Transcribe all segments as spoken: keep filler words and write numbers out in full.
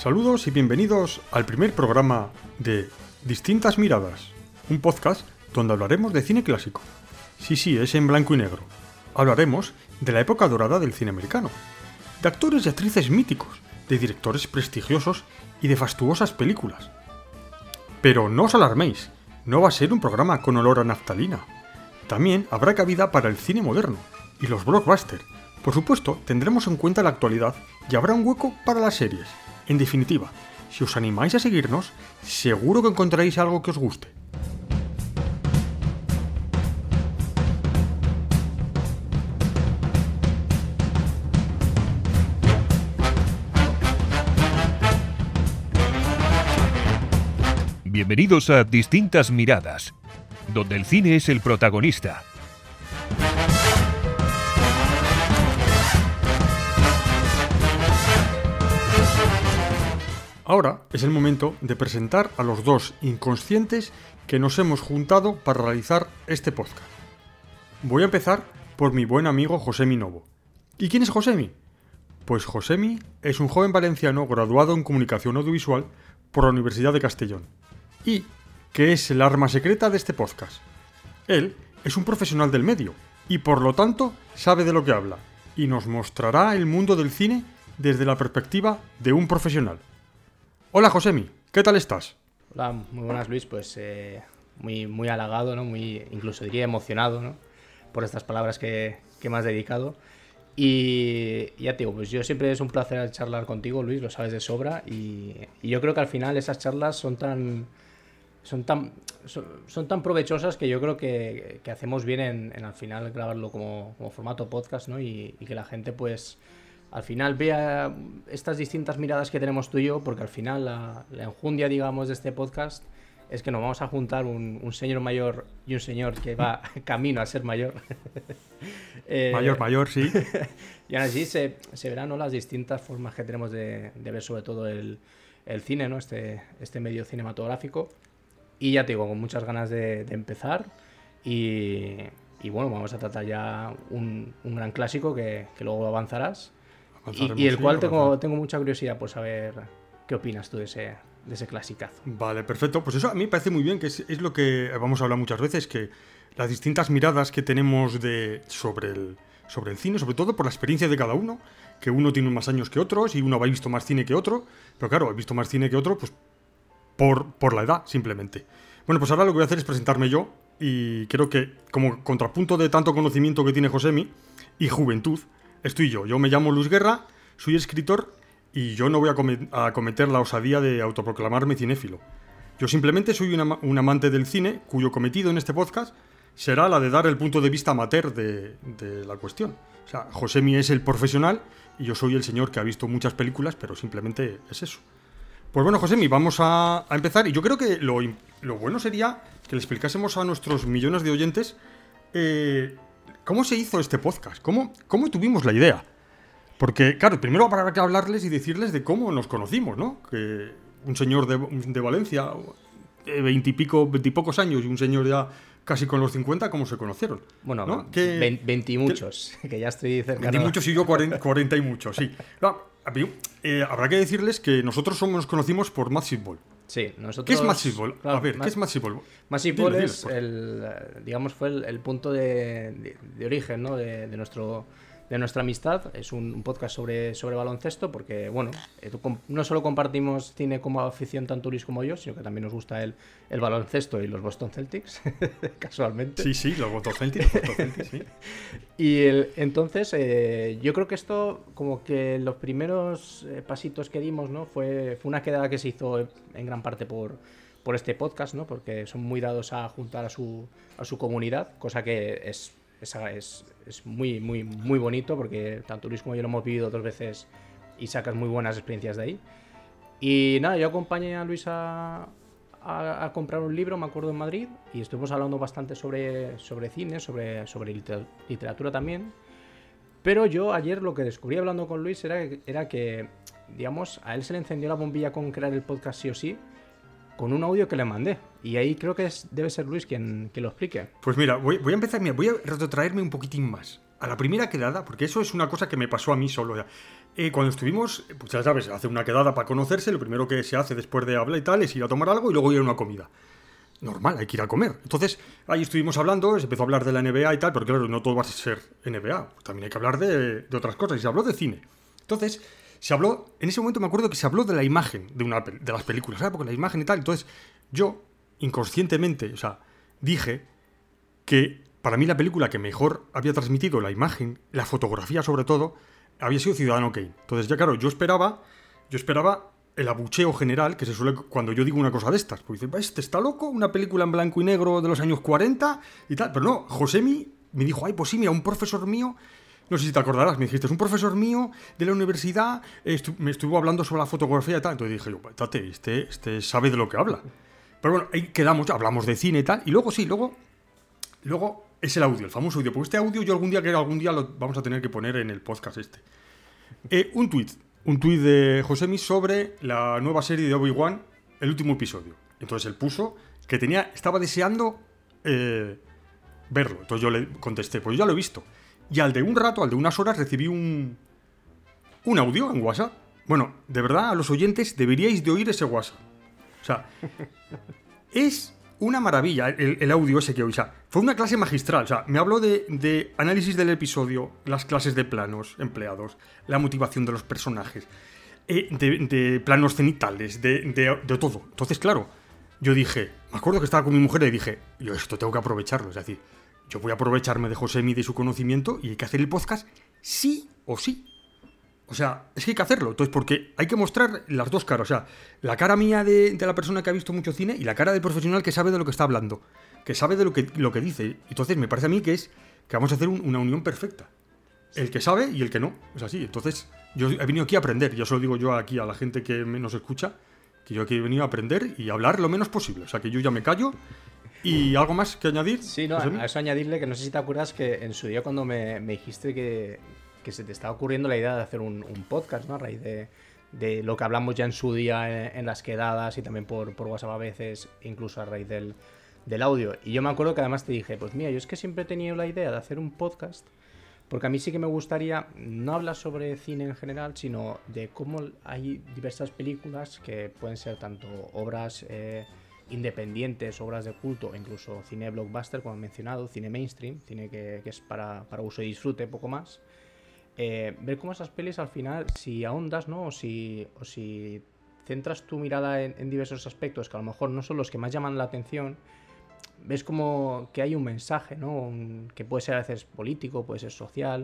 Saludos y bienvenidos al primer programa de Distintas Miradas, un podcast donde hablaremos de cine clásico. Sí, sí, es en blanco y negro. Hablaremos de la época dorada del cine americano, de actores y actrices míticos, de directores prestigiosos y de fastuosas películas. Pero no os alarméis, no va a ser un programa con olor a naftalina. También habrá cabida para el cine moderno y los blockbusters. Por supuesto, tendremos en cuenta la actualidad y habrá un hueco para las series. En definitiva, si os animáis a seguirnos, seguro que encontraréis algo que os guste. Bienvenidos a Distintas Miradas, donde el cine es el protagonista. Ahora es el momento de presentar a los dos inconscientes que nos hemos juntado para realizar este podcast. Voy a empezar por mi buen amigo Josemi Novo. ¿Y quién es Josemi? Pues Josemi es un joven valenciano graduado en Comunicación Audiovisual por la Universidad de Castellón y que es el arma secreta de este podcast. Él es un profesional del medio y por lo tanto sabe de lo que habla y nos mostrará el mundo del cine desde la perspectiva de un profesional. Hola Josemi, ¿qué tal estás? Hola, muy buenas Luis, pues eh, muy, muy halagado, ¿no? Muy, incluso diría emocionado, ¿no? Por estas palabras que, que me has dedicado. Y ya te digo, pues yo siempre es un placer charlar contigo, Luis, lo sabes de sobra. Y, y yo creo que al final esas charlas son tan son tan, son, son tan provechosas que yo creo que, que hacemos bien en, en al final grabarlo como, como formato podcast, ¿no? Y, y que la gente pues al final vea estas distintas miradas que tenemos tú y yo, porque al final la, la enjundia, digamos, de este podcast es que nos vamos a juntar un, un señor mayor y un señor que va camino a ser mayor. eh, mayor, mayor, sí. Y aún así se, se verán, ¿no?, las distintas formas que tenemos de, de ver sobre todo el, el cine, ¿no? Este, este medio cinematográfico. Y ya te digo, con muchas ganas de, de empezar. Y, y bueno, vamos a tratar ya un, un gran clásico que, que luego avanzarás. Y, y el cual tengo, tengo mucha curiosidad por saber qué opinas tú de ese, de ese clasicazo. Vale, perfecto. Pues eso a mí me parece muy bien, que es, es lo que vamos a hablar muchas veces, que las distintas miradas que tenemos de, sobre, el, sobre el cine, sobre todo por la experiencia de cada uno, que uno tiene más años que otros y uno ha visto más cine que otro, pero claro, he visto más cine que otro pues por, por la edad, simplemente. Bueno, pues ahora lo que voy a hacer es presentarme yo y creo que como contrapunto de tanto conocimiento que tiene Josemi y juventud, estoy yo. Yo me llamo Luis Guerra, soy escritor y yo no voy a, com- a cometer la osadía de autoproclamarme cinéfilo. Yo simplemente soy una, un amante del cine cuyo cometido en este podcast será la de dar el punto de vista amateur de, de la cuestión. O sea, Josemi es el profesional y yo soy el señor que ha visto muchas películas, pero simplemente es eso. Pues bueno, Josemi, vamos a, a empezar y yo creo que lo, lo bueno sería que le explicásemos a nuestros millones de oyentes eh, ¿cómo se hizo este podcast? ¿Cómo, ¿Cómo tuvimos la idea? Porque, claro, primero habrá que hablarles y decirles de cómo nos conocimos, ¿no? Que un señor de, de Valencia, veintipico, veintipocos años, y un señor ya casi con los cincuenta, ¿cómo se conocieron? Bueno, ¿no? veinte y muchos, que, que ya estoy cerca. veinte y muchos y yo cuarenta y muchos, sí. No, eh, habrá que decirles que nosotros somos, nos conocimos por Massive Ball. Sí, nosotros... ¿Qué es Massive Ball? Claro, a ver, Ma- ¿qué es Massive Ball? Massive Ball Dile, es, dile, el, digamos, fue el, el punto de, de, de origen, ¿no?, de, de, nuestro, de nuestra amistad. Es un, un podcast sobre, sobre baloncesto porque, bueno, eh, no solo compartimos cine como afición tanto Luis como yo, sino que también nos gusta el, el baloncesto y los Boston Celtics, casualmente. Sí, sí, los Boston Celtics, los Boston Celtics, sí. Y el, entonces, eh, yo creo que esto, como que los primeros eh, pasitos que dimos, ¿no?, fue, fue una quedada que se hizo en gran parte por, por este podcast, ¿no?, porque son muy dados a juntar a su, a su comunidad, cosa que es, es, es, es muy, muy, muy bonito, porque tanto Luis como yo lo hemos vivido dos veces y sacas muy buenas experiencias de ahí. Y nada, yo acompañé a Luis a, a, a comprar un libro, me acuerdo, en Madrid, y estuvimos hablando bastante sobre, sobre cine, sobre, sobre literatura también. Pero yo ayer lo que descubrí hablando con Luis era, era que, digamos, a él se le encendió la bombilla con crear el podcast sí o sí, con un audio que le mandé. Y ahí creo que es, debe ser Luis quien, quien lo explique. Pues mira, voy, voy a empezar, mira, voy a retrotraerme un poquitín más. a la primera quedada, porque eso es una cosa que me pasó a mí solo. O sea, eh, cuando estuvimos, pues ya sabes, hacer una quedada para conocerse, lo primero que se hace después de hablar y tal es ir a tomar algo y luego ir a una comida. Normal, hay que ir a comer. Entonces, ahí estuvimos hablando, se empezó a hablar de la N B A y tal, pero claro, no todo va a ser N B A, también hay que hablar de, de otras cosas, y se habló de cine. Entonces, se habló, en ese momento me acuerdo que se habló de la imagen de, una, de las películas, ¿sabes? Porque la imagen y tal, entonces yo, inconscientemente, o sea, dije que para mí la película que mejor había transmitido la imagen, la fotografía sobre todo, había sido Ciudadano Kane. Entonces ya claro, yo esperaba, yo esperaba el abucheo general que se suele cuando yo digo una cosa de estas. Pues dice, este está loco, una película en blanco y negro de los años cuarenta y tal. Pero no, Josemi me dijo, ay, pues sí, mira, un profesor mío, no sé si te acordarás, me dijiste, es un profesor mío de la universidad, estu- me estuvo hablando sobre la fotografía y tal. Entonces dije yo, tate, este, este sabe de lo que habla. Pero bueno, ahí quedamos, hablamos de cine y tal. Y luego sí, luego, luego es el audio, el famoso audio. Porque este audio yo algún día, que algún día lo vamos a tener que poner en el podcast este. Eh, un tuit. Un tuit de Josemi sobre la nueva serie de Obi-Wan, el último episodio. Entonces él puso que tenía, estaba deseando eh, verlo. Entonces yo le contesté, pues yo ya lo he visto. Y al de un rato, al de unas horas, recibí un, un audio en WhatsApp. Bueno, de verdad, a los oyentes deberíais de oír ese WhatsApp. O sea, es una maravilla el, el audio ese que oí. O sea, fue una clase magistral. O sea, me habló de, de análisis del episodio, las clases de planos empleados, la motivación de los personajes, eh, de, de planos cenitales, de, de, de todo. Entonces, claro, yo dije, me acuerdo que estaba con mi mujer y dije, yo esto tengo que aprovecharlo. Es decir, yo voy a aprovecharme de Josemi y de su conocimiento y hay que hacer el podcast sí o sí. O sea, es que hay que hacerlo. Entonces, porque hay que mostrar las dos caras. O sea, la cara mía de, de la persona que ha visto mucho cine y la cara del profesional que sabe de lo que está hablando. Que sabe de lo que, lo que dice. Entonces, me parece a mí que es que vamos a hacer un, una unión perfecta. El que sabe y el que no. Es así. Entonces, yo he venido aquí a aprender. Ya se lo digo yo aquí a la gente que nos escucha. Que yo aquí he venido a aprender y a hablar lo menos posible. O sea, que yo ya me callo. ¿Y algo más que añadir? Sí, no, a eso añadirle que no sé si te acuerdas que en su día cuando me, me dijiste que... que se te estaba ocurriendo la idea de hacer un, un podcast, ¿no? A raíz de, de lo que hablamos ya en su día en, en las quedadas y también por, por WhatsApp a veces, incluso a raíz del, del audio. Y yo me acuerdo que además te dije, pues mira, yo es que siempre he tenido la idea de hacer un podcast, porque a mí sí que me gustaría no hablar sobre cine en general, sino de cómo hay diversas películas que pueden ser tanto obras eh, independientes, obras de culto, incluso cine blockbuster, como he mencionado, cine mainstream, cine que, que es para, para uso y disfrute, poco más. Eh, ver cómo esas pelis al final, si ahondas, ¿no? O si, o si centras tu mirada en, en diversos aspectos que a lo mejor no son los que más llaman la atención, ves como que hay un mensaje, ¿no? Un, que puede ser a veces político, puede ser social,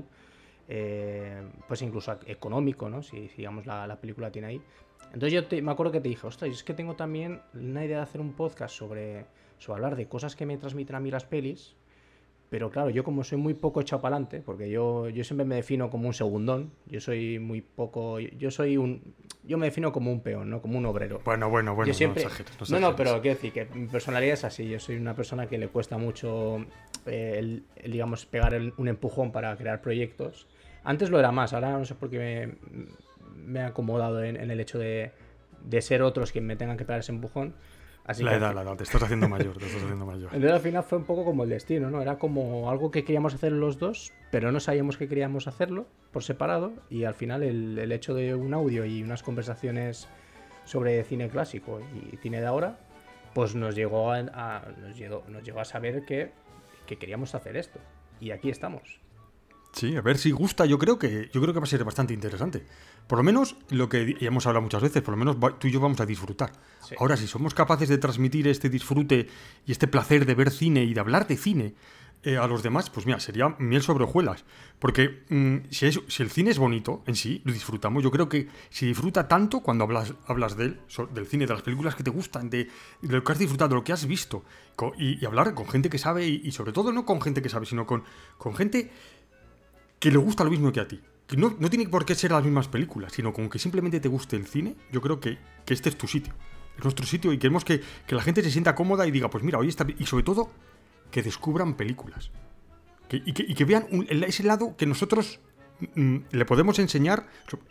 eh, pues incluso económico, ¿no? Si, si digamos la, la película tiene ahí. Entonces yo te, me acuerdo que te dije, ostras, es que tengo también una idea de hacer un podcast sobre, sobre hablar de cosas que me transmiten a mí las pelis. Pero claro, yo como soy muy poco echado para adelante, porque yo, yo siempre me defino como un segundón, yo soy muy poco, yo soy un, yo me defino como un peón, ¿no? Como un obrero. Bueno, bueno, bueno, yo siempre, no exageres, no no, exageres. no, pero quiero decir que mi personalidad es así, yo soy una persona que le cuesta mucho, eh, el, el, digamos, pegar el, un empujón para crear proyectos. Antes lo era más, ahora no sé por qué me, me he acomodado en, en el hecho de, de ser otros quien me tengan que pegar ese empujón. Así la que, edad, la edad, te estás haciendo mayor, te estás haciendo mayor. Entonces al final fue un poco como el destino, ¿no? Era como algo que queríamos hacer los dos, pero no sabíamos que queríamos hacerlo por separado y al final el, el hecho de un audio y unas conversaciones sobre cine clásico y cine de ahora, pues nos llegó a, a, nos llegó, nos llegó a saber que, que queríamos hacer esto. Y aquí estamos. Sí, a ver si gusta. Yo creo que yo creo que va a ser bastante interesante. Por lo menos lo que ya hemos hablado muchas veces, por lo menos tú y yo vamos a disfrutar. Sí. Ahora, si somos capaces de transmitir este disfrute y este placer de ver cine y de hablar de cine eh, a los demás, pues mira, sería miel sobre hojuelas. Porque mmm, si, es, si el cine es bonito en sí, lo disfrutamos. Yo creo que se disfruta tanto cuando hablas, hablas de él, so, del cine, de las películas que te gustan, de, de lo que has disfrutado, de lo que has visto. Con, y, y hablar con gente que sabe y, y sobre todo no con gente que sabe, sino con, con gente que le gusta lo mismo que a ti. Que no, no tiene por qué ser las mismas películas, sino con que simplemente te guste el cine. Yo creo que, que este es tu sitio. Es nuestro sitio y queremos que, que la gente se sienta cómoda y diga, pues mira, hoy está... Y sobre todo, que descubran películas. Que, y, que, y que vean un, ese lado que nosotros mm, le podemos enseñar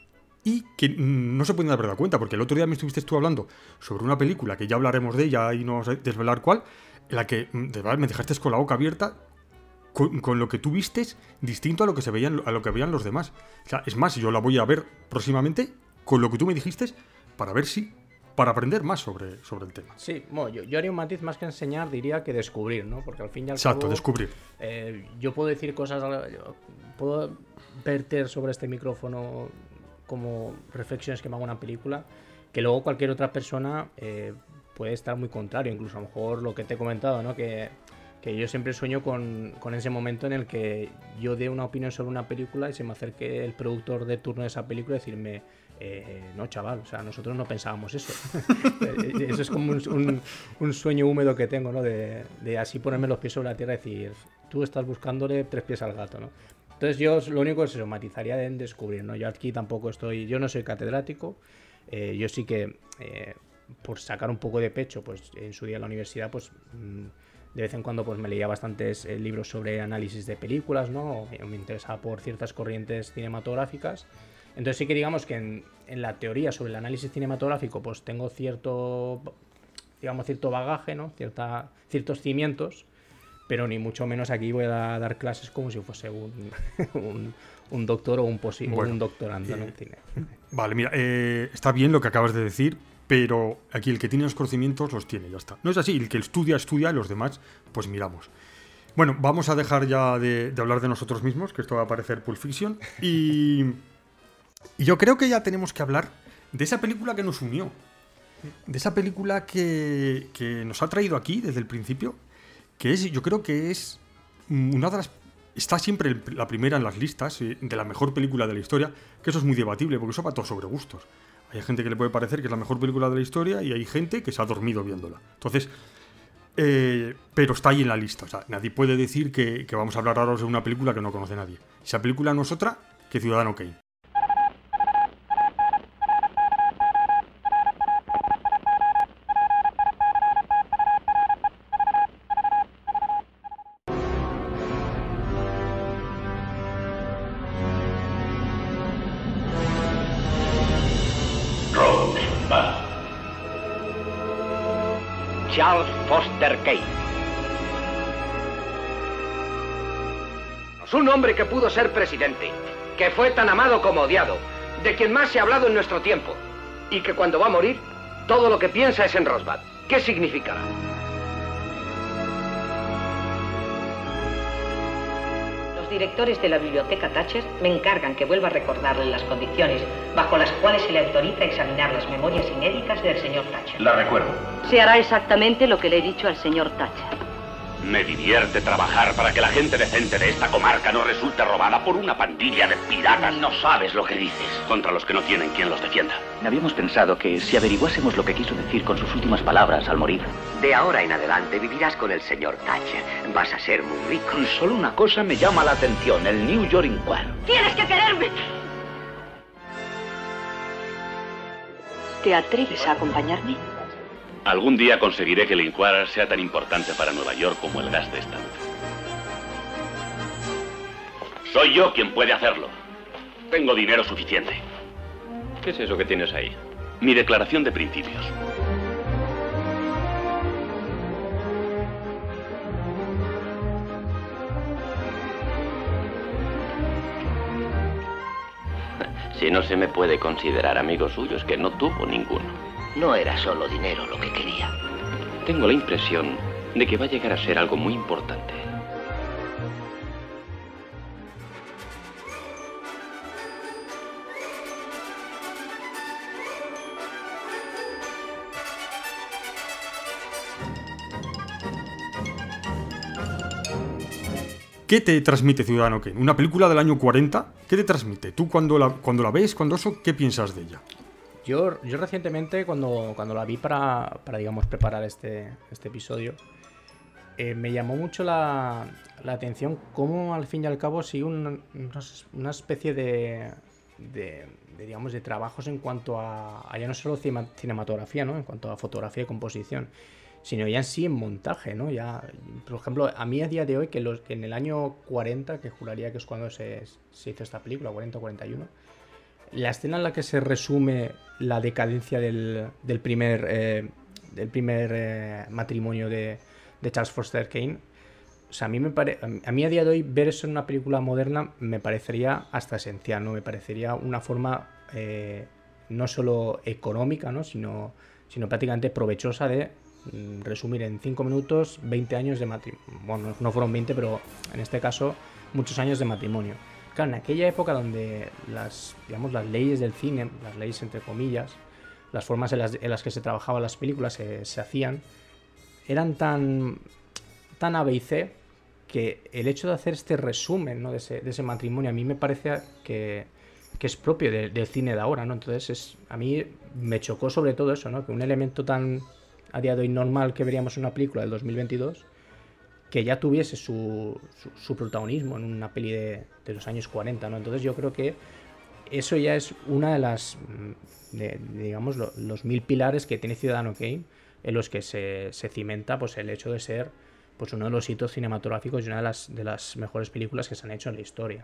y que mm, no se pueden haber dado cuenta. Porque el otro día me estuviste tú hablando sobre una película, que ya hablaremos de ella y no vamos a desvelar cuál, en la que de verdad me dejaste con la boca abierta con, con lo que tú vistes distinto a lo que se veían, a lo que veían los demás. O sea, es más, yo la voy a ver próximamente con lo que tú me dijiste para ver si... para aprender más sobre, sobre el tema. Sí, bueno, yo, yo haría un matiz más que enseñar, diría que descubrir, ¿no? Porque al fin y al Exacto, cabo... descubrir. Eh, yo puedo decir cosas, puedo verter sobre este micrófono como reflexiones que me hago una película, que luego cualquier otra persona eh, puede estar muy contrario, incluso a lo mejor lo que te he comentado, ¿no? Que, que yo siempre sueño con, con ese momento en el que yo dé una opinión sobre una película y se me acerque el productor de turno de esa película y decirme... Eh, no, chaval, o sea, nosotros no pensábamos eso. Eso es como un, un, un sueño húmedo que tengo, ¿no? De, de así ponerme los pies sobre la tierra y decir, tú estás buscándole tres pies al gato, ¿no? Entonces yo lo único que se matizaría en descubrir, ¿no? Yo aquí tampoco estoy, yo no soy catedrático, eh, yo sí que, eh, por sacar un poco de pecho, pues en su día en la universidad, pues de vez en cuando pues me leía bastantes eh, libros sobre análisis de películas, ¿no? Me interesaba por ciertas corrientes cinematográficas. Entonces sí que digamos que en, en la teoría sobre el análisis cinematográfico pues tengo cierto, digamos, cierto bagaje, ¿no? Cierta, ciertos cimientos, pero ni mucho menos aquí voy a dar clases como si fuese un, un, un doctor o un, posi- bueno, o un doctorando, eh, ¿no? En cine. Vale, mira, eh, está bien lo que acabas de decir, pero aquí el que tiene los conocimientos los tiene, ya está. No es así, el que estudia, estudia, y los demás, pues miramos. Bueno, vamos a dejar ya de, de hablar de nosotros mismos, que esto va a parecer Pulp Fiction, y... Y yo creo que ya tenemos que hablar de esa película que nos unió. De esa película que, que nos ha traído aquí desde el principio. Que es, yo creo que es una de las... Está siempre la primera en las listas de la mejor película de la historia. Que eso es muy debatible porque eso va todo sobre gustos. Hay gente que le puede parecer que es la mejor película de la historia y hay gente que se ha dormido viéndola. Entonces... Eh, pero está ahí en la lista. O sea, nadie puede decir que, que vamos a hablar ahora de una película que no conoce nadie. Esa película no es otra que Ciudadano Kane. Charles Foster Kane. Un hombre que pudo ser presidente, que fue tan amado como odiado, de quien más se ha hablado en nuestro tiempo, y que cuando va a morir, todo lo que piensa es en Roswell. ¿Qué significará? Los directores de la biblioteca Thatcher me encargan que vuelva a recordarle las condiciones bajo las cuales se le autoriza a examinar las memorias inéditas del señor Thatcher. La recuerdo. Se hará exactamente lo que le he dicho al señor Thatcher. Me divierte trabajar para que la gente decente de esta comarca no resulte robada por una pandilla de piratas. No sabes lo que dices. Contra los que no tienen quien los defienda. Habíamos pensado que si averiguásemos lo que quiso decir con sus últimas palabras al morir. De ahora en adelante vivirás con el señor Thatcher. Vas a ser muy rico. Y solo una cosa me llama la atención, el New York Inquirer. ¡Tienes que quererme! ¿Te atreves a acompañarme? Algún día conseguiré que el Inquirer sea tan importante para Nueva York como el gas de esta. Soy yo quien puede hacerlo. Tengo dinero suficiente. ¿Qué es eso que tienes ahí? Mi declaración de principios. Si no se me puede considerar amigo suyo, es que no tuvo ninguno. No era solo dinero lo que quería. Tengo la impresión de que va a llegar a ser algo muy importante. ¿Qué te transmite Ciudadano Kane? Una película del año cuarenta, ¿qué te transmite? Tú cuando la, cuando la ves, cuando eso, ¿qué piensas de ella? Yo, yo recientemente, cuando, cuando la vi para, para digamos, preparar este, este episodio, eh, me llamó mucho la, la atención cómo, al fin y al cabo, sigue un, una especie de, de, de, digamos, de trabajos en cuanto a, a ya no solo cinematografía, ¿no? En cuanto a fotografía y composición, sino ya en sí en montaje, ¿no? Ya, por ejemplo, a mí a día de hoy, que, los, que en el año cuarenta, que juraría que es cuando se, se hizo esta película, cuarenta o cuarenta y uno, la escena en la que se resume la decadencia del, del primer, eh, del primer eh, matrimonio de, de Charles Foster Kane sea, a mí, me pare... a mí a día de hoy ver eso en una película moderna me parecería hasta esencial, ¿no? Me parecería una forma eh, no solo económica, ¿no? Sino, sino prácticamente provechosa de mm, resumir en cinco minutos veinte años de matrimonio. Bueno, no fueron veinte, pero en este caso muchos años de matrimonio. Claro, en aquella época donde las, digamos, las leyes del cine, las leyes entre comillas, las formas en las, en las que se trabajaban las películas se, se hacían, eran tan, tan A, B y C, que el hecho de hacer este resumen, ¿no? de, ese, de ese matrimonio a mí me parece que, que es propio de, del cine de ahora, ¿no? Entonces es, a mí me chocó sobre todo eso, ¿no? Que un elemento tan a día de hoy normal que veríamos en una película del dos mil veintidós, que ya tuviese su, su, su protagonismo en una peli de, de los años cuarenta, ¿no? Entonces yo creo que eso ya es una de las, de, de, digamos, lo, los mil pilares que tiene Ciudadano Kane, en los que se, se cimenta pues el hecho de ser pues uno de los hitos cinematográficos y una de las, de las mejores películas que se han hecho en la historia.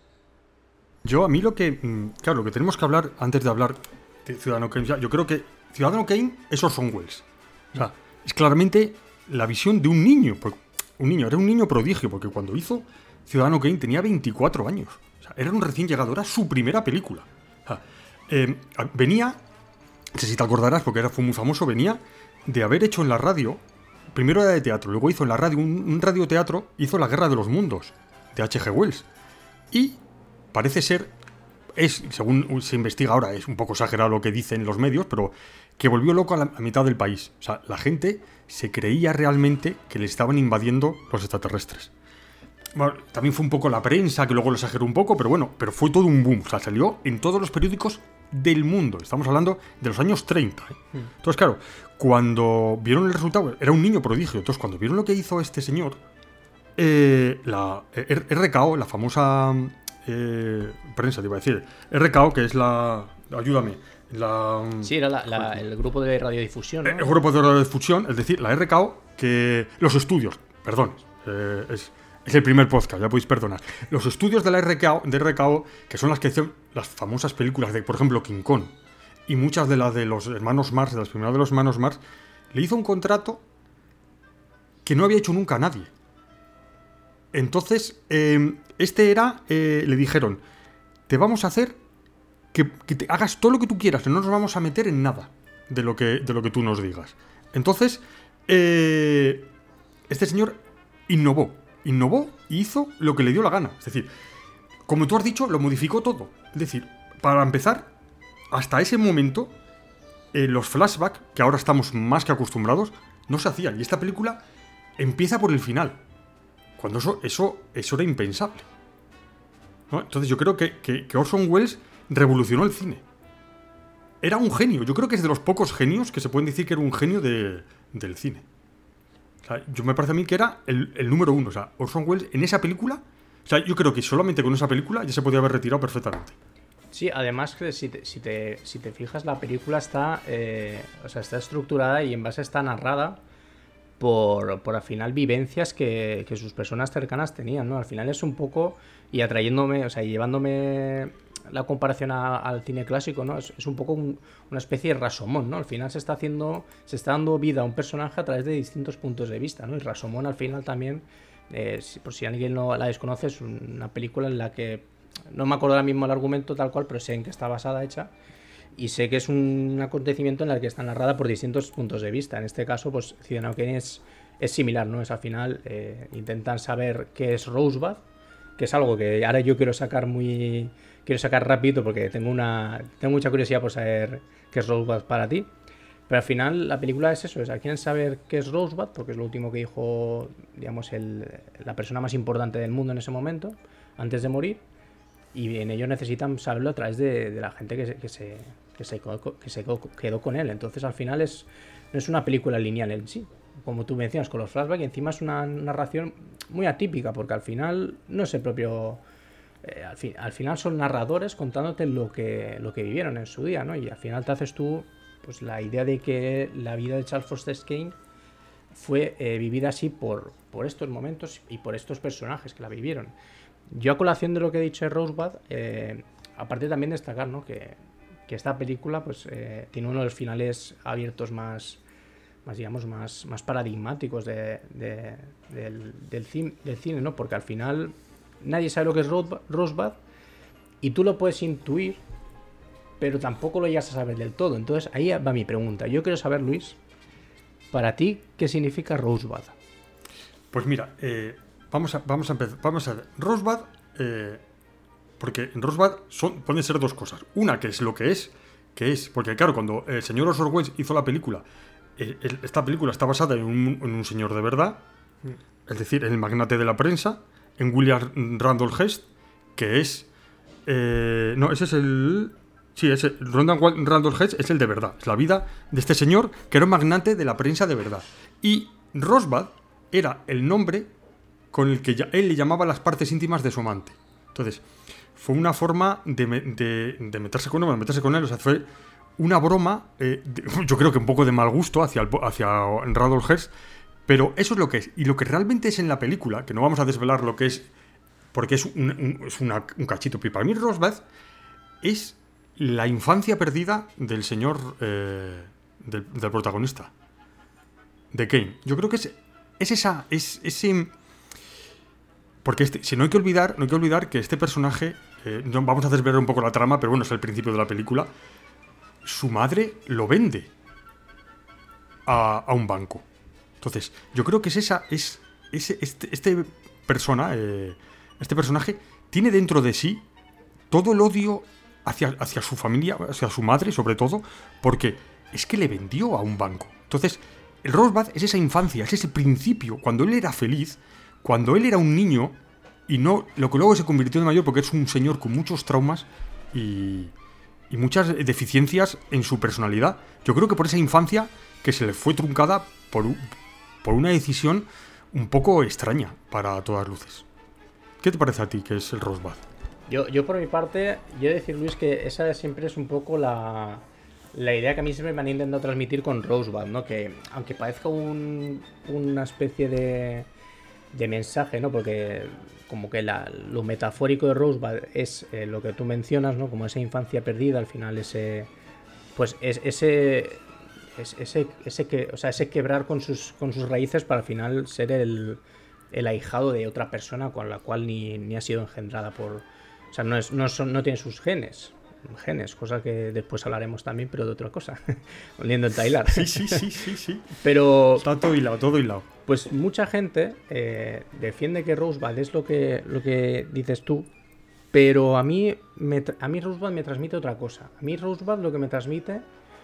Yo, a mí lo que, claro, lo que tenemos que hablar antes de hablar de Ciudadano Kane, yo creo que Ciudadano Kane es Orson Welles. O sea, es claramente la visión de un niño, un niño, era un niño prodigio, porque cuando hizo Ciudadano Kane tenía veinticuatro años. O sea, era un recién llegado, era su primera película. O sea, eh, venía, no sé si te acordarás, porque era, fue muy famoso, venía de haber hecho en la radio, primero era de teatro, luego hizo en la radio, un, un radioteatro, hizo La Guerra de los Mundos, de H G Wells. Y parece ser, es, según se investiga ahora, es un poco exagerado lo que dicen los medios, pero que volvió loco a la a mitad del país. O sea, la gente se creía realmente que le estaban invadiendo los extraterrestres. Bueno, también fue un poco la prensa, que luego lo exageró un poco, pero bueno, pero fue todo un boom. O sea, salió en todos los periódicos del mundo. Estamos hablando de los años treinta. ¿eh? Mm. Entonces, claro, cuando vieron el resultado, era un niño prodigio. Entonces, cuando vieron lo que hizo este señor, eh, la R K O, la famosa eh, prensa, te iba a decir, R K O, que es la... Ayúdame. La, sí, era la, la, el grupo de radiodifusión, ¿no? El grupo de radiodifusión, es decir, la R K O, que... Los estudios, perdón, eh, es... Es el primer podcast, ya podéis perdonar. Los estudios de la R K O, de R K O, que son las que hacen las famosas películas de, por ejemplo, King Kong, y muchas de las de los hermanos Marx, de las primeras de los hermanos Marx, le hizo un contrato que no había hecho nunca a nadie. Entonces, eh, este era, eh, le dijeron, te vamos a hacer que, que te hagas todo lo que tú quieras, no nos vamos a meter en nada de lo que, de lo que tú nos digas. Entonces, eh, este señor innovó. Innovó y hizo lo que le dio la gana. Es decir, como tú has dicho, lo modificó todo. Es decir, para empezar, hasta ese momento, eh, los flashbacks, que ahora estamos más que acostumbrados, no se hacían. Y esta película empieza por el final. Cuando eso, eso, eso era impensable. ¿No? Entonces yo creo que, que, que Orson Welles revolucionó el cine. Era un genio. Yo creo que es de los pocos genios que se pueden decir que era un genio de, del cine. O sea, yo me parece a mí que era el, el número uno. O sea, Orson Welles en esa película... O sea, yo creo que solamente con esa película ya se podía haber retirado perfectamente. Sí, además que si te, si te, si te fijas, la película está, eh, o sea, está estructurada y en base está narrada por, por al final vivencias que, que sus personas cercanas tenían, ¿no? Al final es un poco, y atrayéndome, o sea, y llevándome la comparación a, al cine clásico, ¿no? Es, es un poco un, una especie de Rashomon, ¿no? Al final se está haciendo, se está dando vida a un personaje a través de distintos puntos de vista, ¿no? Y Rashomon al final también, eh, si, por si alguien no la desconoce, es una película en la que, no me acuerdo ahora mismo el argumento tal cual, pero sé en qué está basada, hecha, y sé que es un acontecimiento en el que está narrada por distintos puntos de vista. En este caso, pues Ciudadano Kane es, es similar, ¿no? Es al final, eh, intentan saber qué es Rosebud, que es algo que ahora yo quiero sacar muy... Quiero sacar rápido porque tengo una tengo mucha curiosidad por saber qué es Rosebud para ti. Pero al final la película es eso, o sea, quieren saber qué es Rosebud porque es lo último que dijo, digamos, el, la persona más importante del mundo en ese momento, antes de morir. Y en ello necesitan saberlo a través de, de la gente que se, que, se, que, se, que se quedó con él. Entonces al final es, no es una película lineal en sí, como tú mencionas, con los flashbacks, y encima es una narración muy atípica porque al final no es el propio... Eh, al, fi- al final son narradores contándote lo que, lo que vivieron en su día, ¿no? Y al final te haces tú pues la idea de que la vida de Charles Foster Kane fue eh, vivida así por, por estos momentos y por estos personajes que la vivieron. Yo, a colación de lo que he dicho de Rosebud, eh, aparte también destacar, ¿no? que, que esta película pues eh, tiene uno de los finales abiertos más, más digamos, más, más paradigmáticos de, de, del, del, cine, del cine, ¿no? Porque al final nadie sabe lo que es Rosebud y tú lo puedes intuir, pero tampoco lo llegas a saber del todo. Entonces ahí va mi pregunta. Yo quiero saber, Luis, para ti, ¿qué significa Rosebud? Pues mira, eh, vamos, a, vamos a empezar. Vamos a ver. Rosebud, eh, porque en Rosebud son, pueden ser dos cosas. Una, que es lo que es, que es, porque claro, cuando el señor Orson Welles hizo la película, eh, esta película está basada en un, en un señor de verdad, es decir, en el magnate de la prensa, en William Randolph Hearst, que es... Eh, no, ese es el... Sí, ese, Randolph Hearst es el de verdad. Es la vida de este señor que era un magnate de la prensa de verdad. Y Rosebud era el nombre con el que ya, él le llamaba las partes íntimas de su amante. Entonces, fue una forma de, de, de meterse con él, de meterse con él. O sea, fue una broma, eh, de, yo creo que un poco de mal gusto hacia, el, hacia Randolph Hearst. Pero eso es lo que es. Y lo que realmente es en la película, que no vamos a desvelar lo que es, porque es un, un, es una, un cachito. Pero para mí Rosebud es la infancia perdida del señor, eh, del, del protagonista, de Kane. Yo creo que es, es esa, es ese... Porque este, si no hay que olvidar, no hay que olvidar que este personaje, eh, vamos a desvelar un poco la trama, pero bueno, es el principio de la película. Su madre lo vende a, a un banco. Entonces, yo creo que es esa, es, es este, este persona, eh, este personaje tiene dentro de sí todo el odio hacia, hacia su familia, hacia su madre, sobre todo, porque es que le vendió a un banco. Entonces, el Rosebud es esa infancia, es ese principio, cuando él era feliz, cuando él era un niño, y no lo que luego se convirtió en mayor, porque es un señor con muchos traumas y, y muchas deficiencias en su personalidad. Yo creo que por esa infancia que se le fue truncada por, por una decisión un poco extraña para todas luces. ¿Qué te parece a ti que es el Rosebud? Yo, yo por mi parte, yo he de decir, Luis, que esa siempre es un poco la, la idea que a mí siempre me han intentado transmitir con Rosebud, ¿no? Que aunque parezca un, una especie de, de mensaje, ¿no? Porque como que la, lo metafórico de Rosebud es eh, lo que tú mencionas, ¿no? Como esa infancia perdida, al final ese... Pues es, ese... Ese, ese, que, o sea, ese quebrar con sus, con sus raíces para al final ser el, el ahijado de otra persona con la cual ni, ni ha sido engendrada por... O sea, no, es, no, son, no tiene sus genes, genes, cosa que después hablaremos también, pero de otra cosa, oliendo en Tyler. Sí, sí, sí, sí, sí. Pero... Está todo hilado, todo hilado. Pues mucha gente eh, defiende que Rosebud es lo que, lo que dices tú, pero a mí, me, a mí Rosebud me transmite otra cosa. A mí Rosebud lo que me transmite...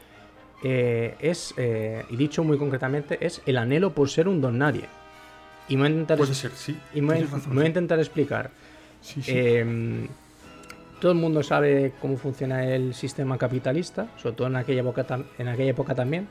Eh, es, eh, y dicho muy concretamente, es el anhelo por ser un don nadie. Y me voy a intentar, Puede ser, sí. Y me, razón, me voy a intentar explicar. Sí, sí. Eh, todo el mundo sabe cómo funciona el sistema capitalista, sobre todo en aquella época, en aquella época también.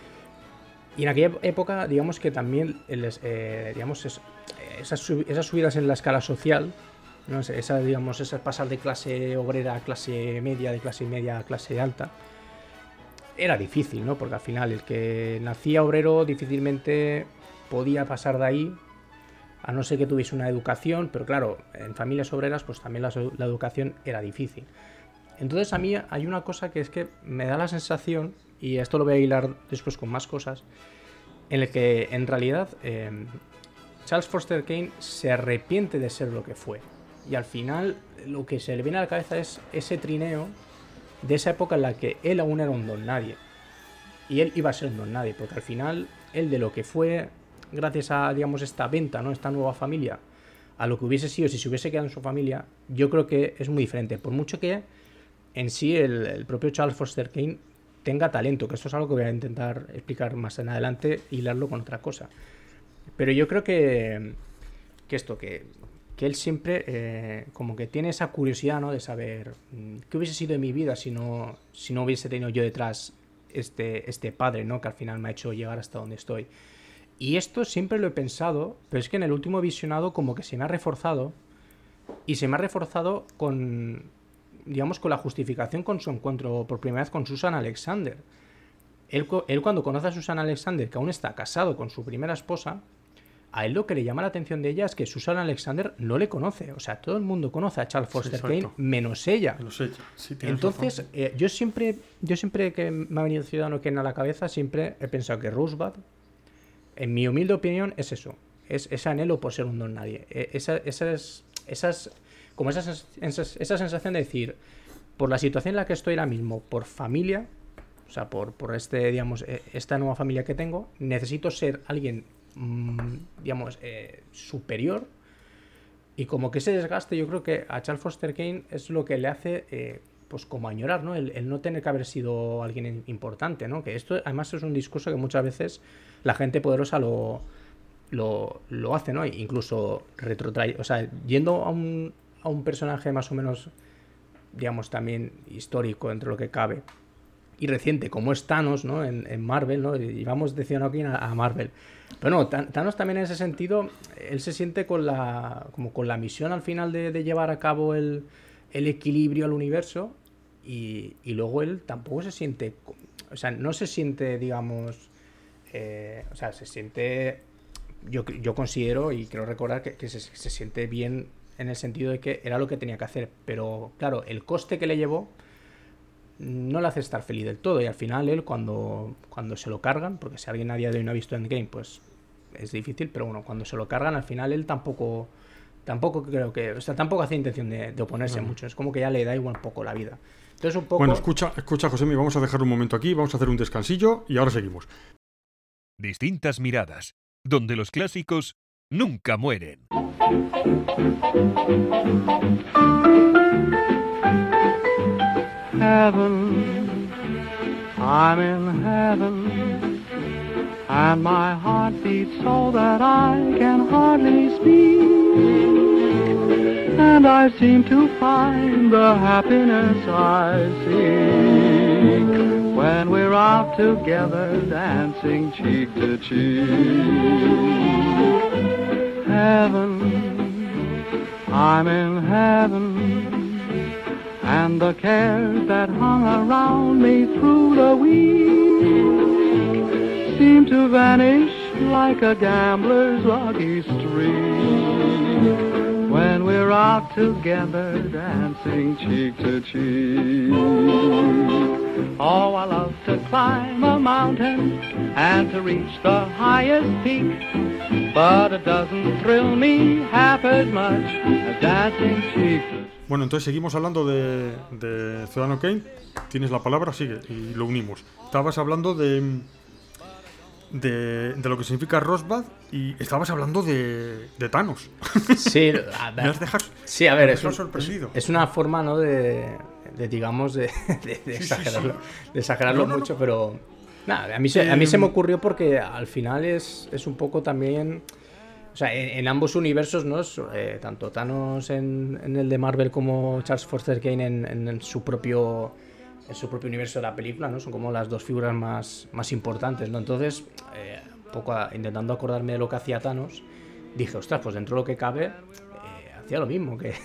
Y en aquella época, digamos que también, les, eh, digamos, es, esas, esas subidas en la escala social, ¿no? Esa, digamos, esas pasar de clase obrera a clase media, de clase media a clase alta, era difícil, ¿no? Porque al final el que nacía obrero difícilmente podía pasar de ahí, a no ser que tuviese una educación, pero claro, en familias obreras pues también la, la educación era difícil. Entonces a mí hay una cosa que es que me da la sensación, y esto lo voy a hilar después con más cosas, en el que en realidad eh, Charles Foster Kane se arrepiente de ser lo que fue. Y al final lo que se le viene a la cabeza es ese trineo de esa época en la que él aún era un don nadie. Y él iba a ser un don nadie, porque al final él de lo que fue, gracias a, digamos, esta venta, ¿no? Esta nueva familia, a lo que hubiese sido si se hubiese quedado en su familia, yo creo que es muy diferente. Por mucho que en sí el, el propio Charles Foster Kane tenga talento, que esto es algo que voy a intentar explicar más en adelante y hilarlo con otra cosa. Pero yo creo que, que esto, que... que él siempre eh, como que tiene esa curiosidad, ¿no? De saber mmm, qué hubiese sido de mi vida si no, si no hubiese tenido yo detrás este, este padre, ¿no? Que al final me ha hecho llegar hasta donde estoy. Y esto siempre lo he pensado, pero es que en el último visionado como que se me ha reforzado, y se me ha reforzado con, digamos, con la justificación con su encuentro por primera vez con Susan Alexander. Él, él cuando conoce a Susan Alexander, que aún está casado con su primera esposa, a él lo que le llama la atención de ella es que Susan Alexander no le conoce. O sea, todo el mundo conoce a Charles Foster Sí, Kane exacto. menos ella. Menos ella. Sí, tienes Entonces, razón. eh, yo siempre yo siempre que me ha venido Ciudadano Kane a la cabeza, siempre he pensado que Rosebud, en mi humilde opinión, es eso. Es ese anhelo por ser un don nadie. Eh, esa, esas, esas, como esa, esa, esa sensación de decir, por la situación en la que estoy ahora mismo, por familia, o sea, por, por este, digamos, eh, esta nueva familia que tengo, necesito ser alguien, mmm, digamos, eh, superior. Y como que ese desgaste, yo creo que a Charles Foster Kane es lo que le hace, eh, pues como añorar, ¿no? El, el no tener que haber sido alguien importante, ¿no? Que esto, además, es un discurso que muchas veces la gente poderosa lo, lo, lo hace, ¿no? Incluso retrotrae, o sea, yendo a un, a un personaje más o menos, digamos, también histórico entre lo que cabe y reciente, como es Thanos, ¿no? En, en Marvel, ¿no? Y vamos de Ciudadano Kane a, a Marvel. Pero no, Thanos también en ese sentido, él se siente con la, como con la misión al final de, de llevar a cabo el, el equilibrio al universo y, y luego él tampoco se siente, o sea, no se siente, digamos, eh, o sea, se siente, yo, yo considero y quiero recordar que, que se, se siente bien en el sentido de que era lo que tenía que hacer, pero claro, el coste que le llevó no le hace estar feliz del todo y al final él cuando, cuando se lo cargan, porque si alguien a día de hoy no ha visto Endgame pues es difícil, pero bueno, cuando se lo cargan al final él tampoco tampoco creo que, o sea, tampoco hace intención de, de oponerse Bueno. mucho, es como que ya le da igual un poco la vida. Entonces un poco... Bueno, escucha, escucha, Josemi, vamos a dejar un momento aquí, vamos a hacer un descansillo y ahora seguimos. Distintas miradas, donde los clásicos nunca mueren. Heaven, I'm in heaven, and my heart beats so that I can hardly speak, and I seem to find the happiness I seek when we're out together dancing cheek to cheek. Heaven, I'm in heaven, and the cares that hung around me through the week seem to vanish like a gambler's lucky streak when we're out together dancing cheek to cheek. Oh, I love to climb a mountain and to reach the highest peak, but it doesn't thrill me half as much as dancing cheek to cheek. Bueno, entonces seguimos hablando de, de Ciudadano Kane. Tienes la palabra, sigue, y lo unimos. Estabas hablando de, de, de lo que significa Rosebud y estabas hablando de, de Thanos. Sí, a ver, me has dejado, sí, a ver, me es, has un, sorprendido. Es, es una forma, ¿no? De, de digamos, de, de, de Sí, exagerarlo, sí, sí. de exagerarlo No, no, mucho, no. pero nada, a mí, se, a mí se me ocurrió porque al final es, es un poco también... O sea, en, en ambos universos, ¿no? Eh, tanto Thanos en, en el de Marvel como Charles Foster Kane en, en, en su propio en su propio universo de la película, ¿no? Son como las dos figuras más, más importantes, ¿no? Entonces, eh, un poco a, intentando acordarme de lo que hacía Thanos, dije, ostras, pues dentro de lo que cabe, eh, hacía lo mismo. que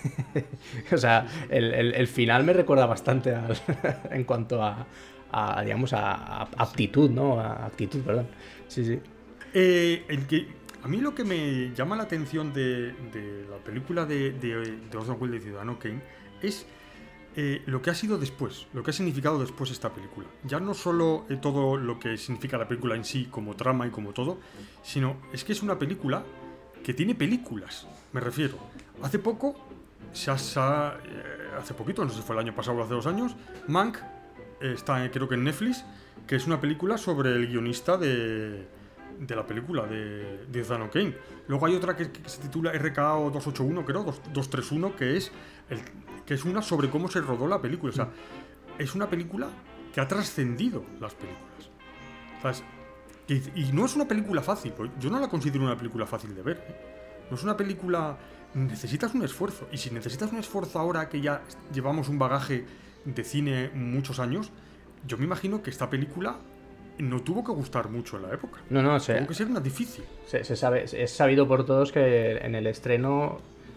O sea, el, el, el final me recuerda bastante al, en cuanto a, a digamos, a, a aptitud, ¿no? A actitud, perdón. Sí, sí. Eh, el que... A mí lo que me llama la atención de, de la película de, de, de Orson Welles de Ciudadano Kane es eh, lo que ha sido después, lo que ha significado después esta película. Ya no solo eh, todo lo que significa la película en sí, como trama y como todo, sino es que es una película que tiene películas, me refiero. Hace poco, se ha, se ha, eh, hace poquito, no sé si fue el año pasado o hace dos años, Mank eh, está eh, creo que en Netflix, que es una película sobre el guionista de... de la película de, de Ciudadano Kane. Luego hay otra que, que se titula R K O doscientos ochenta y uno, creo, doscientos treinta y uno, que es, el, que es una sobre cómo se rodó la película. O sea, es una película que ha trascendido las películas. ¿Sabes? Y, y no es una película fácil, pues yo no la considero una película fácil de ver. ¿eh? No es una película... Necesitas un esfuerzo. Y si necesitas un esfuerzo ahora que ya llevamos un bagaje de cine muchos años, yo me imagino que esta película... no tuvo que gustar mucho en la época. No, no, se, tuvo que ser una difícil. Se, se sabe, es sabido por todos que en el estreno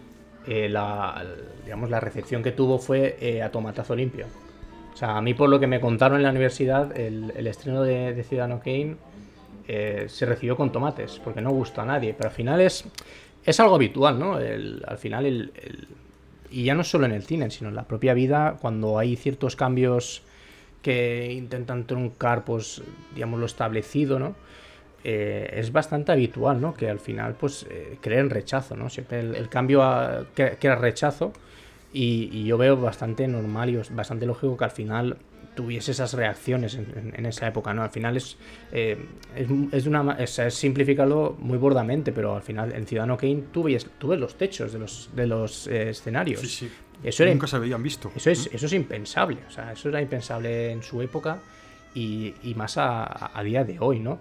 eh, la, digamos, la recepción que tuvo fue eh, a tomatazo limpio. O sea, a mí por lo que me contaron en la universidad, el, el estreno de, de Ciudadano Kane eh, se recibió con tomates, porque no gustó a nadie, pero al final es, es algo habitual, ¿no? El, al final, el, el, y ya no solo en el cine, sino en la propia vida, cuando hay ciertos cambios que intentan truncar, pues, digamos, lo establecido, ¿no? Eh, es bastante habitual, ¿no? Que al final, pues, eh, creen rechazo, ¿no? Siempre el, el cambio a, que, que era rechazo, y, y yo veo bastante normal y bastante lógico que al final tuviese esas reacciones en, en, en esa época, ¿no? Al final es, eh, es, es, una, es, es simplificarlo muy bordamente, pero al final en Ciudadano Kane tú ves, tú ves los techos de los, de los eh, escenarios. Sí, sí. Eso Nunca era, se habían visto. Eso es, eso es impensable, o sea, eso era impensable en su época y, y más a, a día de hoy, ¿no?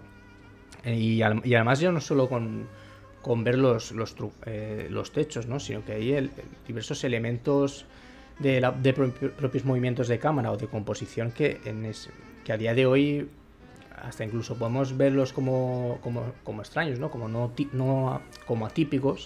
Y, al, y además ya no solo con, con ver los, los, eh, los techos, ¿no? Sino que hay el, diversos elementos de, la, de pro, propios movimientos de cámara o de composición que, en es, que a día de hoy hasta incluso podemos verlos como, como, como extraños, ¿no? Como, no, no como atípicos.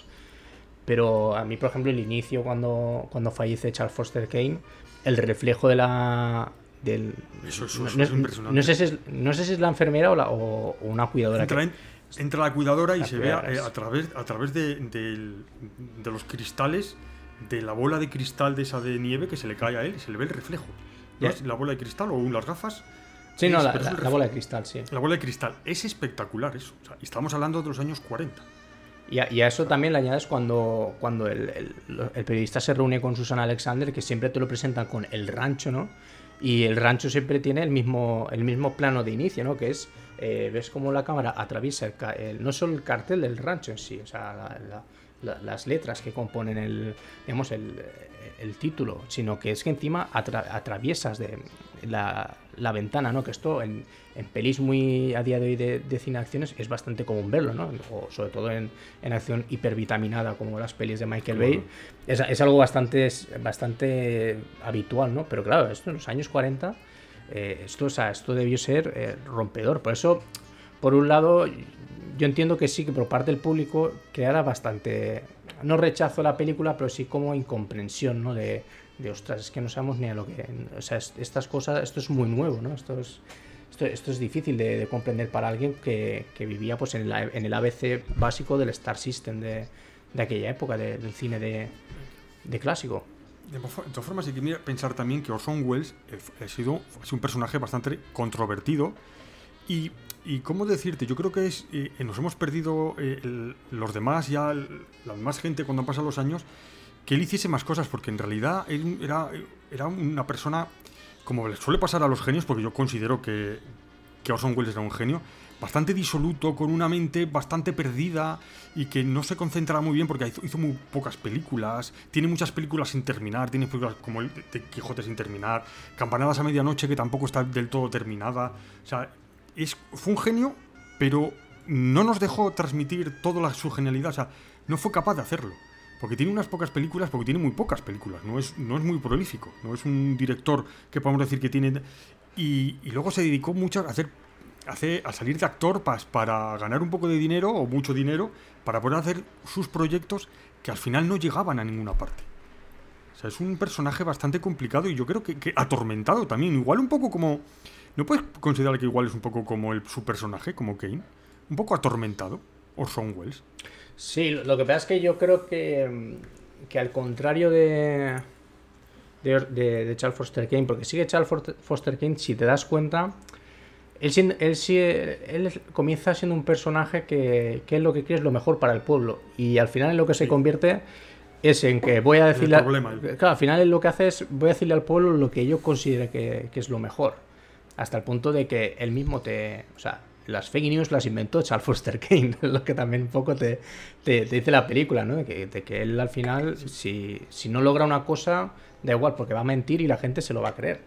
Pero a mí, por ejemplo, el inicio cuando, cuando fallece Charles Foster Kane, el reflejo de la... Del, eso, eso, eso no, es impresionante. No sé, si es, no sé si es la enfermera o, la, o, o una cuidadora. Entra, que, en, entra la cuidadora y la se ve eh, a través, a través de, de, de los cristales, de la bola de cristal de esa de nieve que se le cae a él y se le ve el reflejo. ¿No es la bola de cristal o las gafas? Sí, es, no, la, la, la bola de cristal, sí. La bola de cristal. Es espectacular eso. O sea, estamos hablando de los años cuarenta. Y a, y a eso también le añades cuando, cuando el, el, el periodista se reúne con Susan Alexander, que siempre te lo presentan con el rancho, ¿no? Y el rancho siempre tiene el mismo, el mismo plano de inicio, ¿no? Que es, eh, ves cómo la cámara atraviesa el, el, no solo el cartel del rancho en sí, o sea, la, la, la, las letras que componen el, digamos, el, el título, sino que es que encima atra, atraviesas de la, la ventana, ¿no? Que esto en, en pelis muy a día de hoy de, de cine acciones es bastante común verlo, ¿no? O sobre todo en, en acción hipervitaminada como las pelis de Michael Bay. Es, es algo bastante, bastante habitual, ¿no? Pero claro, esto en los años cuarenta, eh, esto, o sea, esto debió ser eh, rompedor. Por eso, por un lado, yo entiendo que sí, que por parte del público creara bastante, no rechazo a la película, pero sí como incomprensión, ¿no? De, de ostras, es que no sabemos ni a lo que... O sea, estas cosas, esto es muy nuevo, ¿no? Esto es... Esto, esto es difícil de, de comprender para alguien que, que vivía pues en, la, en el A B C básico del Star System de, de aquella época, de, del cine de, de clásico. De todas formas, hay que pensar también que Orson Welles ha sido, ha sido un personaje bastante controvertido y, y ¿cómo decirte? Yo creo que es eh, nos hemos perdido eh, el, los demás, ya el, la más gente cuando han pasado los años, que él hiciese más cosas, porque en realidad él era, era una persona... como le suele pasar a los genios, porque yo considero que, que Orson Welles era un genio, bastante disoluto, con una mente bastante perdida y que no se concentra muy bien porque hizo, hizo muy pocas películas, tiene muchas películas sin terminar, tiene películas como el de Quijote sin terminar, Campanadas a medianoche que tampoco está del todo terminada, o sea, es, fue un genio, pero no nos dejó transmitir toda la, su genialidad, o sea, no fue capaz de hacerlo. Porque tiene unas pocas películas, porque tiene muy pocas películas, no es, no es muy prolífico, no es un director que podemos decir que tiene... Y, y luego se dedicó mucho a hacer, a, hacer, a salir de actor para, para ganar un poco de dinero o mucho dinero, para poder hacer sus proyectos que al final no llegaban a ninguna parte. O sea, es un personaje bastante complicado y yo creo que, que atormentado también, igual un poco como... ¿No puedes considerar que igual es un poco como el, su personaje, como Kane? Un poco atormentado, Orson Welles. Sí, lo que pasa es que yo creo que, que al contrario de, de, de, de Charles Foster Kane, porque sí que Charles Foster Kane, si te das cuenta, él, él, él, él comienza siendo un personaje que, que es lo que quiere es lo mejor para el pueblo, y al final en lo que se sí. convierte es en que voy a decirle... Problema, claro, al final lo que hace es, voy a decirle al pueblo lo que yo considere que, que es lo mejor, hasta el punto de que él mismo te... O sea, las fake news las inventó Charles Foster Kane, lo que también un poco te, te, te dice la película, ¿no? De que, de que él al final, si, si no logra una cosa, da igual, porque va a mentir y la gente se lo va a creer.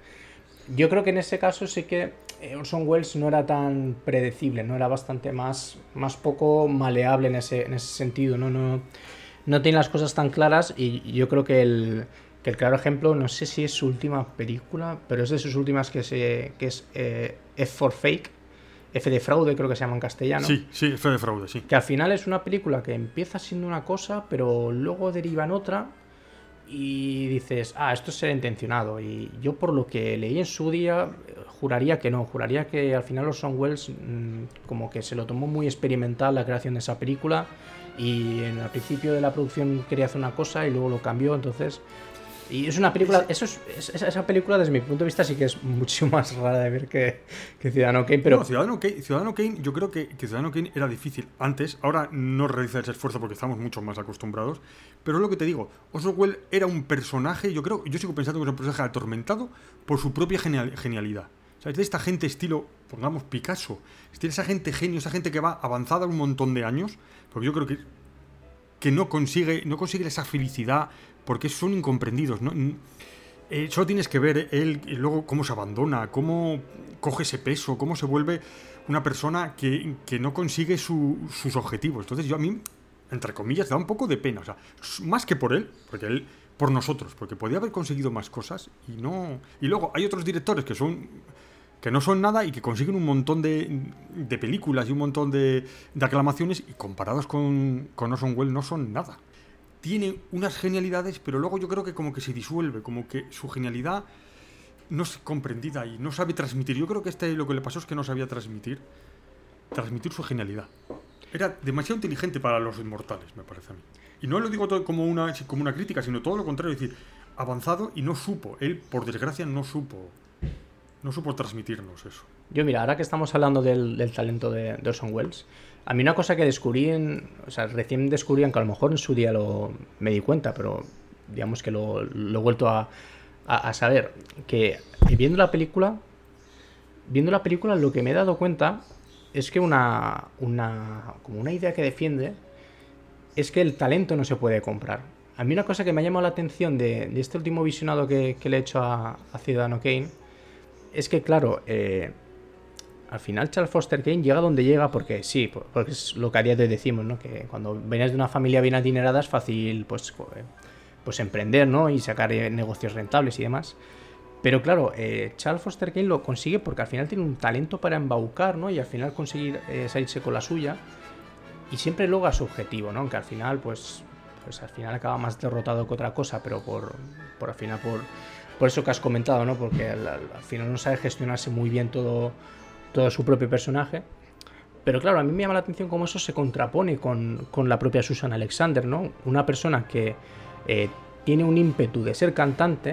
Yo creo que en ese caso sí que Orson Welles no era tan predecible, no era bastante más, más poco maleable en ese, en ese sentido, ¿no? No, no tiene las cosas tan claras y yo creo que el, que el claro ejemplo, no sé si es su última película, pero es de sus últimas que, se, que es eh, F for Fake, F de fraude, creo que se llama en castellano. Sí, sí, F de fraude, sí. Que al final es una película que empieza siendo una cosa, pero luego deriva en otra. Y dices, ah, esto será intencionado. Y yo por lo que leí en su día, juraría que no, juraría que al final Orson Welles mmm, como que se lo tomó muy experimental la creación de esa película, y en el principio de la producción quería hacer una cosa y luego lo cambió, entonces... Y es una película, eso es, es, esa película desde mi punto de vista sí que es mucho más rara de ver que, que Ciudadano Kane, pero... No, Ciudadano Kane, Ciudadano Kane, yo creo que, que Ciudadano Kane era difícil antes, ahora no realiza ese esfuerzo porque estamos mucho más acostumbrados, pero es lo que te digo, Orson Welles era un personaje, yo creo, yo sigo pensando que es un personaje atormentado por su propia genial, genialidad. O sea, es de esta gente estilo, pongamos, Picasso, es de esa gente genio, esa gente que va avanzada un montón de años, porque yo creo que, que no consigue, no consigue esa felicidad, porque son incomprendidos, ¿no? Eh, solo tienes que ver él y luego cómo se abandona, cómo coge ese peso, cómo se vuelve una persona que, que no consigue su, sus objetivos. Entonces yo a mí, entre comillas, da un poco de pena, o sea, más que por él, porque él, por nosotros, porque podía haber conseguido más cosas y no... Y luego hay otros directores que son... que no son nada y que consiguen un montón de, de películas y un montón de, de aclamaciones, y comparados con, con Orson Welles no son nada. Tiene unas genialidades, pero luego yo creo que como que se disuelve, como que su genialidad no es comprendida y no sabe transmitir. Yo creo que este lo que le pasó es que no sabía transmitir, transmitir su genialidad. Era demasiado inteligente para los inmortales, me parece a mí. Y no lo digo todo como una, como una crítica, sino todo lo contrario, es decir, avanzado y no supo. Él, por desgracia, no supo, no supo transmitirnos eso. Yo, mira, ahora que estamos hablando del, del talento de, de Orson Welles, a mí una cosa que descubrí, en, o sea, recién descubrí, que a lo mejor en su día lo me di cuenta, pero digamos que lo, lo he vuelto a, a, a saber, que viendo la película, viendo la película lo que me he dado cuenta es que una, una, como una idea que defiende es que el talento no se puede comprar. A mí una cosa que me ha llamado la atención de, de este último visionado que, que le he hecho a, a Ciudadano Kane es que, claro, eh, al final Charles Foster Kane llega donde llega porque sí, porque es lo que a día de hoy decimos, ¿no? Que cuando vienes de una familia bien adinerada es fácil, pues, pues emprender, ¿no? Y sacar negocios rentables y demás. Pero claro, eh, Charles Foster Kane lo consigue porque al final tiene un talento para embaucar, ¿no? Y al final conseguir eh, salirse con la suya. Y siempre logra su objetivo, ¿no? Aunque al final, pues, pues al final acaba más derrotado que otra cosa, pero por, por al final, por, por eso que has comentado, ¿no? Porque al, al final no sabe gestionarse muy bien todo, todo su propio personaje. Pero claro, a mí me llama la atención cómo eso se contrapone con, con la propia Susan Alexander, ¿no? Una persona que eh, tiene un ímpetu de ser cantante,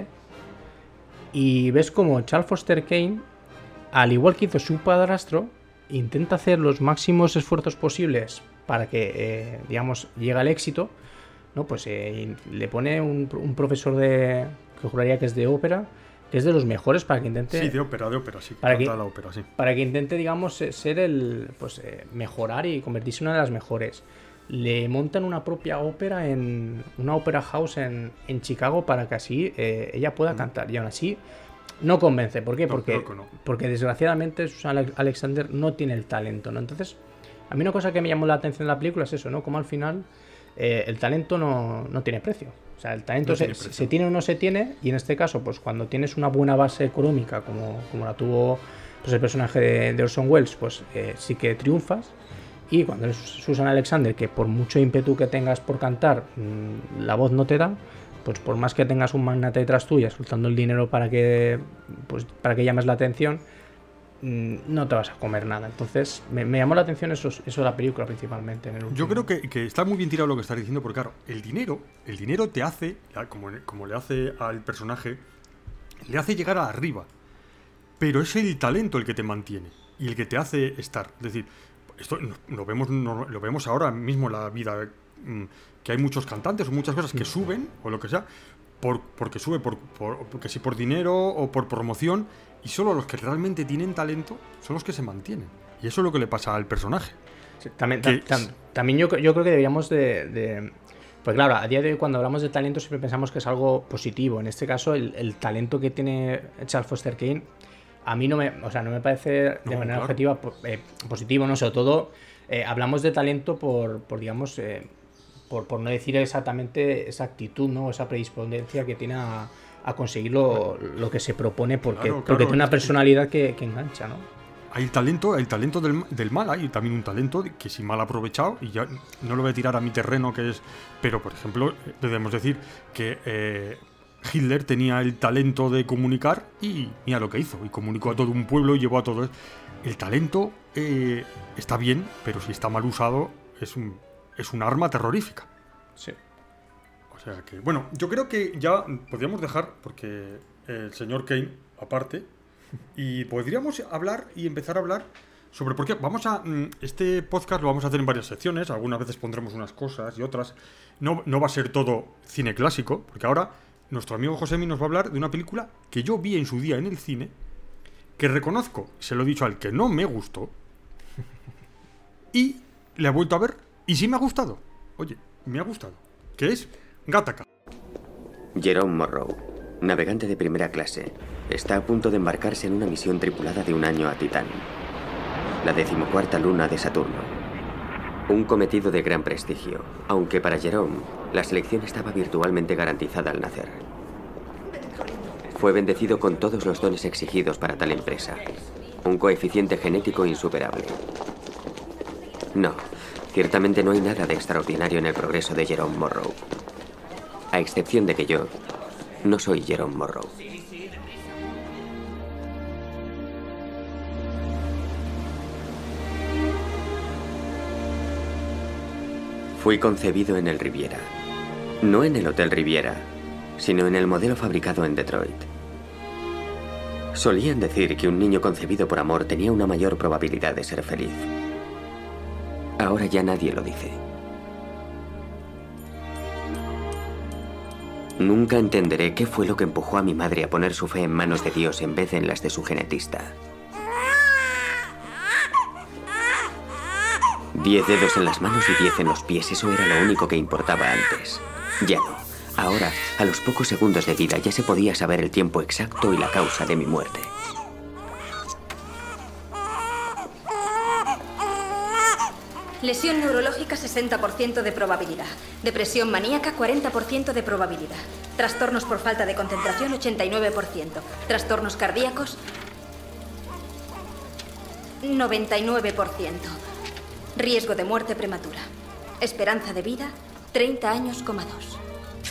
y ves como Charles Foster Kane, al igual que hizo su padrastro, intenta hacer los máximos esfuerzos posibles para que, eh, digamos, llegue al éxito, ¿no? Pues eh, le pone un, un profesor de, que juraría que es de ópera, que es de los mejores para que intente... Sí, de ópera, de ópera, sí. Para que, la ópera, sí. Para que intente, digamos, ser el... Pues eh, mejorar y convertirse en una de las mejores. Le montan una propia ópera, en una ópera house en, en Chicago, para que así eh, ella pueda mm. cantar. Y aún así no convence. ¿Por qué? No, porque, no. porque desgraciadamente Susan Alexander no tiene el talento, ¿no? Entonces, a mí una cosa que me llamó la atención de la película es eso, ¿no? Como al final eh, el talento no, no tiene precio. O sea, el talento no se, tiene se tiene o no se tiene, y en este caso, pues cuando tienes una buena base económica, como, como la tuvo pues, el personaje de, de Orson Welles, pues eh, sí que triunfas. Y cuando eres Susan Alexander, que por mucho ímpetu que tengas por cantar, mmm, la voz no te da, pues por más que tengas un magnate detrás tuya soltando el dinero para que, pues, para que llames la atención, mmm, no te vas a comer nada. Entonces, me, me llamó la atención eso, eso de la película principalmente. En el Yo creo que, que está muy bien tirado lo que estás diciendo, porque claro, el dinero, el dinero te hace, como, como le hace al personaje, le hace llegar a arriba. Pero es el talento el que te mantiene y el que te hace estar. Es decir, esto lo vemos, lo vemos ahora mismo en la vida, que hay muchos cantantes o muchas cosas que suben, o lo que sea, por, porque sube por, por, porque si por dinero o por promoción, y solo los que realmente tienen talento son los que se mantienen. Y eso es lo que le pasa al personaje. Sí, también que, tam, tam, también yo, yo creo que deberíamos de, de... Pues claro, a día de hoy cuando hablamos de talento siempre pensamos que es algo positivo. En este caso, el, el talento que tiene Charles Foster Kane, a mí no me, o sea, no me parece de no, manera claro. objetiva eh, positivo, no, sobre todo eh, hablamos de talento por, por digamos, eh, por, por no decir exactamente esa actitud, ¿no? Esa predisponencia que tiene a, a conseguir lo, lo que se propone, porque, claro, claro, porque tiene una personalidad que, que engancha, ¿no? Hay talento, hay talento del, del mal, hay también un talento que si mal aprovechado, y ya no lo voy a tirar a mi terreno, que es, pero por ejemplo, debemos decir que eh, Hitler tenía el talento de comunicar y mira lo que hizo, y comunicó a todo un pueblo y llevó a todo. El talento eh, está bien, pero si está mal usado es un, es un arma terrorífica. Sí. O sea que, bueno, yo creo que ya podríamos dejar, porque el señor Kane, aparte, y podríamos hablar y empezar a hablar sobre por qué. Vamos a. Este podcast lo vamos a hacer en varias secciones, algunas veces pondremos unas cosas y otras. No, no va a ser todo cine clásico, porque ahora nuestro amigo Josemi nos va a hablar de una película que yo vi en su día en el cine, que reconozco, se lo he dicho al que no me gustó, y le he vuelto a ver, y sí me ha gustado. Oye, me ha gustado. Que es Gattaca. Jerome Morrow, navegante de primera clase, está a punto de embarcarse en una misión tripulada de un año a Titán, la decimocuarta luna de Saturno. Un cometido de gran prestigio, aunque para Jerome, la selección estaba virtualmente garantizada al nacer. Fue bendecido con todos los dones exigidos para tal empresa. Un coeficiente genético insuperable. No, ciertamente no hay nada de extraordinario en el progreso de Jerome Morrow. A excepción de que yo no soy Jerome Morrow. Fui concebido en el Riviera. No en el Hotel Riviera, sino en el modelo fabricado en Detroit. Solían decir que un niño concebido por amor tenía una mayor probabilidad de ser feliz. Ahora ya nadie lo dice. Nunca entenderé qué fue lo que empujó a mi madre a poner su fe en manos de Dios en vez de en las de su genetista. Diez dedos en las manos y diez en los pies, eso era lo único que importaba antes. Ya no. Ahora, a los pocos segundos de vida, ya se podía saber el tiempo exacto y la causa de mi muerte. Lesión neurológica, sesenta por ciento de probabilidad. Depresión maníaca, cuarenta por ciento de probabilidad. Trastornos por falta de concentración, ochenta y nueve por ciento. Trastornos cardíacos, noventa y nueve por ciento. Riesgo de muerte prematura. Esperanza de vida, treinta años, coma dos.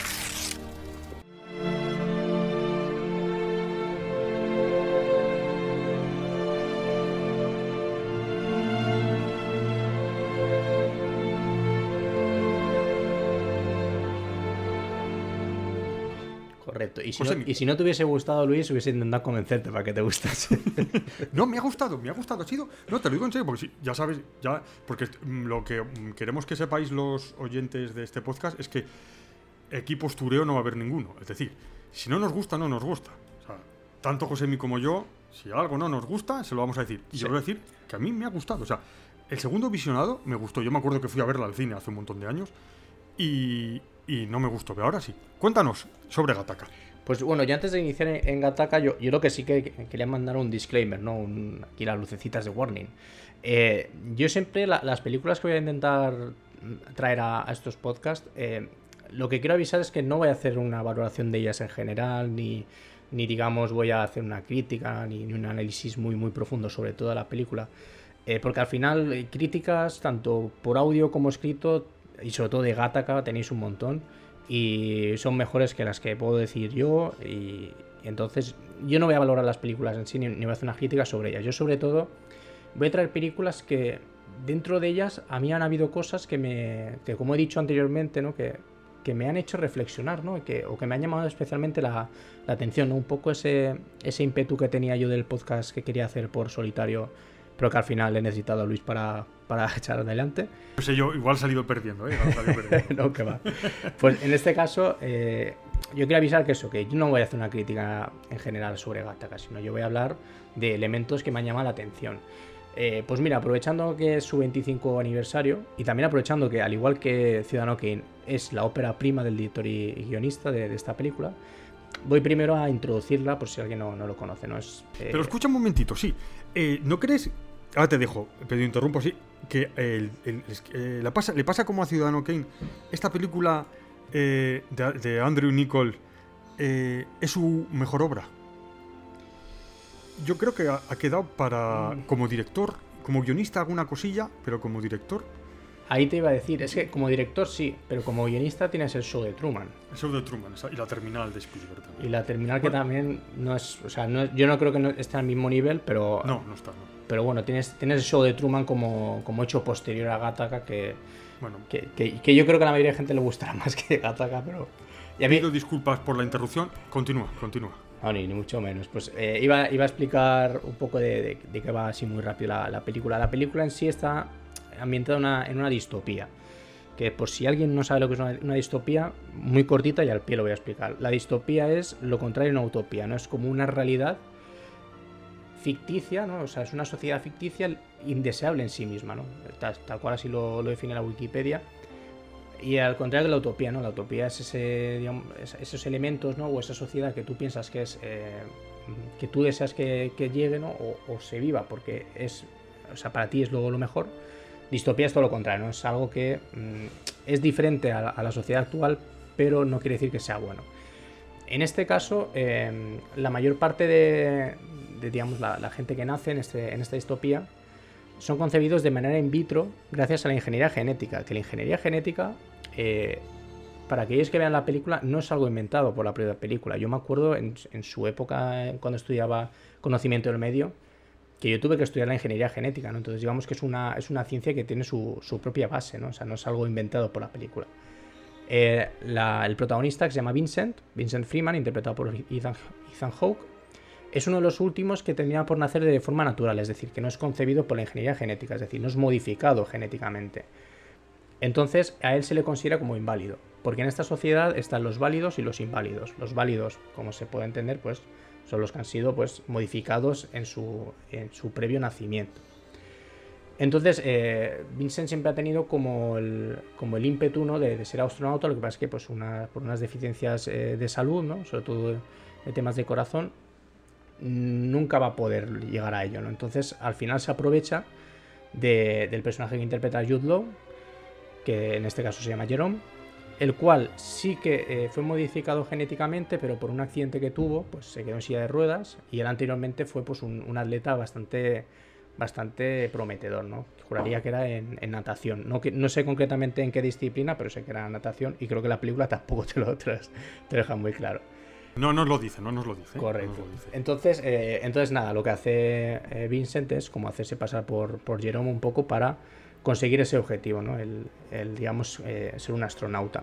Correcto. Y si, no, y si no te hubiese gustado, Luis, hubiese intentado convencerte para que te gustase. No, me ha gustado, me ha gustado. Ha sido, no, te lo digo en serio, porque si, ya sabes, ya, porque lo que queremos que sepáis los oyentes de este podcast es que equipos tureo no va a haber ninguno. Es decir, si no nos gusta, no nos gusta. O sea, tanto Josemi como yo, si algo no nos gusta, se lo vamos a decir. Y sí. Yo voy a decir que a mí me ha gustado. O sea, el segundo visionado me gustó. Yo me acuerdo que fui a verla al cine hace un montón de años y... Y no me gustó, pero ahora sí. Cuéntanos sobre Gattaca. Pues bueno, yo antes de iniciar en Gattaca, yo, yo creo que sí que quería mandar un disclaimer, ¿no? Un, aquí las lucecitas de warning. Eh, yo siempre, la, las películas que voy a intentar traer a, a estos podcasts, eh, lo que quiero avisar es que no voy a hacer una valoración de ellas en general, ni, ni digamos voy a hacer una crítica, ni, ni un análisis muy, muy profundo sobre toda la película. Eh, porque al final, eh, críticas, tanto por audio como escrito, y sobre todo de Gattaca tenéis un montón y son mejores que las que puedo decir yo y, y entonces yo no voy a valorar las películas en sí ni, ni voy a hacer una crítica sobre ellas. Yo sobre todo voy a traer películas que dentro de ellas a mí han habido cosas que me que como he dicho anteriormente, ¿no? que, que me han hecho reflexionar, ¿no? que, o que me han llamado especialmente la, la atención, ¿no? Un poco ese, ese ímpetu que tenía yo del podcast que quería hacer por solitario, pero que al final he necesitado a Luis para, para echar adelante. No sé, yo igual he salido perdiendo, ¿eh? Igual he salido perdiendo. No, que va. Pues en este caso, eh, yo quiero avisar que eso, que yo no voy a hacer una crítica en general sobre Gattaca, sino yo voy a hablar de elementos que me han llamado la atención. Eh, pues mira, aprovechando que es su veinticinco aniversario y también aprovechando que, al igual que Ciudadano Kane, es la ópera prima del director y, y guionista de, de esta película, voy primero a introducirla por si alguien no, no lo conoce, ¿no? Es, eh... Pero escucha un momentito, sí. Eh, ¿No crees...? Ahora te dejo, pero interrumpo así, que el, el, el, la pasa, le pasa como a Ciudadano Kane. Esta película eh, de, de Andrew Niccol eh, es su mejor obra. Yo creo que ha, ha quedado para, como director, como guionista alguna cosilla, pero como director Ahí te iba a decir, es que como director sí, pero como guionista tienes el show de Truman. El show de Truman y la terminal de Spielberg también. Y la terminal bueno. que también no es, o sea, no es, yo no creo que no esté al mismo nivel, pero... No, no está, no. Pero bueno, tienes, tienes el show de Truman como, como hecho posterior a Gattaca, que, bueno. que, que, que yo creo que a la mayoría de gente le gustará más que Gattaca, pero... Y pido mí... disculpas por la interrupción, continúa, continúa. No, ni, ni mucho menos. Pues eh, iba, iba a explicar un poco de, de, de qué va así muy rápido la, la película. La película en sí está ambientada una, en una distopía. Que por si alguien no sabe lo que es una, una distopía, muy cortita y al pie lo voy a explicar. La distopía es lo contrario de una utopía, ¿no? Es como una realidad ficticia, ¿no? O sea, es una sociedad ficticia indeseable en sí misma, ¿no? Tal, tal cual así lo, lo define la Wikipedia. Y al contrario de la utopía, ¿no? La utopía es ese, digamos, esos elementos, ¿no? O esa sociedad que tú piensas que es, eh, que tú deseas que, que llegue, ¿no? O, o se viva, porque es, o sea, para ti es lo, lo mejor. Distopía es todo lo contrario, ¿no? Es algo que mmm, es diferente a la, a la sociedad actual, pero no quiere decir que sea bueno. En este caso, eh, la mayor parte de, de digamos, la, la gente que nace en, este, en esta distopía son concebidos de manera in vitro gracias a la ingeniería genética. Que la ingeniería genética, eh, para aquellos que vean la película, no es algo inventado por la propia película. Yo me acuerdo en, en su época, cuando estudiaba conocimiento del medio, que yo tuve que estudiar la ingeniería genética, ¿no? Entonces digamos que es una, es una ciencia que tiene su, su propia base, ¿no? O sea, no es algo inventado por la película. Eh, la, el protagonista, que se llama Vincent, Vincent Freeman, interpretado por Ethan, Ethan Hawke, es uno de los últimos que termina por nacer de forma natural, es decir, que no es concebido por la ingeniería genética, es decir, no es modificado genéticamente. Entonces a él se le considera como inválido, porque en esta sociedad están los válidos y los inválidos. Los válidos, como se puede entender, pues son los que han sido pues modificados en su, en su previo nacimiento. Entonces eh, Vincent siempre ha tenido como el, como el ímpetu, ¿no? de, de ser astronauta. Lo que pasa es que pues una, por unas deficiencias eh, de salud, ¿no? Sobre todo de, de temas de corazón, nunca va a poder llegar a ello, ¿no? Entonces al final se aprovecha de, del personaje que interpreta Jude Law, que en este caso se llama Jerome, el cual sí que eh, fue modificado genéticamente, pero por un accidente que tuvo, pues se quedó en silla de ruedas, y él anteriormente fue pues un, un atleta bastante, bastante prometedor, ¿no? Juraría que era en, en natación. No, que, no sé concretamente en qué disciplina, pero sé que era en natación, y creo que la película tampoco te lo, te lo, te lo deja muy claro. No nos lo dice, no nos lo dice. Correcto. No nos lo dice. Entonces, eh, entonces, nada, lo que hace eh, Vincent es como hacerse pasar por, por Jerome un poco para conseguir ese objetivo, ¿no? El, el digamos, eh, ser un astronauta.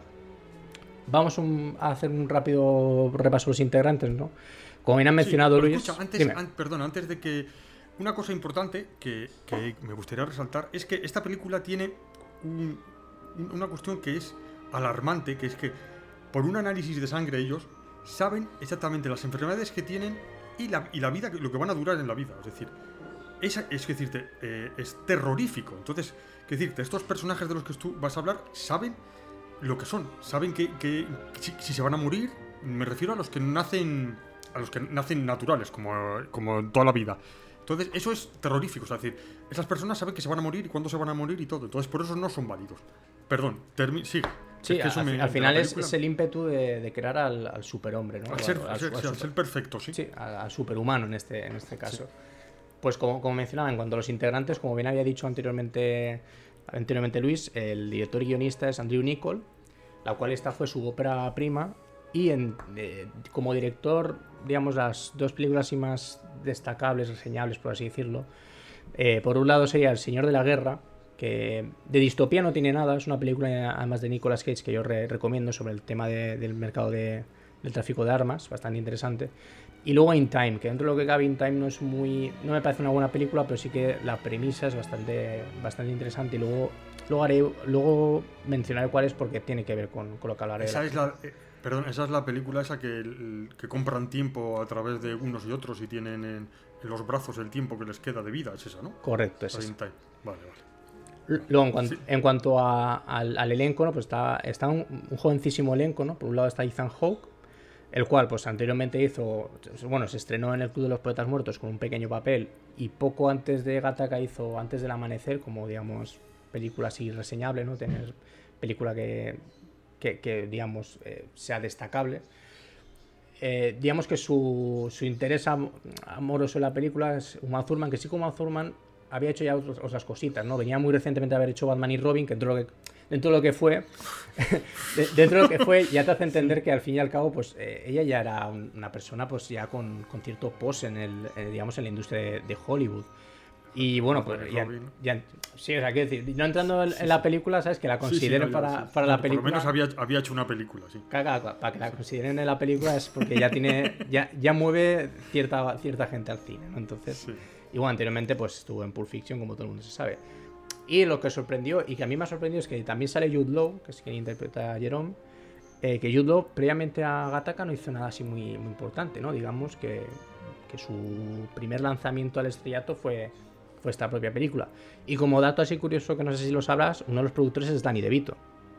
Vamos un, a hacer un rápido repaso de los integrantes, ¿no? Como bien han mencionado, sí, Luis... Escucha, antes, an, perdón, antes de que... Una cosa importante que, que me gustaría resaltar es que esta película tiene un, una cuestión que es alarmante, que es que por un análisis de sangre ellos saben exactamente las enfermedades que tienen y la, y la vida, lo que van a durar en la vida. Es decir, es, es decirte, eh, es terrorífico. Entonces, es decirte, estos personajes de los que tú vas a hablar saben lo que son, saben que, que si, si se van a morir, me refiero a los que nacen, a los que nacen naturales, como, como toda la vida. Entonces, eso es terrorífico. Es decir, esas personas saben que se van a morir y cuándo se van a morir y todo. Entonces, por eso no son válidos. Perdón, termi- sigue. Sí, es que al, me, al final es, es el ímpetu de, de crear al, al superhombre, ¿no? Al ser, al, al, ser, al, sí, al super, ser perfecto, sí. Sí, al, al superhumano en este, en este caso. Sí. Pues como, como mencionaba, en cuanto a los integrantes, como bien había dicho anteriormente, anteriormente Luis, el director y guionista es Andrew Niccol, la cual esta fue su ópera prima, y en, eh, como director, digamos, las dos películas así más destacables, reseñables, por así decirlo, eh, por un lado sería El Señor de la Guerra, que de distopía no tiene nada, es una película además de Nicolas Cage que yo re recomiendo sobre el tema de, del mercado de, del tráfico de armas, bastante interesante. Y luego In Time, que dentro de lo que cabe In Time no es muy, no me parece una buena película, pero sí que la premisa es bastante, bastante interesante, y luego, luego, haré, luego mencionaré cuál es porque tiene que ver con, con lo que hablaré. Esa es la, eh, perdón, esa es la película esa que, el, que compran tiempo a través de unos y otros y tienen en, en los brazos el tiempo que les queda de vida, es esa, ¿no? Correcto, es esa. In Time. Vale, vale. Luego, en cuanto, sí. en cuanto a, al, al elenco, ¿no? Pues está, está un, un jovencísimo elenco, ¿no? Por un lado está Ethan Hawke, el cual pues anteriormente hizo, bueno, se estrenó en El Club de los Poetas Muertos con un pequeño papel, y poco antes de Gattaca hizo Antes del Amanecer, como digamos película así reseñable, ¿no? Tener película que, que, que digamos eh, sea destacable. Eh, digamos que su, su interés am, amoroso en la película es Uma Thurman, que sí, como Uma Thurman había hecho ya otros, otras cositas, ¿no? Venía muy recientemente de haber hecho Batman y Robin, que dentro de lo que, dentro de lo que fue, dentro de lo que fue, ya te hace entender que al fin y al cabo, pues eh, ella ya era un, una persona, pues ya con, con cierto post en el, eh, digamos, en la industria de, de Hollywood. Y bueno, pues ya, ya, sí, o sea, quiero decir, no entrando en, en la película, ¿sabes? Que la consideren sí, sí, no, para, sí. para la película. Por lo menos había, había hecho una película, sí. Claro, claro, para que la consideren en la película es porque ya tiene, ya, ya mueve cierta, cierta gente al cine, ¿no? Entonces, sí. Y bueno, anteriormente pues estuvo en Pulp Fiction, como todo el mundo se sabe. Y lo que sorprendió, y que a mí me ha sorprendido, es que también sale Jude Law, que es quien interpreta a Jerome, eh, que Jude Law previamente a Gattaca no hizo nada así muy, muy importante, ¿no? Digamos que, que su primer lanzamiento al estrellato fue... fue esta propia película. Y como dato así curioso, que no sé si lo sabrás, uno de los productores es Danny DeVito.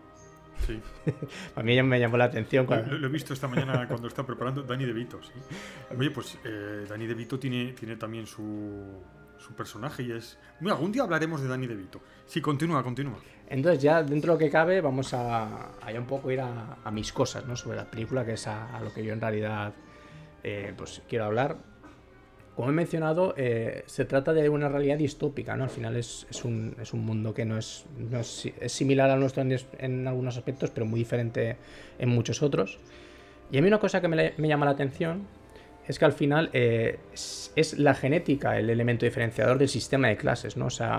Sí. A mí ya me llamó la atención. Cuando... Lo, lo he visto esta mañana cuando está preparando Danny DeVito, sí. Oye, pues eh, Danny DeVito tiene, tiene también su, su personaje y es... Bueno, algún día hablaremos de Danny DeVito. Sí, continúa, continúa. Entonces ya dentro de lo que cabe vamos a, a ya un poco ir a, a mis cosas, ¿no? Sobre la película, que es a, a lo que yo en realidad eh, pues quiero hablar. Como he mencionado, eh, se trata de una realidad distópica, ¿no? Al final es, es, un, es un mundo que no es, no es, es similar al nuestro en, en algunos aspectos, pero muy diferente en muchos otros. Y a mí una cosa que me, me llama la atención es que al final eh, es, es la genética el elemento diferenciador del sistema de clases, ¿no? O sea,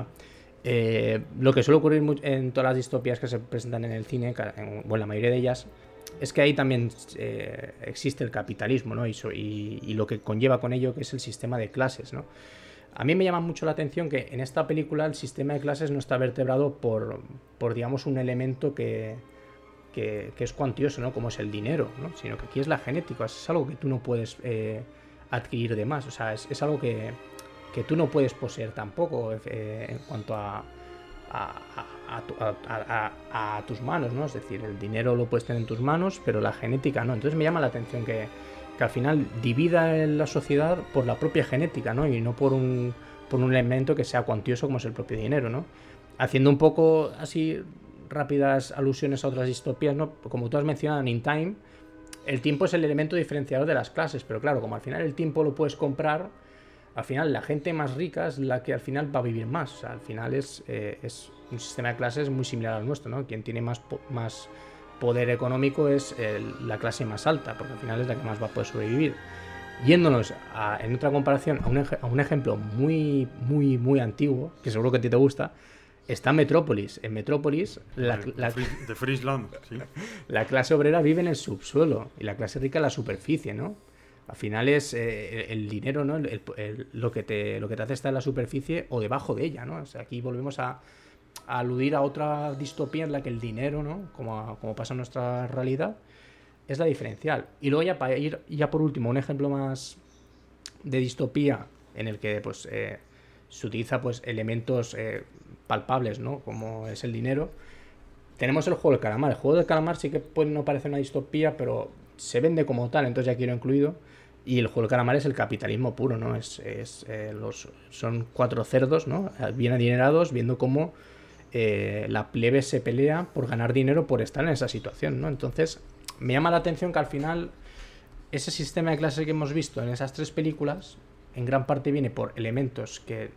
eh, lo que suele ocurrir en todas las distopías que se presentan en el cine, en, bueno, la mayoría de ellas, es que ahí también eh, existe el capitalismo, ¿no? Y, so, y, y lo que conlleva con ello, que es el sistema de clases, ¿no? A mí me llama mucho la atención que en esta película el sistema de clases no está vertebrado por, por digamos, un elemento que, que, que es cuantioso, ¿no? Como es el dinero, ¿no? Sino que aquí es la genética, es algo que tú no puedes eh, adquirir de más, o sea, es, es algo que, que tú no puedes poseer tampoco eh, en cuanto a... A, a, a, a, a, a tus manos, ¿no? Es decir, el dinero lo puedes tener en tus manos, pero la genética no. Entonces me llama la atención que, que al final divida la sociedad por la propia genética, ¿no? Y no por un, por un elemento que sea cuantioso como es el propio dinero, ¿no? Haciendo un poco así rápidas alusiones a otras distopías, ¿no? Como tú has mencionado en In Time, el tiempo es el elemento diferenciador de las clases, pero claro, como al final el tiempo lo puedes comprar, al final la gente más rica es la que al final va a vivir más. O sea, al final es, eh, es un sistema de clases muy similar al nuestro, ¿no? Quien tiene más, po más poder económico es el, la clase más alta, porque al final es la que más va a poder sobrevivir. Yéndonos a, en otra comparación a un, a un ejemplo muy, muy, muy antiguo, que seguro que a ti te gusta, está Metrópolis. En Metrópolis, la, la, de Friesland, sí. La clase obrera vive en el subsuelo y la clase rica en la superficie, ¿no? Al final es eh, el dinero, ¿no? El, el, el, lo, que te, lo que te hace estar en la superficie o debajo de ella, ¿no? O sea, aquí volvemos a, a aludir a otra distopía en la que el dinero, ¿no? Como, como pasa en nuestra realidad, es la diferencial. Y luego ya para ir, ya por último, un ejemplo más de distopía en el que pues eh, se utiliza pues elementos eh, palpables, ¿no? Como es el dinero. Tenemos el juego del calamar. El juego del calamar sí que pues, no parece una distopía, pero se vende como tal, entonces ya aquí lo he incluido. Y el juego del calamar es el capitalismo puro, ¿no? Es, es, eh, los, son cuatro cerdos, ¿no? Bien adinerados, viendo cómo eh, la plebe se pelea por ganar dinero por estar en esa situación, ¿no? Entonces, me llama la atención que al final ese sistema de clases que hemos visto en esas tres películas, en gran parte viene por elementos que,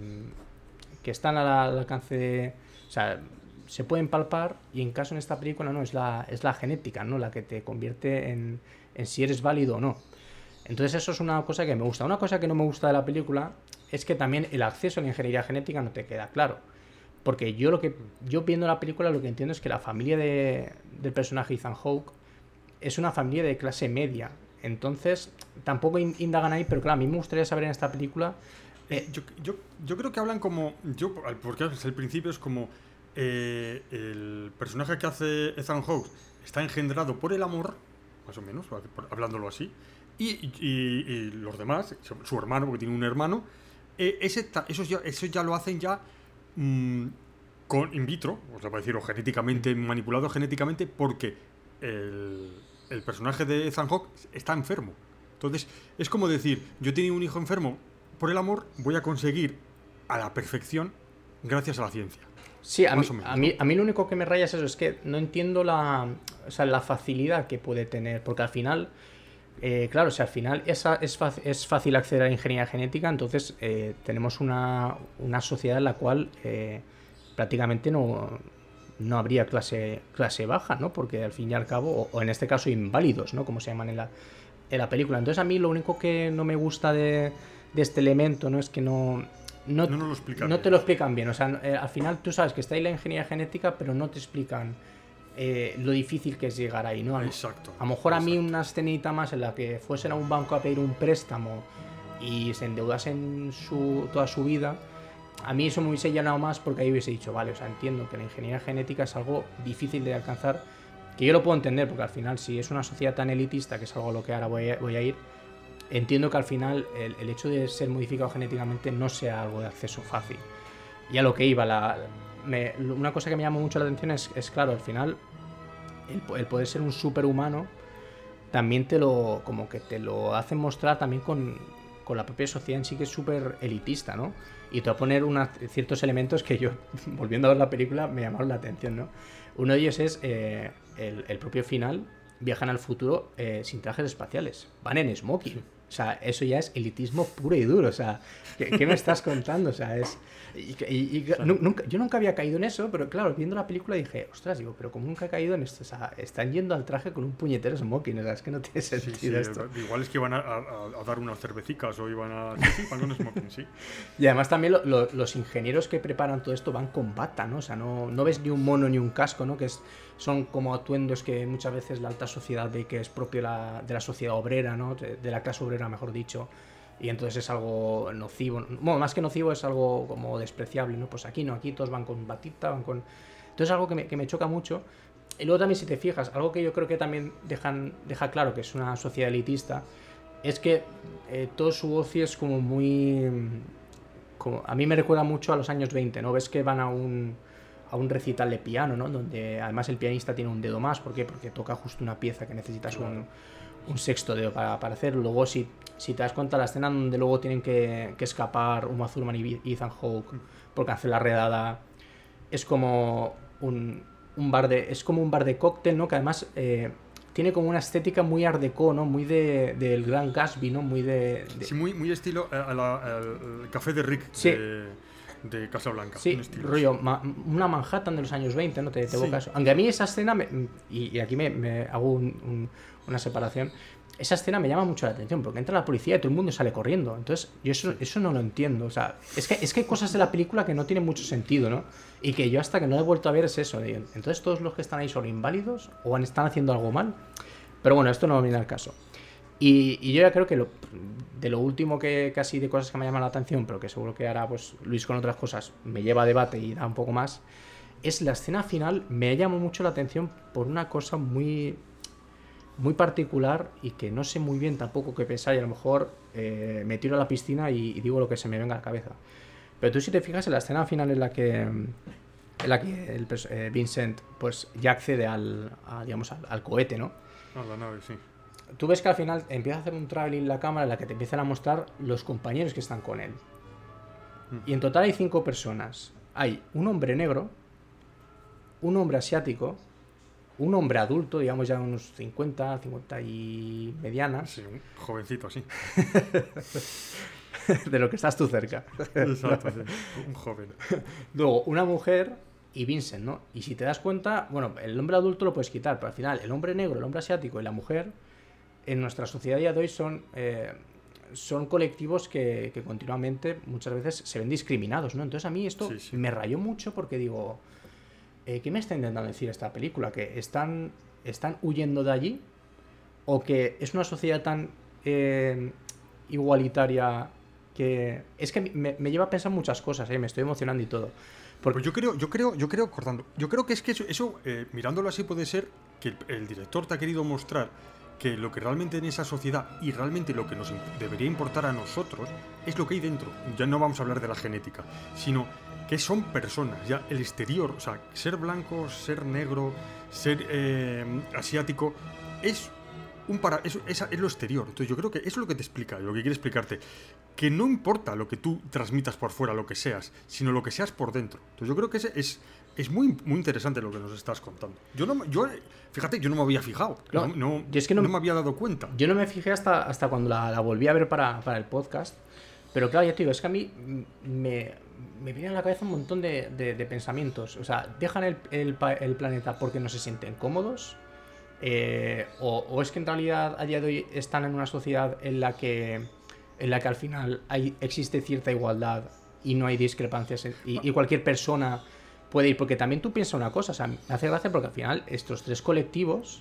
mmm, que están al alcance de... O sea, se pueden palpar, y en caso en esta película no, es la, es la genética, ¿no? La que te convierte en, en si eres válido o no. Entonces eso es una cosa que me gusta. Una cosa que no me gusta de la película es que también el acceso a la ingeniería genética no te queda claro. Porque yo lo que yo viendo la película lo que entiendo es que la familia de, del personaje Ethan Hawke es una familia de clase media. Entonces tampoco indagan ahí, pero claro, a mí me gustaría saber en esta película... Eh, yo, yo, yo creo que hablan como... yo Porque al principio es como... Eh, el personaje que hace Ethan Hawke está engendrado por el amor, más o menos, hablándolo así. Y, y, y los demás, su hermano, porque tiene un hermano, eh, ese, eso, ya, eso ya lo hacen ya mmm, con in vitro, o sea, para decirlo, genéticamente manipulado genéticamente, porque el, el personaje de Ethan Hawke está enfermo. Entonces, es como decir, yo tenía un hijo enfermo por el amor, voy a conseguir a la perfección gracias a la ciencia. Sí, a mí, menos, a, mí, a mí lo único que me raya es eso, es que no entiendo la, o sea, la facilidad que puede tener, porque al final... Eh, claro, o sea, al final es, es, es fácil acceder a la ingeniería genética, entonces eh, tenemos una, una sociedad en la cual eh, prácticamente no, no habría clase, clase baja, ¿no? Porque al fin y al cabo, o, o en este caso inválidos, ¿no? Como se llaman en la, en la película. Entonces a mí lo único que no me gusta de, de este elemento, ¿no? Es que no... No, no, lo no te lo explican bien, o sea, eh, al final tú sabes que está ahí la ingeniería genética, pero no te explican eh, lo difícil que es llegar ahí, ¿no? A, exacto. A lo mejor exacto. a mí una escenita más en la que fuesen a un banco a pedir un préstamo y se endeudasen su, toda su vida, a mí eso me hubiese llenado más porque ahí hubiese dicho, vale, o sea, entiendo que la ingeniería genética es algo difícil de alcanzar, que yo lo puedo entender porque al final si es una sociedad tan elitista, que es algo a lo que ahora voy a, voy a ir, entiendo que al final el, el hecho de ser modificado genéticamente no sea algo de acceso fácil. Y a lo que iba, la, me, una cosa que me llama mucho la atención es, es claro, al final el, el poder ser un superhumano también te lo, como que te lo hacen mostrar también con, con la propia sociedad en sí, que es súper elitista, ¿no? Y te va a poner unas, ciertos elementos que yo, volviendo a ver la película, me llamaron la atención, ¿no? Uno de ellos es eh, el, el propio final, viajan al futuro eh, sin trajes espaciales, van en smoking. Sí. O sea, eso ya es elitismo puro y duro. O sea, ¿qué, qué me estás contando? O sea, es... Y, y, y, claro. nunca, yo nunca había caído en eso, pero claro, viendo la película dije, ostras, digo, pero como nunca he caído en esto, o sea, están yendo al traje con un puñetero smoking, o sea, es que no tiene sentido sí, sí, esto. Igual es que iban a, a, a dar unas cervecicas o iban a... Sí, sí, van con smoking, sí. Y además también lo, lo, los ingenieros que preparan todo esto van con bata, ¿no? O sea, no, no ves ni un mono ni un casco, ¿no? Que es, son como atuendos que muchas veces la alta sociedad ve que es propio la, de la sociedad obrera, ¿no? De, de la clase obrera, mejor dicho. Y entonces es algo nocivo, bueno, más que nocivo es algo como despreciable, ¿no? Pues aquí no, aquí todos van con batita, van con... Entonces es algo que me, que me choca mucho. Y luego también, si te fijas, algo que yo creo que también dejan, deja claro que es una sociedad elitista, es que eh, todo su ocio es como muy... Como, a mí me recuerda mucho a los años veinte, ¿no? Ves que van a un, a un recital de piano, ¿no? Donde además el pianista tiene un dedo más, ¿por qué? Porque toca justo una pieza que necesitas claro. un... un sexto dedo para, para hacerlo. Luego si, si te das cuenta la escena donde luego tienen que, que escapar Uma Thurman y Ethan Hawke porque hacen la redada, es como un, un bar de es como un bar de cóctel, ¿no? Que además eh, tiene como una estética muy art déco, ¿no? Muy de, del Gran Gatsby, ¿no? Muy de, de... Sí, muy, muy estilo a la, al café de Rick sí. de, de Casablanca. Sí, rollo, ma, una Manhattan de los años veinte, ¿no? Te, te evoca eso. Aunque a mí esa escena, me, y, y aquí me, me hago un, un, una separación, esa escena me llama mucho la atención, porque entra la policía y todo el mundo sale corriendo. Entonces, yo eso, eso no lo entiendo. O sea, es que, es que hay cosas de la película que no tienen mucho sentido, ¿no? Y que yo hasta que no he vuelto a ver es eso. Entonces, todos los que están ahí son inválidos o están haciendo algo mal. Pero bueno, esto no viene al caso. Y, y yo ya creo que lo, de lo último que casi de cosas que me llaman la atención, pero que seguro que ahora pues Luis con otras cosas me lleva a debate y da un poco más, es la escena final. Me llamó mucho la atención por una cosa muy... muy particular y que no sé muy bien tampoco qué pensar, y a lo mejor eh, me tiro a la piscina y, y digo lo que se me venga a la cabeza. Pero tú si te fijas en la escena final en la que en la que el, eh, Vincent pues ya accede al, a, digamos, al, al cohete, ¿no? A la nave, sí. Tú ves que al final empieza a hacer un traveling la cámara en la que te empiezan a mostrar los compañeros que están con él. Mm. Y en total hay cinco personas. Hay un hombre negro, un hombre asiático, un hombre adulto, digamos ya unos cincuenta, cincuenta y medianas. Sí, un jovencito, sí. De lo que estás tú cerca. Exacto, sí. Un joven. Luego, una mujer y Vincent, ¿no? Y si te das cuenta, bueno, el hombre adulto lo puedes quitar, pero al final el hombre negro, el hombre asiático y la mujer, en nuestra sociedad ya de hoy son, eh, son colectivos que, que continuamente, muchas veces, se ven discriminados, ¿no? Entonces a mí esto sí, sí. me rayó mucho porque digo... Eh, ¿qué me está intentando decir esta película? ¿Que están, están huyendo de allí? ¿O que es una sociedad tan eh, igualitaria que... Es que me, me lleva a pensar muchas cosas, ¿eh? Me estoy emocionando y todo. Porque... Pues yo creo, yo creo, yo creo, cortando, yo creo que es que eso, eso eh, mirándolo así puede ser que el, el director te ha querido mostrar que lo que realmente en esa sociedad y realmente lo que nos debería importar a nosotros es lo que hay dentro. Ya no vamos a hablar de la genética, sino... que son personas, ya el exterior, o sea, ser blanco, ser negro, ser eh, asiático, es un para es, es, es lo exterior. Entonces yo creo que eso es lo que te explica, lo que quiere explicarte, que no importa lo que tú transmitas por fuera, lo que seas, sino lo que seas por dentro. Entonces yo creo que ese es es muy, muy interesante lo que nos estás contando. Yo no, yo, fíjate, yo no me había fijado, no, no, no, yo es que no, no me había dado cuenta. Yo no me fijé hasta, hasta cuando la, la volví a ver para, para el podcast, pero claro, ya te digo, es que a mí me, me viene a la cabeza un montón de, de, de pensamientos. O sea, dejan el, el, el planeta porque no se sienten cómodos, eh, o, o es que en realidad a día de hoy están en una sociedad en la que, en la que al final hay, existe cierta igualdad y no hay discrepancias y, y cualquier persona puede ir, porque también tú piensas una cosa, o sea, me hace gracia porque al final estos tres colectivos,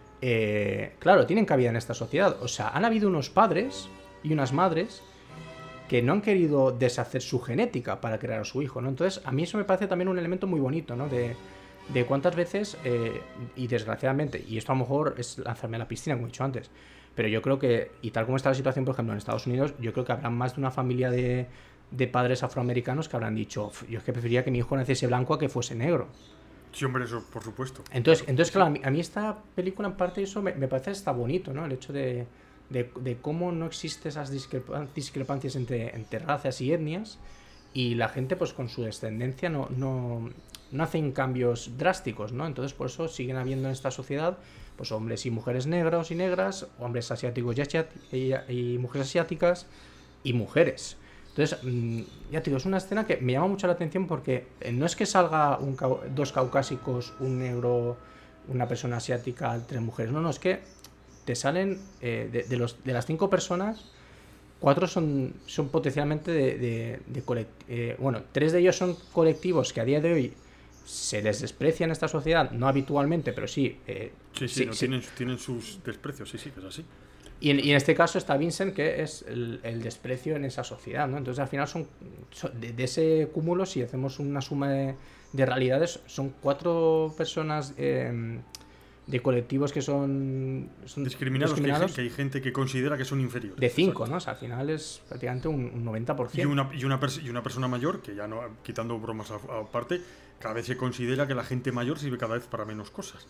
eh, claro, tienen cabida en esta sociedad. O sea, han habido unos padres y unas madres que no han querido deshacer su genética para crear a su hijo, ¿no? Entonces, a mí eso me parece también un elemento muy bonito, ¿no? De, de cuántas veces, eh, y desgraciadamente, y esto a lo mejor es lanzarme a la piscina, como he dicho antes, pero yo creo que, y tal como está la situación, por ejemplo, en Estados Unidos, yo creo que habrá más de una familia de... de padres afroamericanos que habrán dicho, yo es que preferiría que mi hijo naciese blanco a que fuese negro. Sí, hombre, eso por supuesto. Entonces, entonces claro, a mí, a mí esta película en parte eso me, me parece hasta bonito, ¿no? El hecho de, de, de cómo no existen esas discrepan- discrepancias entre, entre razas y etnias, y la gente pues con su descendencia no, no, no hacen cambios drásticos, ¿no? Entonces por eso siguen habiendo en esta sociedad pues hombres y mujeres negros y negras, hombres asiáticos y, asiat- y, y mujeres asiáticas y mujeres. Entonces, ya te digo, es una escena que me llama mucho la atención porque no es que salga un cau- dos caucásicos, un negro, una persona asiática, tres mujeres. No, no, es que te salen eh, de, de, los, de las cinco personas, cuatro son, son potencialmente de, de, de colect- eh, bueno, tres de ellos son colectivos que a día de hoy se les desprecia en esta sociedad, no habitualmente, pero sí. Eh, sí, sí, sí, no, sí. Tienen, tienen sus desprecios, sí, sí, que es así. Y en, y en este caso está Vincent, que es el, el desprecio en esa sociedad, ¿no? Entonces al final son, son de, de ese cúmulo, si hacemos una suma de, de realidades, son cuatro personas eh, de colectivos que son, son discriminados, discriminados que, hay, que hay gente que considera que son inferiores. de cinco, ¿no? O sea, al final es prácticamente un, un noventa por ciento. Y una, y, una pers- y una persona mayor, que ya no, quitando bromas aparte, cada vez se considera que la gente mayor sirve cada vez para menos cosas.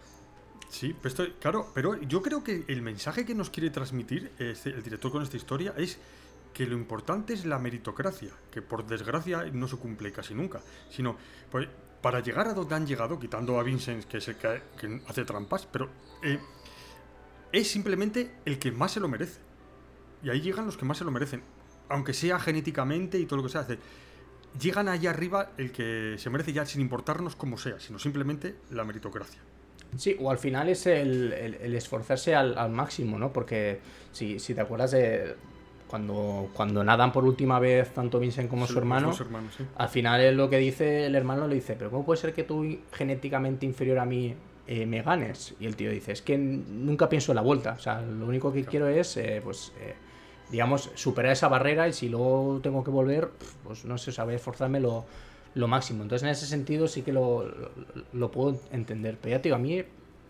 Sí, pero esto, claro, pero yo creo que el mensaje que nos quiere transmitir este, el director con esta historia es que lo importante es la meritocracia, que por desgracia no se cumple casi nunca, sino pues, para llegar a donde han llegado, quitando a Vincent, que es el que, que hace trampas, pero eh, es simplemente el que más se lo merece. Y ahí llegan los que más se lo merecen, aunque sea genéticamente y todo lo que sea. Hace, llegan allá arriba el que se merece ya sin importarnos cómo sea, sino simplemente la meritocracia. Sí, o al final es el, el, el esforzarse al, al máximo, ¿no? Porque si, si te acuerdas de cuando, cuando nadan por última vez tanto Vincent como sí, su hermano, hermanos, sí. Al final es lo que dice el hermano, le dice, pero ¿cómo puede ser que tú genéticamente inferior a mí eh, me ganes? Y el tío dice, es que nunca pienso en la vuelta, o sea, lo único que claro. quiero es, eh, pues, eh, digamos, superar esa barrera y si luego tengo que volver, pues no sé, o sea, voy a esforzarme lo... lo máximo. Entonces en ese sentido sí que lo, lo, lo puedo entender, pero ya te digo, a mí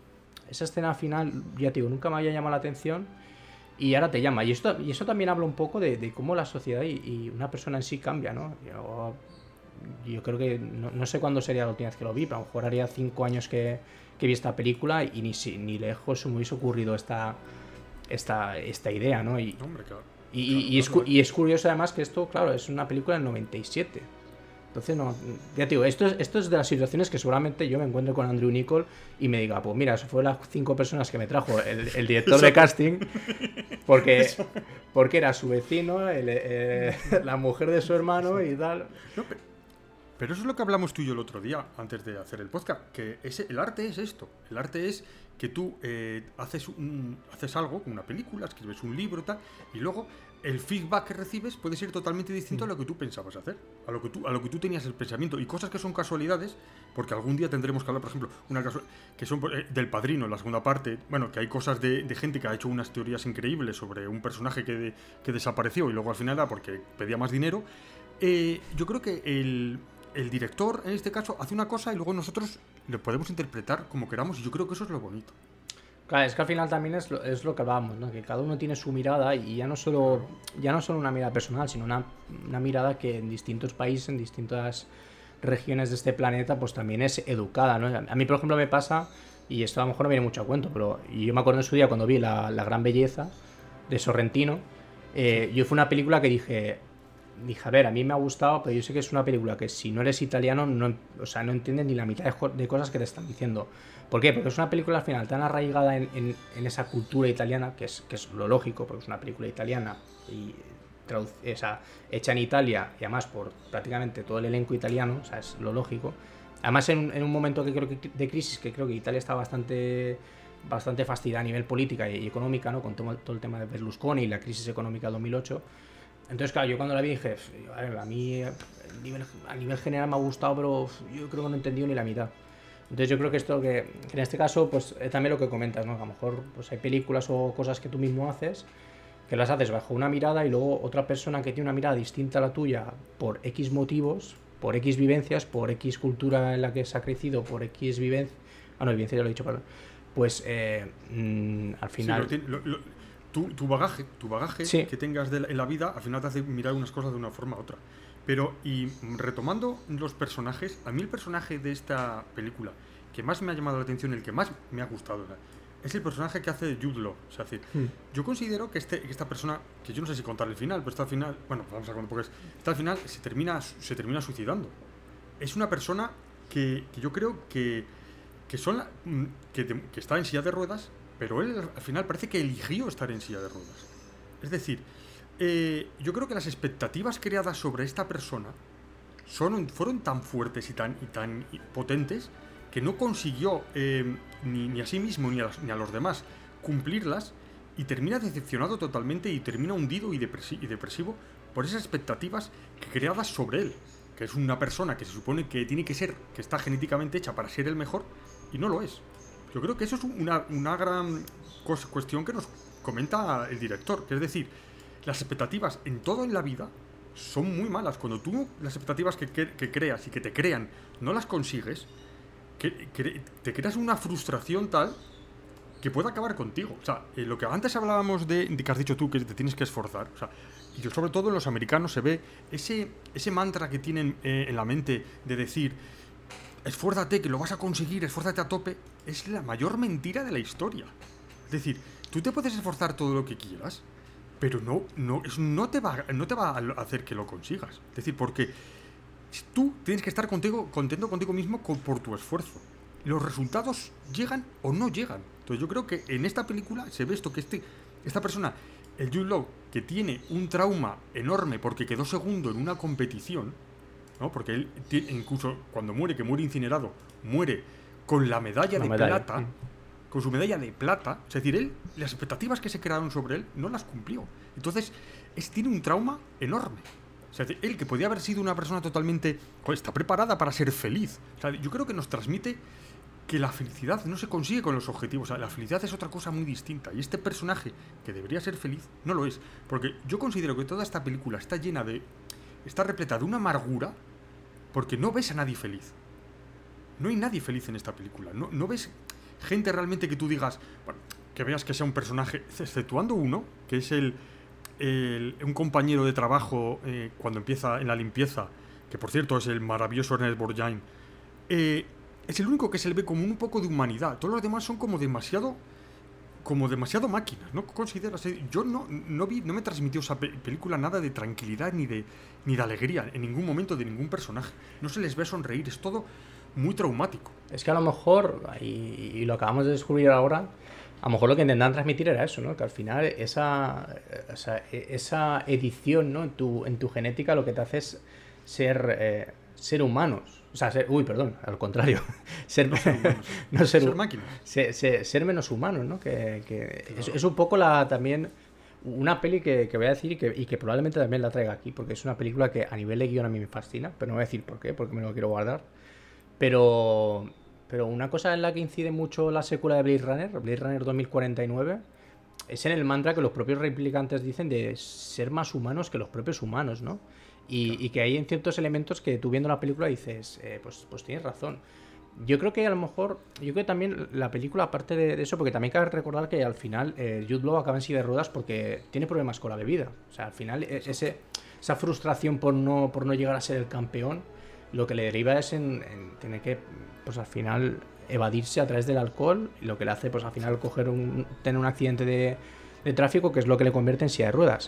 esa escena final, ya te digo, nunca me había llamado la atención y ahora te llama, y esto y eso también habla un poco de, de cómo la sociedad y, y una persona en sí cambia, ¿no? Yo, yo creo que no, no sé cuándo sería la última vez que lo vi, pero a lo mejor haría cinco años que, que vi esta película y ni, ni lejos se me hubiese ocurrido esta esta, esta idea, ¿no? Y, Hombre, claro, y, claro, y, es, y es curioso además que esto, claro, es una película del noventa y siete. Entonces, no, ya te digo, esto es, esto es de las situaciones que seguramente yo me encuentro con Andrew Niccol y me diga, pues mira, eso fue las cinco personas que me trajo el, el director de casting, porque, porque era su vecino, el, eh, la mujer de su hermano y tal. No, pero, pero eso es lo que hablamos tú y yo el otro día, antes de hacer el podcast, que ese, el arte es esto, el arte es que tú eh, haces, un, haces algo, una película, escribes un libro tal, y luego el feedback que recibes puede ser totalmente distinto a lo que tú pensabas hacer, a lo que tú, a lo que tú tenías el pensamiento, y cosas que son casualidades, porque algún día tendremos que hablar, por ejemplo, una casu- que son eh, del Padrino, en la segunda parte, bueno, que hay cosas de, de gente que ha hecho unas teorías increíbles sobre un personaje que, de, que desapareció y luego al final era porque pedía más dinero. Eh, yo creo que el, el director, en este caso, hace una cosa y luego nosotros lo podemos interpretar como queramos, y yo creo que eso es lo bonito. Claro, es que al final también es lo, es lo que hablábamos, ¿no? Que cada uno tiene su mirada y ya no solo, ya no solo una mirada personal, sino una, una mirada que en distintos países, en distintas regiones de este planeta, pues también es educada, ¿no? A mí, por ejemplo, me pasa, y esto a lo mejor no viene mucho a cuento, pero yo me acuerdo en su día cuando vi La, la Gran Belleza de Sorrentino, eh, yo fue una película que dije, dije, a ver, a mí me ha gustado, pero yo sé que es una película que si no eres italiano, no, o sea, no entiendes ni la mitad de, de cosas que te están diciendo. ¿Por qué? Porque es una película al final tan arraigada en, en, en esa cultura italiana, que es, que es lo lógico, porque es una película italiana y traduc- esa, hecha en Italia y además por prácticamente todo el elenco italiano, o sea, es lo lógico. Además en, en un momento que creo que de crisis, que creo que Italia está bastante bastante fastidiada a nivel política y, y económica, ¿no? Con todo, todo el tema de Berlusconi y la crisis económica de dos mil ocho. Entonces, claro, yo cuando la vi dije, a, ver, a mí a nivel, a nivel general me ha gustado, pero yo creo que no he entendido ni la mitad. Entonces yo creo que esto, que, que en este caso, pues es también lo que comentas, ¿no? Que a lo mejor pues, hay películas o cosas que tú mismo haces, que las haces bajo una mirada y luego otra persona que tiene una mirada distinta a la tuya por X motivos, por X vivencias, por X cultura en la que se ha crecido, por X vivencia... Ah, no, vivencia ya lo he dicho, perdón. Pues eh, mmm, al final... Sí, lo, lo, tu, tu bagaje, tu bagaje sí. que tengas de la, en la vida, al final te hace mirar unas cosas de una forma u otra. Pero, y retomando los personajes, a mí el personaje de esta película que más me ha llamado la atención, el que más me ha gustado, es el personaje que hace Jude Law. O sea, es decir, hmm. yo considero que, este, que esta persona, que yo no sé si contar el final, pero está al final, bueno, vamos a contar porque es, está al final se termina, se termina suicidando. Es una persona que, que yo creo que, que, son la, que, que está en silla de ruedas, pero él al final parece que eligió estar en silla de ruedas. Es decir, eh, yo creo que las expectativas creadas sobre esta persona son, fueron tan fuertes y tan, y tan potentes que no consiguió eh, ni, ni a sí mismo ni a, las, ni a los demás cumplirlas y termina decepcionado totalmente y termina hundido y, depresi- y depresivo por esas expectativas creadas sobre él, que es una persona que se supone que tiene que ser, que está genéticamente hecha para ser el mejor y no lo es. Yo creo que eso es una, una gran cosa, cuestión que nos comenta el director, que es decir, las expectativas en todo en la vida son muy malas. Cuando tú las expectativas que, que, que creas y que te crean no las consigues, que, que te creas una frustración tal que puede acabar contigo. O sea, eh, lo que antes hablábamos de, de que has dicho tú, que te tienes que esforzar. O sea, y yo, sobre todo en los americanos se ve ese, ese mantra que tienen eh, en la mente de decir, esfuérzate, que lo vas a conseguir, esfuérzate a tope. Es la mayor mentira de la historia. Es decir, tú te puedes esforzar todo lo que quieras, pero no, no, eso no, te va, no te va a hacer que lo consigas. Es decir, porque tú tienes que estar contigo, contento contigo mismo con, por tu esfuerzo. Los resultados llegan o no llegan. Entonces yo creo que en esta película se ve esto, que este, esta persona, el Jude Law, que tiene un trauma enorme porque quedó segundo en una competición, ¿no? Porque él tiene, incluso cuando muere, que muere incinerado, muere con la medalla la de medalla. plata, con su medalla de plata. Es decir, él, las expectativas que se crearon sobre él no las cumplió. Entonces, es, tiene un trauma enorme. O sea, él, que podía haber sido una persona totalmente... Pues, está preparada para ser feliz. O sea, yo creo que nos transmite que la felicidad no se consigue con los objetivos. O sea, la felicidad es otra cosa muy distinta. Y este personaje, que debería ser feliz, no lo es. Porque yo considero que toda esta película está llena de... Está repleta de una amargura porque no ves a nadie feliz. No hay nadie feliz en esta película. No, no ves gente realmente que tú digas... Bueno, que veas que sea un personaje... Exceptuando uno, que es el... El, un compañero de trabajo eh, cuando empieza en la limpieza, que por cierto es el maravilloso Ernest Borgnine, eh, es el único que se le ve como un poco de humanidad. Todos los demás son como demasiado como demasiado máquinas, ¿no? Consideras, yo no, no vi, no me transmitió esa pe- película nada de tranquilidad ni de, ni de alegría en ningún momento de ningún personaje. No se les ve sonreír, es todo muy traumático. Es que a lo mejor, y, y lo acabamos de descubrir ahora, a lo mejor lo que intentaban transmitir era eso, ¿no? Que al final esa, esa, esa edición, ¿no? En tu, en tu genética lo que te hace es ser, eh, ser humanos. O sea, ser, uy, perdón, al contrario. ser, no ser humanos. no ser, ser máquinas. Ser, ser, ser menos humanos, ¿no? Que, que claro. es, es un poco la también una peli que, que voy a decir y que, y que probablemente también la traiga aquí, porque es una película que a nivel de guión a mí me fascina, pero no voy a decir por qué, porque me lo quiero guardar. Pero... Pero una cosa en la que incide mucho la secuela de Blade Runner, Blade Runner dos mil cuarenta y nueve, es en el mantra que los propios replicantes dicen de ser más humanos que los propios humanos, ¿no? Y, claro. y que hay en ciertos elementos que tú viendo la película dices, eh, pues, pues tienes razón. Yo creo que a lo mejor, yo creo que también la película, aparte de, de eso, porque también cabe recordar que al final eh, Jude Law acaba en silla de ruedas porque tiene problemas con la bebida. O sea, al final ese, esa frustración por no, por no llegar a ser el campeón, lo que le deriva es en, en tener que, pues al final, evadirse a través del alcohol, y lo que le hace, pues al final, coger un, tener un accidente de, de tráfico, que es lo que le convierte en silla de ruedas.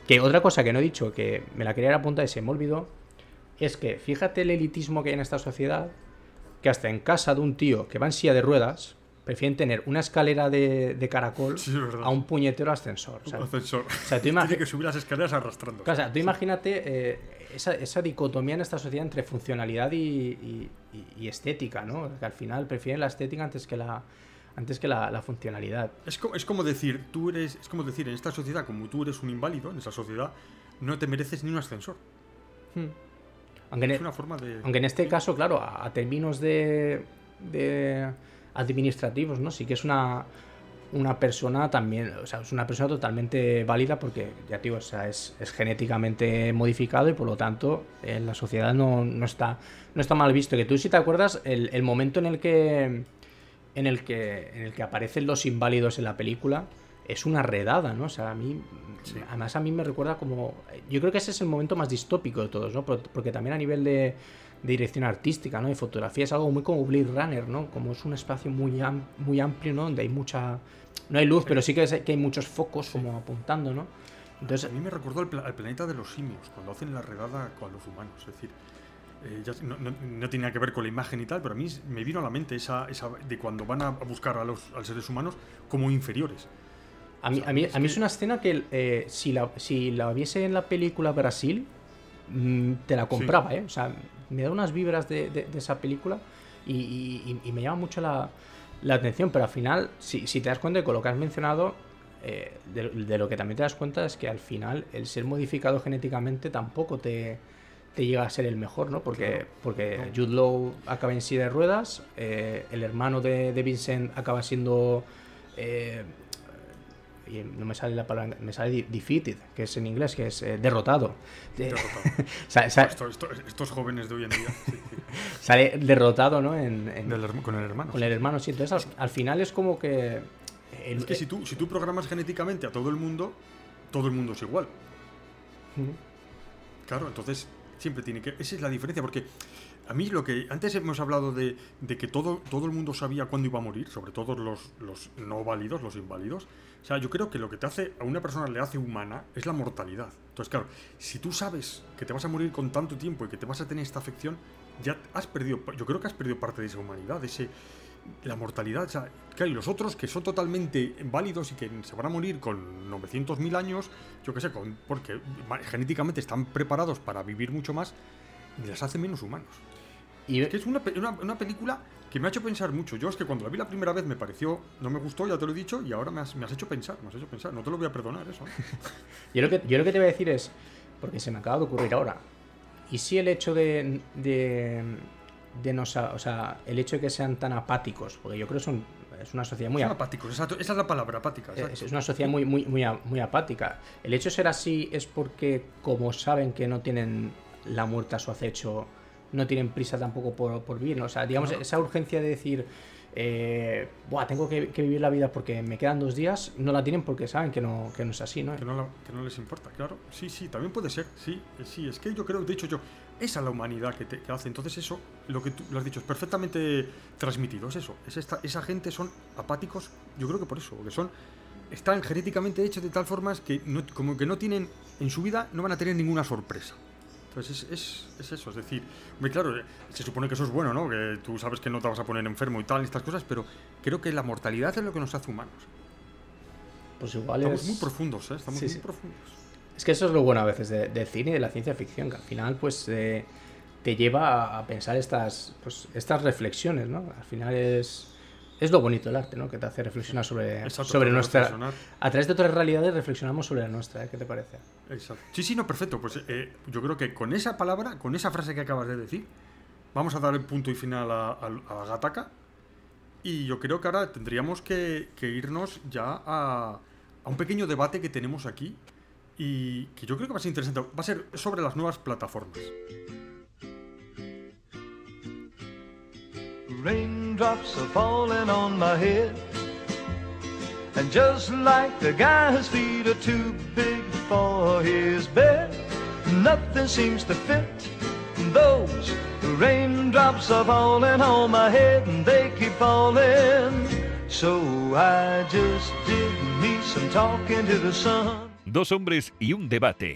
Que otra cosa que no he dicho, que me la quería apuntar y se me olvidó, es que fíjate el elitismo que hay en esta sociedad, que hasta en casa de un tío que va en silla de ruedas prefieren tener una escalera de, de caracol sí, a un puñetero ascensor. Un ascensor. O sea, tú imag... Tiene que subir las escaleras arrastrando. Claro, o sea, tú imagínate eh, esa, esa dicotomía en esta sociedad entre funcionalidad y, y, y, y estética, ¿no? Que al final prefieren la estética antes que la antes que la, la funcionalidad. Es como, es como decir, tú eres, es como decir, en esta sociedad, como tú eres un inválido, en esa sociedad, no te mereces ni un ascensor. Hmm. Aunque, es en, una forma de... aunque en este caso, claro, a, a términos de, de administrativos, ¿no? Sí que es una, una persona también, o sea, es una persona totalmente válida porque, ya te digo, o sea, es, es genéticamente modificado y por lo tanto en la sociedad no, no, está, no está mal visto. Que tú, si te acuerdas, el, el momento en el que en el que en el que aparecen los inválidos en la película es una redada, ¿no? O sea, a mí, sí. además a mí me recuerda como, yo creo que ese es el momento más distópico de todos, ¿no? Porque también a nivel de, de dirección artística, ¿no? De fotografía es algo muy como Blade Runner, ¿no? Como es un espacio muy am, muy amplio, ¿no? Donde hay mucha, no hay luz, pero sí que, es, que hay muchos focos como apuntando, ¿no? Entonces, a mí me recordó al, al planeta de los simios, cuando hacen la redada con los humanos, es decir, eh, ya, no, no, no tenía que ver con la imagen y tal, pero a mí me vino a la mente esa, esa de cuando van a buscar a los, a los seres humanos como inferiores. A mí, a mí, a mí es una escena que eh, si, la, si la viese en la película Brasil, mmm, te la compraba, sí. ¿eh? O sea, me da unas vibras de, de, de esa película y, y, y me llama mucho la, la atención, pero al final, si, si te das cuenta de con lo que has mencionado, eh, de, de lo que también te das cuenta es que al final el ser modificado genéticamente tampoco te, te llega a ser el mejor, ¿no? Porque, claro. porque no. Jude Law acaba en silla de ruedas, eh, el hermano de, de Vincent acaba siendo... Eh, y no me sale la palabra, me sale defeated, que es en inglés, que es eh, derrotado. Derrotado. o sea, sale, esto, esto, estos jóvenes de hoy en día. Sí, sí. Sale derrotado, ¿no? En, en, Del, con el hermano. Con el hermano, sí. Entonces, al, al final es como que... El, es que si tú, si tú programas genéticamente a todo el mundo, todo el mundo es igual. Uh-huh. Claro, entonces siempre tiene que... Esa es la diferencia, porque a mí lo que... Antes hemos hablado de, de que todo, todo el mundo sabía cuándo iba a morir, sobre todo los, los no válidos, los inválidos. O sea, yo creo que lo que te hace a una persona le hace humana es la mortalidad. Entonces, claro, si tú sabes que te vas a morir con tanto tiempo y que te vas a tener esta afección, ya has perdido... Yo creo que has perdido parte de esa humanidad, de ese... La mortalidad, o sea, claro, y los otros que son totalmente válidos y que se van a morir con novecientos mil años, yo qué sé, con, porque genéticamente están preparados para vivir mucho más, y les hace menos humanos. Y es que es una, una, una película que me ha hecho pensar mucho. Yo es que cuando la vi la primera vez me pareció, no me gustó, ya te lo he dicho, y ahora me has, me has hecho pensar, me has hecho pensar, no te lo voy a perdonar eso. yo, lo que, yo lo que te voy a decir es, porque se me acaba de ocurrir ahora, y si el hecho de... de de no, o sea, el hecho de que sean tan apáticos, porque yo creo que son, es una sociedad muy... Son apáticos, exacto, esa es la palabra, apática. Es, es una sociedad muy, muy, muy, muy apática. El hecho de ser así es porque, como saben que no tienen la muerte a su acecho, no tienen prisa tampoco por, por vivir, ¿no? O sea, digamos, no. esa urgencia de decir, eh, Buah, tengo que, que vivir la vida porque me quedan dos días, no la tienen porque saben que no, que no es así, ¿no? Que no, la, que no les importa, claro. Sí, sí, también puede ser, sí, sí, es que yo creo, de hecho, yo... Esa es la humanidad que, te, que hace. Entonces eso, lo que tú lo has dicho, es perfectamente transmitido. Es eso. Es esta, esa gente son apáticos, yo creo que por eso, porque son están genéticamente hechos de tal forma que no, como que no tienen, en su vida no van a tener ninguna sorpresa. Entonces es, es, es eso, es decir, muy claro, se supone que eso es bueno, ¿no? Que tú sabes que no te vas a poner enfermo y tal, estas cosas, pero creo que la mortalidad es lo que nos hace humanos. Pues igual Estamos es... muy profundos, ¿eh? Estamos sí, muy sí. profundos. Es que eso es lo bueno a veces del de cine y de la ciencia ficción, que al final pues eh, te lleva a pensar estas pues estas reflexiones, ¿no? Al final es es lo bonito del arte, ¿no? Que te hace reflexionar sobre, Exacto, sobre nuestra... Reflexionar. A través de otras realidades reflexionamos sobre la nuestra, ¿eh? ¿Qué te parece? Exacto. Sí, sí, no, perfecto. Pues eh, yo creo que con esa palabra, con esa frase que acabas de decir, vamos a dar el punto y final a, a, a Gattaca. Y yo creo que ahora tendríamos que, que irnos ya a, a un pequeño debate que tenemos aquí y que yo creo que va a ser interesante. Va a ser sobre las nuevas plataformas. Raindrops are falling on my head, and just like the guy's feet are too big for his bed, nothing seems to fit. Those raindrops are falling on my head, and they keep falling. So I just did me some talking to the sun. Dos hombres y un debate.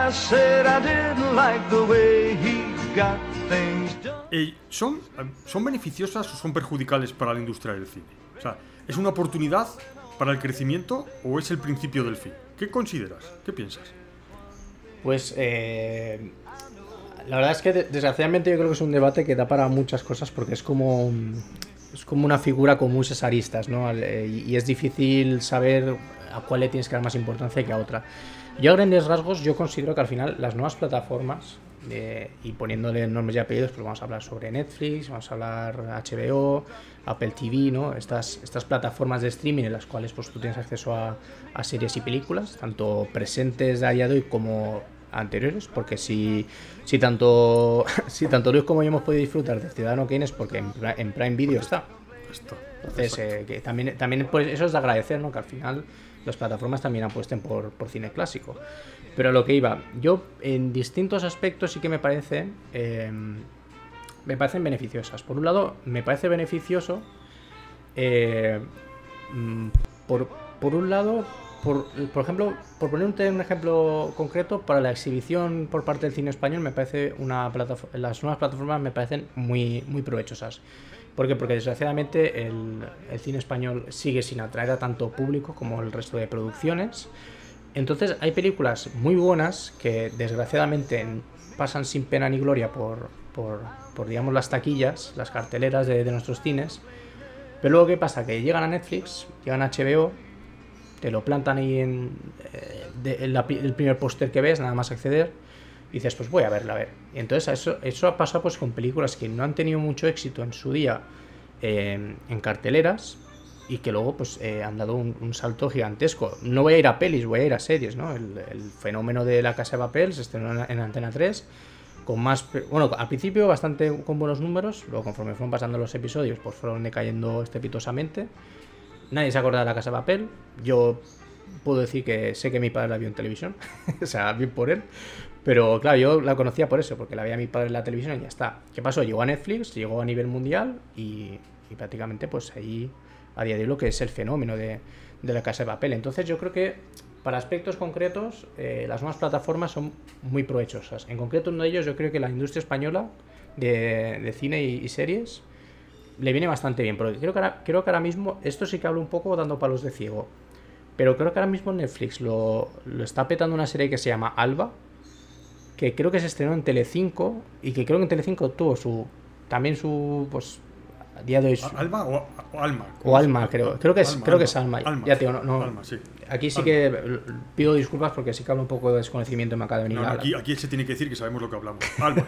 Eh, ¿son, ¿Son beneficiosas o son perjudiciales para la industria del cine? O sea, ¿es una oportunidad para el crecimiento o es el principio del fin? ¿Qué consideras? ¿Qué piensas? Pues eh, la verdad es que desgraciadamente yo creo que es un debate que da para muchas cosas porque es como, es como una figura con muchas aristas, ¿no? Y es difícil saber a cuál le tienes que dar más importancia que a otra. Yo a grandes rasgos yo considero que al final las nuevas plataformas, eh, y poniéndole nombres y apellidos, pues vamos a hablar sobre Netflix, vamos a hablar H B O, Apple T V, ¿no? Estas, estas plataformas de streaming en las cuales pues tú tienes acceso a, a series y películas, tanto presentes a día de hoy como anteriores, porque si, si tanto si tanto Luis como yo hemos podido disfrutar de Ciudadano Kane es porque en, en Prime Video está. Entonces, eh, que también, también pues, eso es de agradecer, ¿no? Que al final las plataformas también apuesten por, por cine clásico. Pero a lo que iba, yo en distintos aspectos sí que me parece eh, me parecen beneficiosas. Por un lado, me parece beneficioso eh, por, por un lado, por, por ejemplo, por poner un, un ejemplo concreto, para la exhibición por parte del cine español me parece una plataforma, las nuevas plataformas me parecen muy, muy provechosas. ¿Por qué? Porque desgraciadamente el, el cine español sigue sin atraer a tanto público como el resto de producciones. Entonces hay películas muy buenas que desgraciadamente pasan sin pena ni gloria por, por, por digamos, las taquillas, las carteleras de, de nuestros cines. Pero luego, ¿qué pasa? Que llegan a Netflix, llegan a H B O, te lo plantan ahí en, eh, de, en la, el primer póster que ves, nada más acceder, y dices, pues voy a verla, a ver. Y entonces eso, eso ha pasado pues con películas que no han tenido mucho éxito en su día eh, en carteleras y que luego pues eh, han dado un, un salto gigantesco. No voy a ir a pelis, voy a ir a series, ¿no? El, el fenómeno de La Casa de Papel se estrenó en, en Antena tres con más, bueno, al principio bastante con buenos números, luego conforme fueron pasando los episodios pues fueron decayendo estrepitosamente. Nadie se acuerda de La Casa de Papel. Yo puedo decir que sé que mi padre la vio en televisión, o sea, bien por él. Pero claro, yo la conocía por eso, porque la veía mi padre en la televisión y ya está. ¿Qué pasó? Llegó a Netflix, llegó a nivel mundial y, y prácticamente pues ahí a día de hoy lo que es el fenómeno de, de La Casa de Papel. Entonces yo creo que para aspectos concretos eh, las nuevas plataformas son muy provechosas. En concreto uno de ellos yo creo que la industria española de, de cine y, y series le viene bastante bien, porque creo que, ahora, creo que ahora mismo, esto sí que hablo un poco dando palos de ciego, pero creo que ahora mismo Netflix lo, lo está petando una serie que se llama Alba, que creo que se estrenó en Telecinco y que creo que en Telecinco tuvo su también su pues a día de hoy su... ¿Alba o, o Alma? O Alma, creo. Creo que es, Alma, creo Alma, que es Alma. Alma, ya te digo, no, no. Alma, sí. Aquí sí Alma. que pido disculpas porque sí que hablo un poco de desconocimiento en mi academia. No, no, aquí, aquí se tiene que decir que sabemos lo que hablamos. Alma.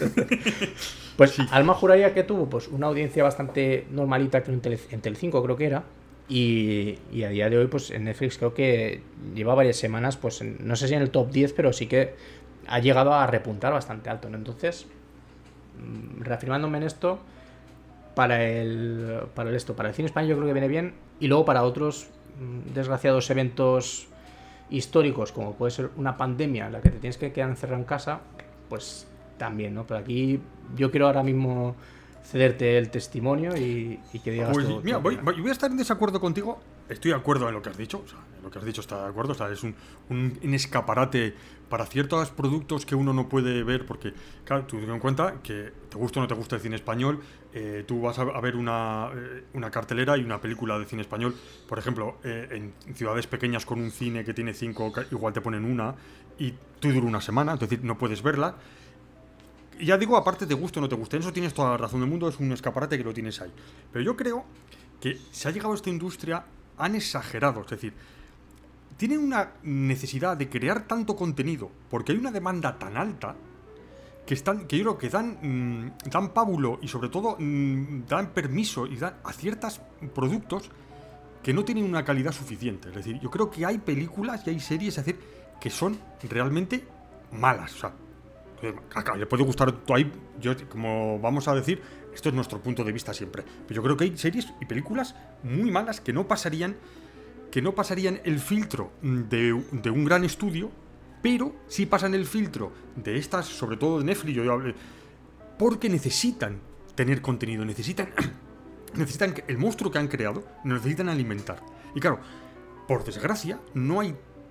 Pues sí. Alma juraría que tuvo pues una audiencia bastante normalita en, Tele, en Telecinco, creo que era. Y, y a día de hoy, pues en Netflix creo que lleva varias semanas, pues en, no sé si en el top diez, pero sí que ha llegado a repuntar bastante alto, ¿no? Entonces, reafirmándome en esto, para el, para el esto, para el cine español yo creo que viene bien, y luego para otros desgraciados eventos históricos, como puede ser una pandemia en la que te tienes que quedar encerrado en casa, pues también, ¿no? Pero aquí yo quiero ahora mismo cederte el testimonio y, y que digas pues, todo. Mira, voy, voy a estar en desacuerdo contigo. Estoy de acuerdo en lo que has dicho. O sea, en lo que has dicho está de acuerdo. O sea, es un, un, un escaparate para ciertos productos que uno no puede ver. Porque, claro, tú ten en cuenta que te gusta o no te gusta el cine español. Eh, tú vas a, a ver una, eh, una cartelera y una película de cine español. Por ejemplo, eh, en ciudades pequeñas con un cine que tiene cinco, igual te ponen una y tú dura una semana. Es decir, no puedes verla. Y ya digo, aparte te guste o no te guste, en eso tienes toda la razón del mundo, es un escaparate que lo tienes ahí. Pero yo creo que se ha llegado a esta industria, han exagerado, es decir, tienen una necesidad de crear tanto contenido, porque hay una demanda tan alta, que, están, que yo creo que dan, mmm, dan pábulo y sobre todo mmm, dan permiso y dan a ciertos productos que no tienen una calidad suficiente. Es decir, yo creo que hay películas y hay series, es decir, que son realmente malas, o sea, acá le puede gustar todo ahí, yo, como vamos a decir, esto es nuestro punto de vista siempre, pero yo creo que hay series y películas muy malas que no pasarían que no pasarían el filtro de, de un gran estudio, pero sí pasan el filtro de estas, sobre todo de Netflix, yo, yo hablé, porque necesitan tener contenido, necesitan necesitan que el monstruo que han creado lo necesitan alimentar. Y claro, por desgracia, no hay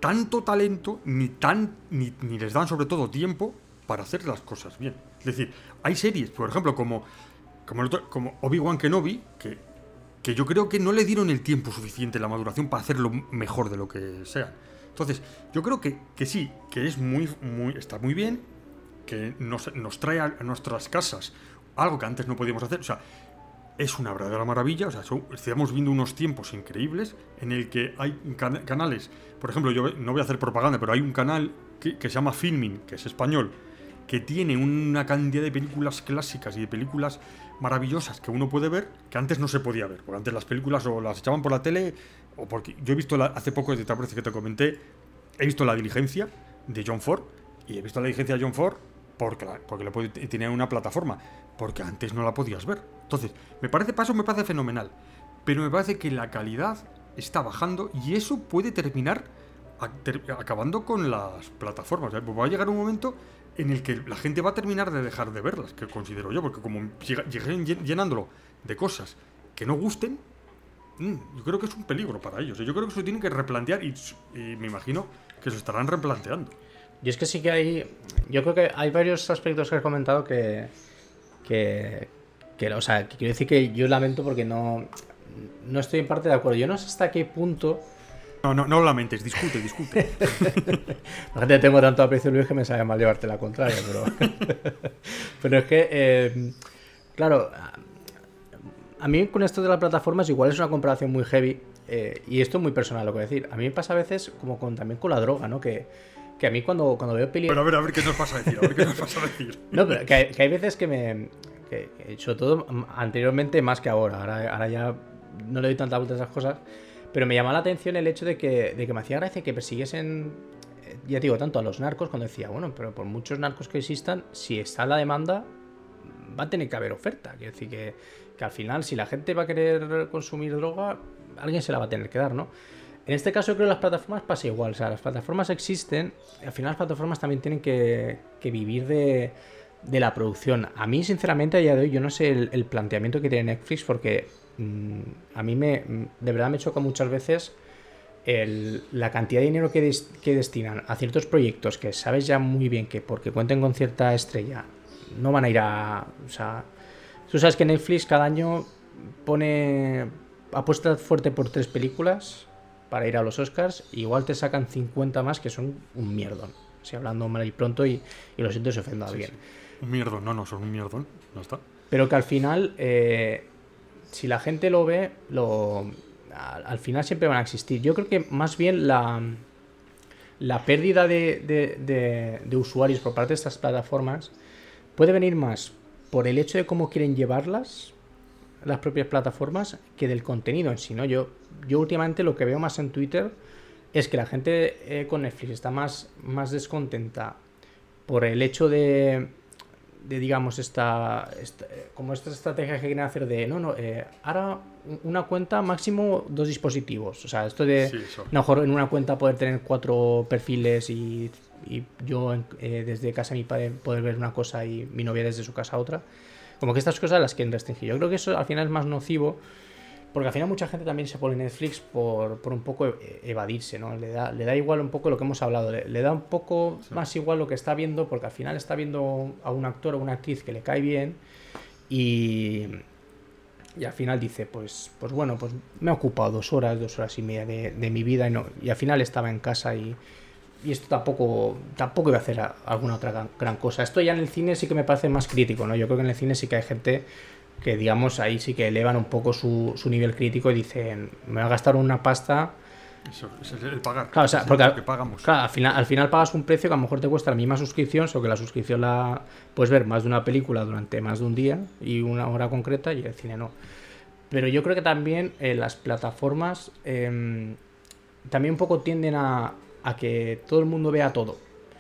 tanto talento ni, tan, ni, ni les dan sobre todo tiempo para hacer las cosas bien. Es decir, hay series, por ejemplo, como, como, el otro, como Obi-Wan Kenobi, que, que yo creo que no le dieron el tiempo suficiente, la maduración para hacerlo mejor de lo que sea. Entonces, yo creo que, que sí, que es muy, muy, está muy bien, que nos, nos trae a nuestras casas algo que antes no podíamos hacer. O sea, es una verdadera maravilla. O sea, son, estamos viendo unos tiempos increíbles en el que hay can- canales. Por ejemplo, yo no voy a hacer propaganda, pero hay un canal que, que se llama Filmin, que es español, que tiene una cantidad de películas clásicas y de películas maravillosas que uno puede ver, que antes no se podía ver. Porque antes las películas o las echaban por la tele, o porque yo he visto la, hace poco, te parece que te comenté, he visto La Diligencia de John Ford, y he visto La Diligencia de John Ford porque, la, porque le puede, tiene una plataforma, porque antes no la podías ver. Entonces, me parece, paso me parece fenomenal, pero me parece que la calidad está bajando y eso puede terminar a, ter, acabando con las plataformas. ¿eh? Pues va a llegar un momento en el que la gente va a terminar de dejar de verlas, que considero yo, porque como lleguen llenándolo de cosas que no gusten, mmm, yo creo que es un peligro para ellos. Yo creo que eso tienen que replantear y, y me imagino que se estarán replanteando. Y es que sí que hay, yo creo que hay varios aspectos que has comentado que, que, que, o sea, que quiero decir que yo lamento porque no, no estoy en parte de acuerdo. Yo no sé hasta qué punto... No, no, no lo lamentes, discute, discute. La gente tengo tanto aprecio, Luis, que me sabe mal llevarte la contraria, pero... pero es que, eh, claro, a mí con esto de las plataformas igual es una comparación muy heavy, eh, y esto es muy personal lo que voy a decir. A mí me pasa a veces como con, también con la droga, ¿no? Que... que a mí cuando, cuando veo películas... Pero a ver, a ver qué nos pasa a decir, a ver qué nos pasa a decir. No, pero que hay, que hay veces que me... Que, que sobre todo anteriormente más que ahora. ahora. Ahora ya no le doy tanta vuelta a esas cosas. Pero me llama la atención el hecho de que, de que me hacía gracia que persiguiesen, ya digo, tanto a los narcos, cuando decía, bueno, pero por muchos narcos que existan, si está la demanda, va a tener que haber oferta. Quiero decir que, que al final, si la gente va a querer consumir droga, alguien se la va a tener que dar, ¿no? En este caso creo que las plataformas pasa igual, o sea, las plataformas existen, al final las plataformas también tienen que, que vivir de, de la producción. A mí, sinceramente, a día de hoy, yo no sé el, el planteamiento que tiene Netflix, porque mmm, a mí me, de verdad me choca muchas veces el, la cantidad de dinero que, des, que destinan a ciertos proyectos que sabes ya muy bien que porque cuenten con cierta estrella no van a ir a... O sea, tú sabes que Netflix cada año pone apuesta fuerte por tres películas para ir a los Oscars, igual te sacan cincuenta más que son un mierdón. Si hablando mal y pronto, y, y lo siento si ofendo a alguien. Sí, sí. Un mierdón, no, no, son un mierdón, no está. Pero que al final, eh, si la gente lo ve, lo al, al final siempre van a existir. Yo creo que más bien la, la pérdida de, de, de, de usuarios por parte de estas plataformas puede venir más por el hecho de cómo quieren llevarlas las propias plataformas que del contenido en sí, ¿no? Yo, yo últimamente lo que veo más en Twitter es que la gente eh, con Netflix está más, más descontenta por el hecho de, de digamos, esta, esta como esta estrategia que quieren hacer de, no, no, eh, ahora una cuenta máximo dos dispositivos. O sea, esto de, sí, a lo mejor en una cuenta poder tener cuatro perfiles y, y yo eh, desde casa de mi padre poder ver una cosa y mi novia desde su casa otra. Como que estas cosas las quieren restringir. Yo creo que eso al final es más nocivo, porque al final mucha gente también se pone Netflix por, por un poco evadirse, ¿no? Le da, le da igual un poco lo que hemos hablado, le, le da un poco sí. más igual lo que está viendo, porque al final está viendo a un actor o una actriz que le cae bien y, y al final dice, pues, pues bueno, pues me ha ocupado dos horas, dos horas y media de, de mi vida y, no, y al final estaba en casa y... Y esto tampoco tampoco iba a hacer a, alguna otra gran, gran cosa. Esto ya en el cine sí que me parece más crítico, ¿no? Yo creo que en el cine sí que hay gente que, digamos, ahí sí que elevan un poco su, su nivel crítico y dicen, me voy a gastar una pasta... Eso es el pagar. Claro, o sea, porque lo que pagamos. Claro, al final, al final pagas un precio que a lo mejor te cuesta la misma suscripción, solo que la suscripción la puedes ver más de una película durante más de un día y una hora concreta, y el cine no. Pero yo creo que también eh, las plataformas eh, también un poco tienden a... a que todo el mundo vea todo.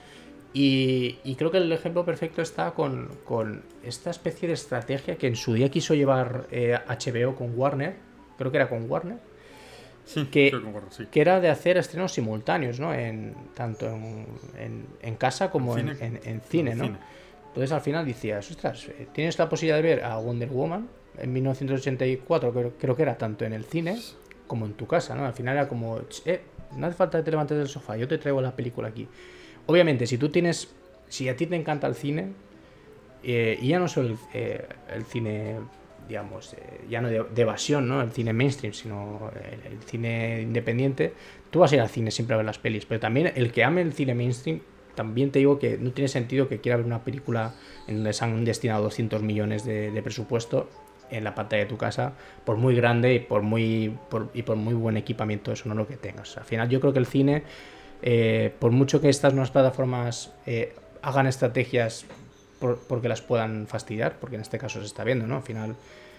Y, y creo que el ejemplo perfecto está con, con esta especie de estrategia que en su día quiso llevar eh, H B O con Warner, creo que era con Warner, sí, que, creo que, con Warner, sí. que era de hacer estrenos simultáneos, ¿no? En, tanto en, en, en casa como en, en, en, en cine, ¿no? Cine. Entonces al final decías, ostras, tienes la posibilidad de ver a Wonder Woman en mil novecientos ochenta y cuatro, creo, creo que era, tanto en el cine como en tu casa, ¿no? Al final era como, eh, no hace falta que te levantes del sofá, yo te traigo la película aquí. Obviamente, si tú tienes, si a ti te encanta el cine, eh, y ya no solo el, eh, el cine, digamos, eh, ya no de, de evasión, ¿no? El cine mainstream, sino el, el cine independiente, tú vas a ir al cine siempre a ver las pelis, pero también el que ame el cine mainstream, también te digo que no tiene sentido que quiera ver una película en donde se han destinado doscientos millones de, de presupuesto en la pantalla de tu casa, por muy grande y por muy por, y por muy buen equipamiento eso no lo que tengas. Al final yo creo que el cine, eh, por mucho que estas nuevas plataformas eh, hagan estrategias por, porque las puedan fastidiar, porque en este caso se está viendo, ¿no? Al final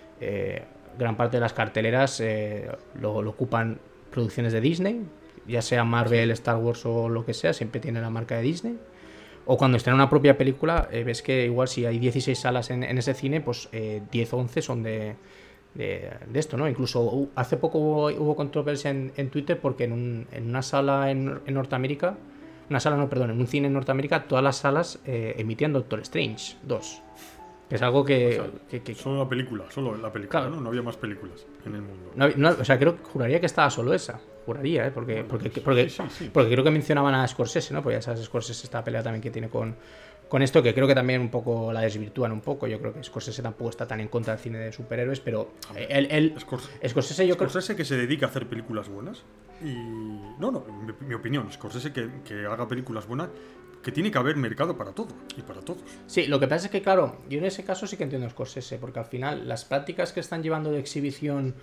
eh, gran parte de las carteleras eh, lo, lo ocupan producciones de Disney, ya sea Marvel, Star Wars o lo que sea, siempre tiene la marca de Disney. O cuando está en una propia película, eh, ves que igual si hay dieciséis salas en, en ese cine, pues eh, diez o once son de, de, de esto, ¿no? Incluso uh, hace poco hubo, hubo controversia en, en Twitter porque en, un, en una sala en, en Norteamérica, una sala no, perdón, en un cine en Norteamérica, todas las salas eh, emitían Doctor Strange dos. Es algo que, o sea, que, que... Solo la película, solo la película, claro. ¿no? No había más películas en el mundo. No, no, o sea, creo, juraría que estaba solo esa. Juraría, ¿eh? Porque, porque, porque, sí, sí, sí. porque creo que mencionaban a Scorsese, ¿no? Porque ya sabes, Scorsese esta pelea también que tiene con, con esto, que creo que también un poco la desvirtúan un poco. Yo creo que Scorsese tampoco está tan en contra del cine de superhéroes, pero él... él Scorsese, Scorsese yo creo... Scorsese que se dedica a hacer películas buenas. Y... No, no, mi, mi opinión. Scorsese que, que haga películas buenas, que tiene que haber mercado para todo y para todos. Sí, lo que pasa es que, claro, yo en ese caso sí que entiendo a Scorsese, porque al final las prácticas que están llevando de exhibición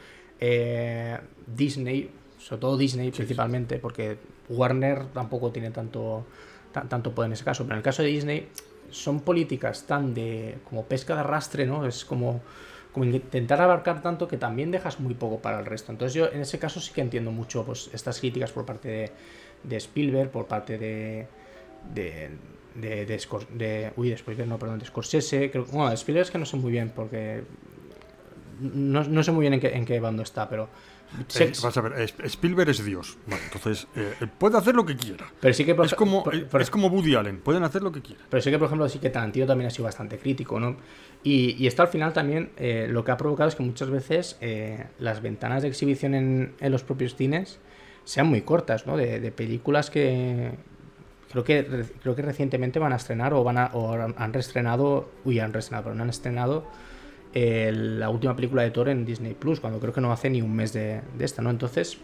eh, Disney, sobre todo Disney sí, principalmente, sí. Porque Warner tampoco tiene tanto, tan, tanto poder en ese caso, pero en el caso de Disney son políticas tan de como pesca de arrastre, ¿no? Es como, como intentar abarcar tanto que también dejas muy poco para el resto. Entonces yo en ese caso sí que entiendo mucho pues estas críticas por parte de, de Spielberg, por parte de de de, de, Scor- de uy, de Spielberg, no, perdón, de Scorsese, creo, bueno, de Spielberg es que no sé muy bien porque no, no sé muy bien en qué, en qué bando está, pero eh, vas a ver, Spielberg es Dios, bueno, entonces eh, puede hacer lo que quiera, pero sí que por, es como por, por, es como Woody Allen, pueden hacer lo que quieran, pero sí que por ejemplo sí que Tarantino también ha sido bastante crítico, ¿no? Y, y esto al final también eh, lo que ha provocado es que muchas veces eh, las ventanas de exhibición en, en los propios cines sean muy cortas, ¿no? De, de películas que Creo que creo que recientemente van a estrenar o van a o han reestrenado, uy, han reestrenado, pero no han estrenado eh, la última película de Thor en Disney Plus, cuando creo que no hace ni un mes de, de esta, ¿no? Entonces,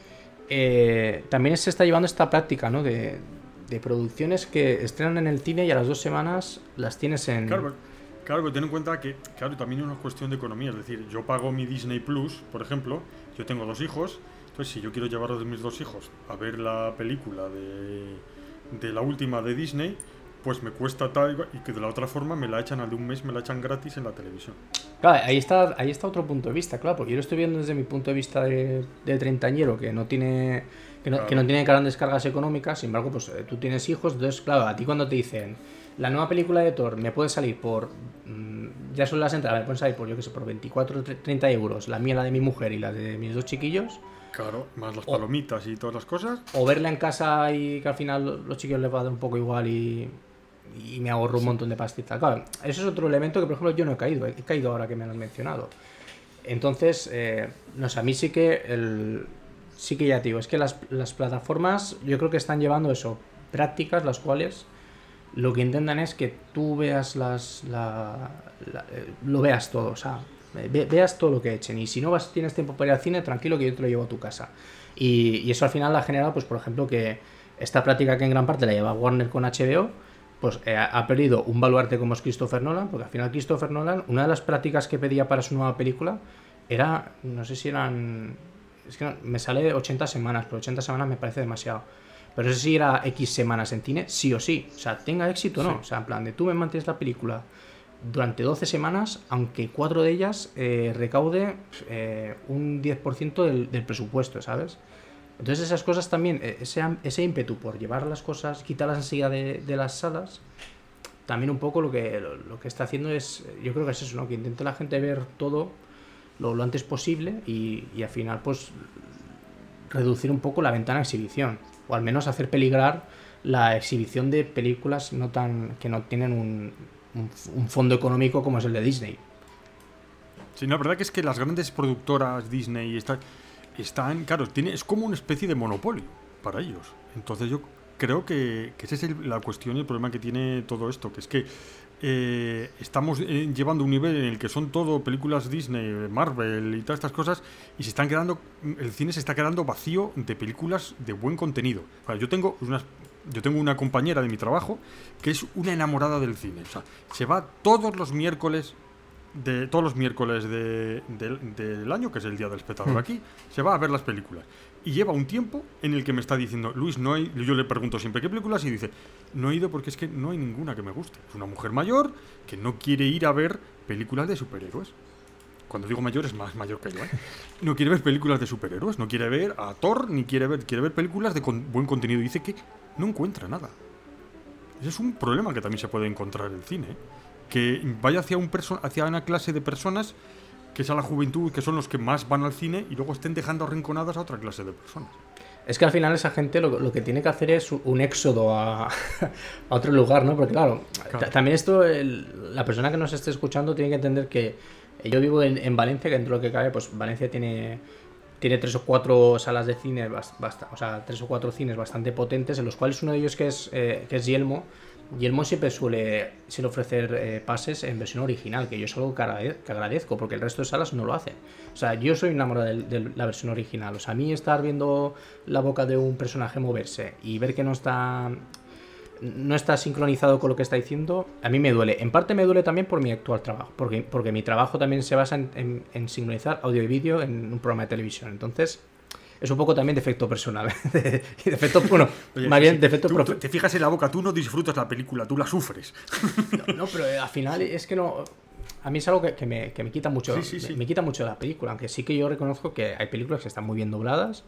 eh, también se está llevando esta práctica, ¿no? De, de producciones que estrenan en el cine y a las dos semanas las tienes en... Claro, claro, ten en cuenta que, claro, también es una cuestión de economía, es decir, yo pago mi Disney Plus, por ejemplo, yo tengo dos hijos, entonces si yo quiero llevar a mis dos hijos a ver la película de... de la última de Disney, pues me cuesta tal y que de la otra forma me la echan al de un mes, me la echan gratis en la televisión. Claro, ahí está, ahí está otro punto de vista, claro, porque yo lo estoy viendo desde mi punto de vista de, de treintañero, que no tiene que no, claro. que no tiene grandes cargas económicas, sin embargo, pues tú tienes hijos, entonces, claro, a ti cuando te dicen la nueva película de Thor me puede salir por, mmm, ya son las entradas, me pueden salir por, yo que sé, por veinticuatro o treinta euros, la mía, la de mi mujer y la de mis dos chiquillos. Claro, más las palomitas o, y todas las cosas. O verla en casa y que al final los chiquillos les va a dar un poco igual y, y me ahorro un sí. montón de pastita. Claro, eso es otro elemento que, por ejemplo, yo no he caído. He caído ahora que me lo han mencionado. Entonces, eh, no sé, a mí sí que el, sí que ya te digo, es que las, las plataformas yo creo que están llevando eso, prácticas las cuales lo que intentan es que tú veas las la, la, eh, lo veas todo, o sea, Ve, veas todo lo que echen, y si no vas tienes tiempo para ir al cine, tranquilo que yo te lo llevo a tu casa. Y, y eso al final ha generado, pues por ejemplo, que esta práctica que en gran parte la lleva Warner con H B O, pues eh, ha perdido un baluarte como es Christopher Nolan, porque al final Christopher Nolan, una de las prácticas que pedía para su nueva película era, no sé si eran, es que no, me sale ochenta semanas, pero ochenta semanas me parece demasiado. Pero no sé si era X semanas en cine, sí o sí, o sea, tenga éxito o no, sí. O sea, en plan de tú me mantienes la película durante doce semanas, aunque cuatro de ellas eh, recaude eh, un diez por ciento del, del presupuesto, ¿sabes? Entonces esas cosas también, ese, ese ímpetu por llevar las cosas, quitarlas enseguida de, de las salas, también un poco lo que, lo, lo que está haciendo es, yo creo que es eso, ¿no? Que intente la gente ver todo lo, lo antes posible y, y al final pues reducir un poco la ventana de exhibición, o al menos hacer peligrar la exhibición de películas no tan que no tienen un Un, un fondo económico como es el de Disney. Sí, no, la verdad que es que las grandes productoras Disney y estas están, claro, tiene, es como una especie de monopolio para ellos. Entonces yo creo que, que esa es el, la cuestión y el problema que tiene todo esto, que es que eh, estamos eh, llevando un nivel en el que son todo películas Disney, Marvel y todas estas cosas, y se están quedando, el cine se está quedando vacío de películas de buen contenido. O sea, yo tengo unas Yo tengo una compañera de mi trabajo que es una enamorada del cine. O sea, se va todos los miércoles de todos los miércoles de, de, del año, que es el Día del Espectador aquí, se va a ver las películas. Y lleva un tiempo en el que me está diciendo, Luis, no hay... Yo le pregunto siempre qué películas y dice, no he ido porque es que no hay ninguna que me guste. Es una mujer mayor que no quiere ir a ver películas de superhéroes. Cuando digo mayor es más mayor que yo, ¿eh? No quiere ver películas de superhéroes, no quiere ver a Thor, ni quiere ver, quiere ver películas de con, buen contenido. Y dice que no encuentra nada. Ese es un problema que también se puede encontrar en el cine, ¿eh? Que vaya hacia, un perso- hacia una clase de personas que es a la juventud, que son los que más van al cine, y luego estén dejando arrinconadas a otra clase de personas. Es que al final esa gente lo, lo que tiene que hacer es un éxodo a, a otro lugar, ¿no? Porque claro, claro. T- también esto, el, la persona que nos esté escuchando tiene que entender que yo vivo en, en Valencia, que dentro de lo que cabe, pues Valencia tiene, tiene tres o cuatro salas de cine, bast, bast, o sea, tres o cuatro cines bastante potentes, en los cuales uno de ellos que es, eh, que es Yelmo. Yelmo siempre suele, suele ofrecer eh, pases en versión original, que yo es algo que, agrade- que agradezco, porque el resto de salas no lo hacen. O sea, yo soy enamorado de, de la versión original. O sea, a mí estar viendo la boca de un personaje moverse y ver que no está no está sincronizado con lo que está diciendo, a mí me duele. En parte me duele también por mi actual trabajo, porque, porque mi trabajo también se basa en, en, en sincronizar audio y vídeo en un programa de televisión. Entonces... es un poco también defecto personal. de, defecto, bueno, Oye, más sí, bien sí. defecto tú, profe- tú te fijas en la boca, tú no disfrutas la película, tú la sufres. No, no, pero al final es que no... A mí es algo que, que, me, que me quita mucho, Sí, sí, sí. Me, me quita mucho de la película, aunque sí que yo reconozco que hay películas que están muy bien dobladas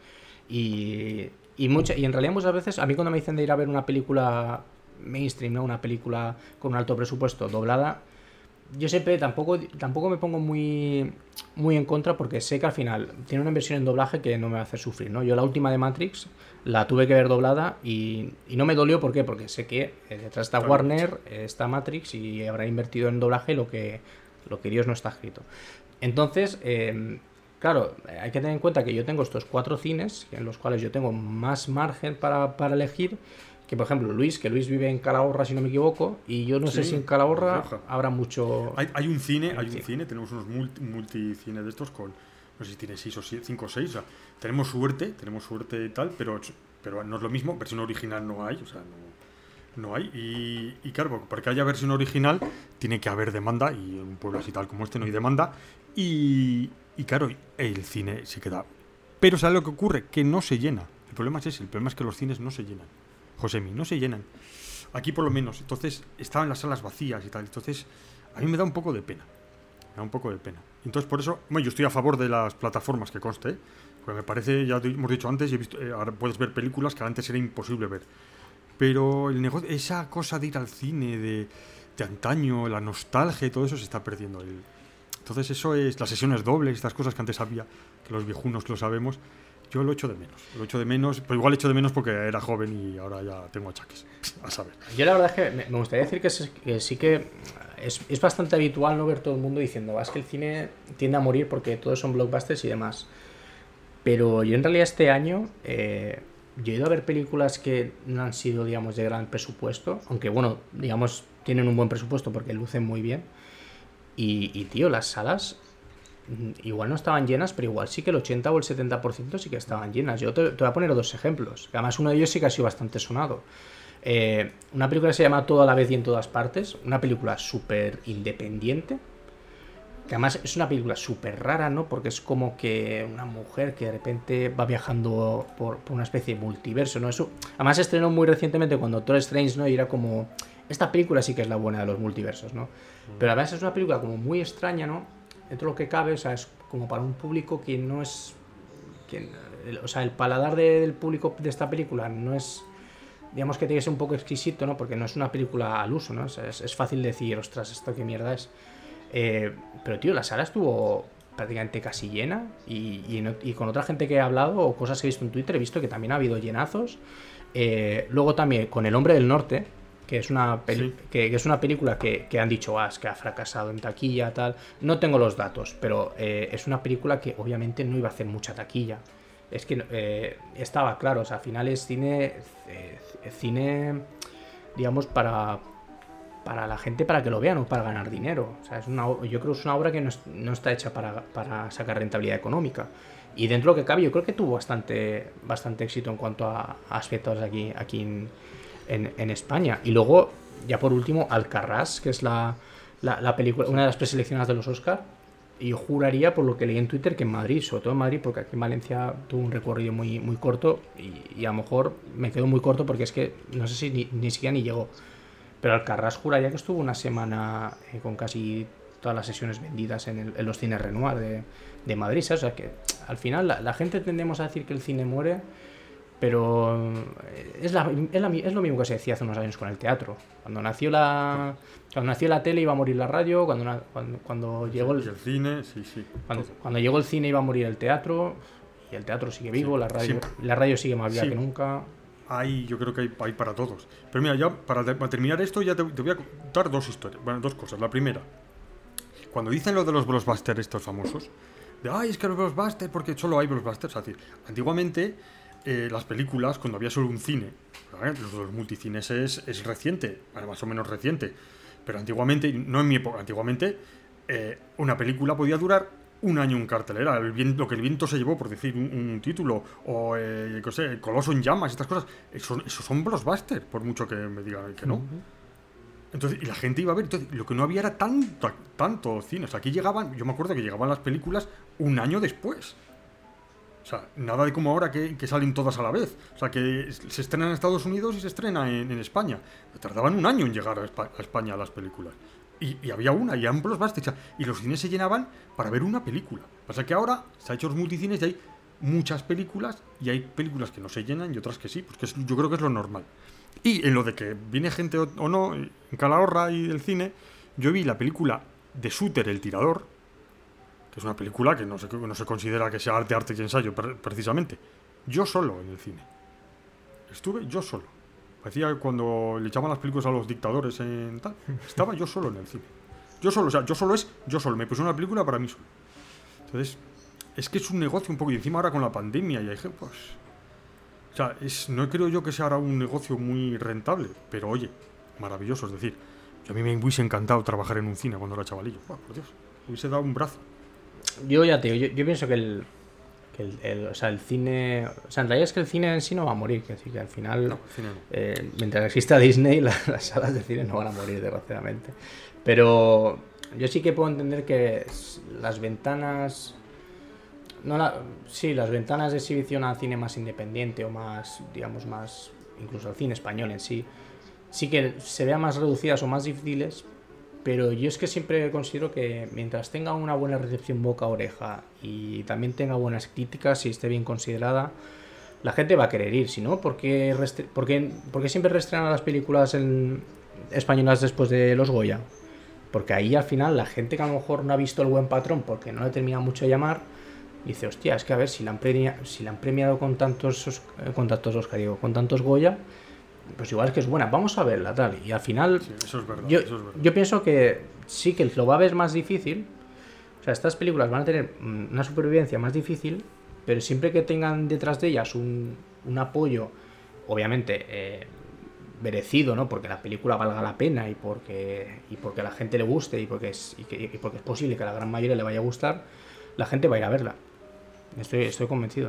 y, y, mucha, y en realidad muchas veces, a mí cuando me dicen de ir a ver una película mainstream, ¿no? Una película con un alto presupuesto doblada, yo siempre tampoco, tampoco me pongo muy, muy en contra, porque sé que al final tiene una inversión en doblaje que no me va a hacer sufrir, ¿no? Yo la última de Matrix la tuve que ver doblada y, y no me dolió. ¿Por qué? Porque sé que eh, detrás está Warner, eh, está Matrix y habrá invertido en doblaje lo que, lo que Dios no está escrito. Entonces, eh, claro, hay que tener en cuenta que yo tengo estos cuatro cines en los cuales yo tengo más margen para, para elegir. Que por ejemplo Luis, que Luis vive en Calahorra si no me equivoco, y yo no Sí, sé si en Calahorra Rioja. habrá mucho... Hay, hay un cine, hay hay un un cine. cine, tenemos unos multi, multicines de estos con, no sé si tiene seis o cinco o seis, o sea, tenemos suerte, tenemos suerte y tal, pero, pero no es lo mismo, versión original no hay, o sea, no, no hay, y, y claro, para que haya versión original tiene que haber demanda, y en un pueblo así tal como este no hay demanda, y, y claro, el cine se queda... Pero ¿sabes lo que ocurre? Que no se llena. El problema es ese, el problema es que los cines no se llenan. Josemi, no se llenan. Aquí por lo menos. Entonces estaban las salas vacías y tal. Entonces a mí me da un poco de pena. Me da un poco de pena. Entonces por eso, bueno, yo estoy a favor de las plataformas, que conste, ¿eh? Porque me parece, ya te hemos dicho antes, y he visto, eh, ahora puedes ver películas que antes era imposible ver. Pero el negocio, esa cosa de ir al cine, de, de antaño, la nostalgia y todo eso se está perdiendo. El, entonces eso es, las sesiones dobles, estas cosas que antes había, que los viejunos lo sabemos. Yo lo echo de menos, lo echo de menos, pero igual echo de menos porque era joven y ahora ya tengo achaques, a saber. Yo la verdad es que me, me gustaría decir que, es, que sí que es, es bastante habitual no ver todo el mundo diciendo, es que el cine tiende a morir porque todos son blockbusters y demás. Pero yo en realidad este año eh, yo he ido a ver películas que no han sido, digamos, de gran presupuesto, aunque bueno, digamos, tienen un buen presupuesto porque lucen muy bien. Y, y tío, las salas... igual no estaban llenas, pero igual sí que el ochenta o el setenta por ciento sí que estaban llenas. Yo te, te voy a poner dos ejemplos, que además uno de ellos sí que ha sido bastante sonado. Eh, una película que se llama Todo a la vez y en todas partes, una película súper independiente, que además es una película súper rara, ¿no? Porque es como que una mujer que de repente va viajando por, por una especie de multiverso, ¿no? Eso, además se estrenó muy recientemente con Doctor Strange, ¿no? Y era como, esta película sí que es la buena de los multiversos, ¿no? Pero además es una película como muy extraña, ¿no? Dentro de lo que cabe, o sea, es como para un público que no es... Que, o sea, el paladar de, del público de esta película no es... Digamos que tiene que ser un poco exquisito, ¿no? Porque no es una película al uso, ¿no? O sea, es, es fácil decir, ostras, esto qué mierda es. Eh, pero, tío, la sala estuvo prácticamente casi llena y, y, no, y con otra gente que he hablado o cosas que he visto en Twitter he visto que también ha habido llenazos. Eh, luego también con El Hombre del Norte, que es una peli- sí. que, que es una película que, que han dicho ah, es que ha fracasado en taquilla, tal. No tengo los datos, pero eh, es una película que obviamente no iba a hacer mucha taquilla. Es que eh, estaba claro, o sea, al final es cine, eh, cine, digamos, para, para la gente, para que lo vean, o para ganar dinero. O sea, es una, yo creo que es una obra que no, es, no está hecha para, para sacar rentabilidad económica. Y dentro de lo que cabe, yo creo que tuvo bastante, bastante éxito en cuanto a, a aspectos aquí, aquí en, en, en España. Y luego, ya por último, Alcarràs, que es la, la, la película, una de las preseleccionadas de los Oscar. Y yo juraría, por lo que leí en Twitter, que en Madrid, sobre todo en Madrid, porque aquí en Valencia tuvo un recorrido muy, muy corto y, y a lo mejor me quedó muy corto porque es que no sé si ni, ni siquiera ni llegó. Pero Alcarràs juraría que estuvo una semana eh, con casi todas las sesiones vendidas en, el, en los cines Renoir de, de Madrid, ¿sabes? O sea que al final la, la gente tendemos a decir que el cine muere, pero es, la, es, la, es lo mismo que se decía hace unos años con el teatro. Cuando nació la cuando nació la tele iba a morir la radio, cuando cuando, cuando llegó el, el cine, sí, sí. Cuando, cuando llegó el cine iba a morir el teatro, y el teatro sigue vivo, sí, la radio siempre. La radio sigue más viva sí. que nunca. Hay, yo creo que hay, hay para todos. Pero mira, ya para, para terminar esto ya te, te voy a contar dos historias, bueno, dos cosas. La primera, cuando dicen lo de los blockbusters estos famosos, de ay, es que los blockbusters, porque solo hay blockbusters, es decir, antiguamente Eh, las películas, cuando había solo un cine, ¿vale? los, los multicines es, es reciente, más o menos reciente, pero antiguamente, no en mi época, antiguamente eh, una película podía durar un año en cartelera, el viento, lo que el viento se llevó, por decir un, un título, o eh, qué sé, el Coloso en llamas, estas cosas, esos eso son blockbusters, por mucho que me digan que no. Uh-huh. Entonces, y la gente iba a ver, entonces, lo que no había era tanto, tanto cine, o sea, aquí llegaban, yo me acuerdo que llegaban las películas un año después. O sea, nada de como ahora que, que salen todas a la vez. O sea, que se estrena en Estados Unidos y se estrena en, en España. Tardaban un año en llegar a, Espa- a España las películas. Y, y había una, y ambos blockbusters. Y los cines se llenaban para ver una película. Pasa que ahora se ha hecho los multicines y hay muchas películas, y hay películas que no se llenan y otras que sí. Porque es, yo creo que es lo normal. Y en lo de que viene gente o, o no, en Calahorra y del cine, yo vi la película de Shooter, El Tirador, es una película que no se, no se considera que sea arte, arte y ensayo, precisamente. Yo solo en el cine. Estuve yo solo. Parecía cuando le echaban las películas a los dictadores en tal. Estaba yo solo en el cine. Yo solo, o sea, yo solo es yo solo. Me puse una película para mí solo. Entonces, es que es un negocio un poco. Y encima ahora con la pandemia y hay gente, pues... O sea, es, no creo yo que sea ahora un negocio muy rentable. Pero oye, maravilloso. Es decir, yo a mí me hubiese encantado trabajar en un cine cuando era chavalillo. Oh, por Dios, me hubiese dado un brazo. Yo ya te digo, yo, yo pienso que el, que el, el, o sea, el cine, o sea, en realidad es que el cine en sí no va a morir, que decir que al final, no, no. Eh, mientras exista Disney, la, las salas de cine no van a morir, desgraciadamente. Pero yo sí que puedo entender que las ventanas, no la, sí, las ventanas de exhibición al cine más independiente o más, digamos, más, incluso al cine español en sí, sí que se vean más reducidas o más difíciles. Pero yo es que siempre considero que mientras tenga una buena recepción boca a oreja y también tenga buenas críticas y esté bien considerada, la gente va a querer ir. Si no, ¿por qué, restre- por qué, por qué siempre reestrenan las películas en españolas después de los Goya? Porque ahí al final la gente que a lo mejor no ha visto El Buen Patrón porque no le termina mucho de llamar, dice, hostia, es que a ver, si la han, premia- si la han premiado con tantos, con tantos Oscar, digo, con tantos Goya, pues igual es que es buena, vamos a verla, tal. Y al final, sí, eso es verdad, yo, eso es verdad. yo pienso que sí que lo va a ver más difícil. O sea, estas películas van a tener una supervivencia más difícil, pero siempre que tengan detrás de ellas un, un apoyo, obviamente eh, merecido, ¿no? Porque la película valga la pena y porque, y porque a la gente le guste y porque, es, y, que, y porque es posible que a la gran mayoría le vaya a gustar, la gente va a ir a verla. Estoy, estoy convencido.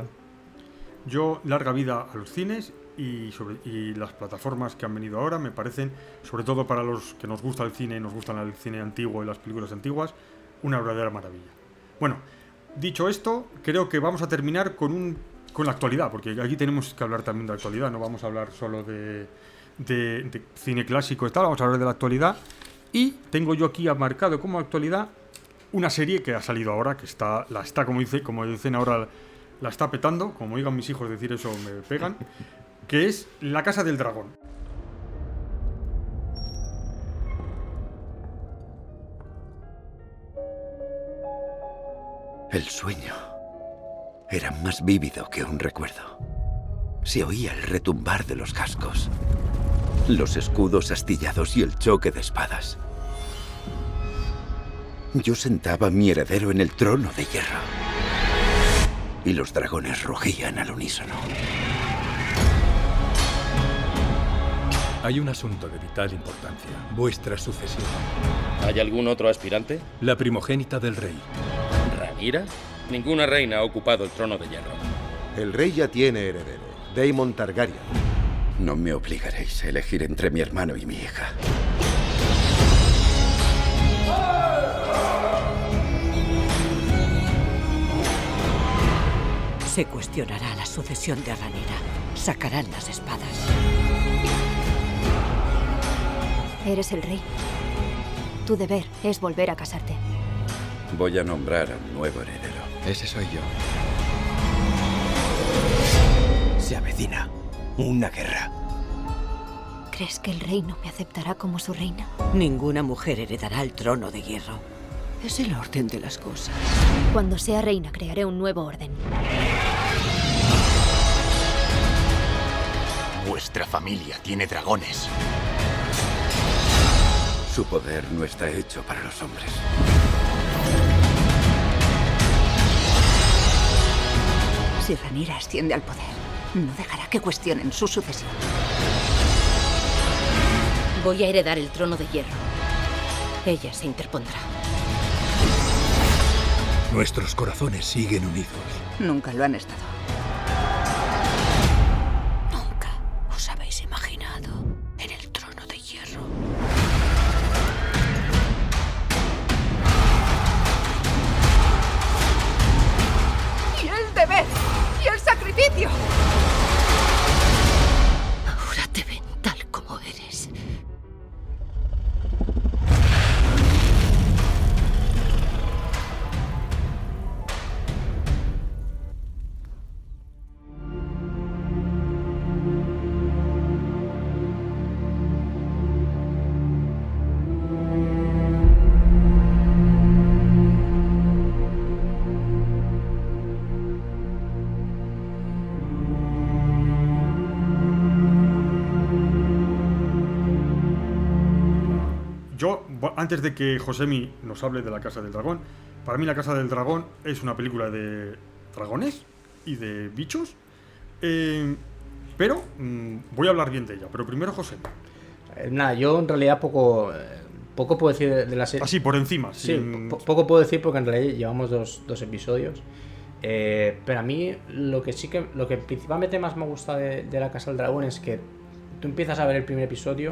Yo, larga vida a los cines. Y, sobre, y las plataformas que han venido ahora me parecen, sobre todo para los que nos gusta el cine y nos gustan el cine antiguo y las películas antiguas, una verdadera maravilla. Bueno, dicho esto, creo que vamos a terminar con un con la actualidad, porque aquí tenemos que hablar también de actualidad, no vamos a hablar solo de, de, de cine clásico y tal, vamos a hablar de la actualidad. Y tengo yo aquí marcado como actualidad una serie que ha salido ahora, que está la está, como, dice, como dicen ahora, la está petando, como oigan mis hijos decir eso me pegan, que es La Casa del Dragón. El sueño era más vívido que un recuerdo. Se oía el retumbar de los cascos, Los escudos astillados y el choque de espadas. Yo sentaba a mi heredero en el trono de hierro. Y los dragones rugían al unísono. Hay un asunto de vital importancia. Vuestra sucesión. ¿Hay algún otro aspirante? La primogénita del rey. ¿Rhaenyra? Ninguna reina ha ocupado el trono de hierro. El rey ya tiene heredero. Daemon Targaryen. No me obligaréis a elegir entre mi hermano y mi hija. Se cuestionará la sucesión de Rhaenyra. Sacarán las espadas. Eres el rey. Tu deber es volver a casarte. Voy a nombrar a un nuevo heredero. Ese soy yo. Se avecina una guerra. ¿Crees que el rey no me aceptará como su reina? Ninguna mujer heredará el trono de hierro. Es el orden de las cosas. Cuando sea reina, crearé un nuevo orden. Vuestra familia tiene dragones. Su poder no está hecho para los hombres. Si Rhaenyra asciende al poder, no dejará que cuestionen su sucesión. Voy a heredar el trono de hierro. Ella se interpondrá. Nuestros corazones siguen unidos. Nunca lo han estado. Nunca os habéis imaginado en el trono de hierro. ¡Y el deber! ¡Y el sacrificio! Ahora te ven tal como eres. Yo, antes de que Josemi nos hable de La Casa del Dragón, para mí La Casa del Dragón es una película de dragones y de bichos, eh, pero mmm, voy a hablar bien de ella. Pero primero Josemi. Eh, nada, yo en realidad poco, eh, poco puedo decir de, de la serie. Así, por encima. Sí, sin... po poco puedo decir porque en realidad llevamos dos, dos episodios. Eh, pero a mí lo que sí que, lo que principalmente más me gusta de, de La Casa del Dragón es que tú empiezas a ver el primer episodio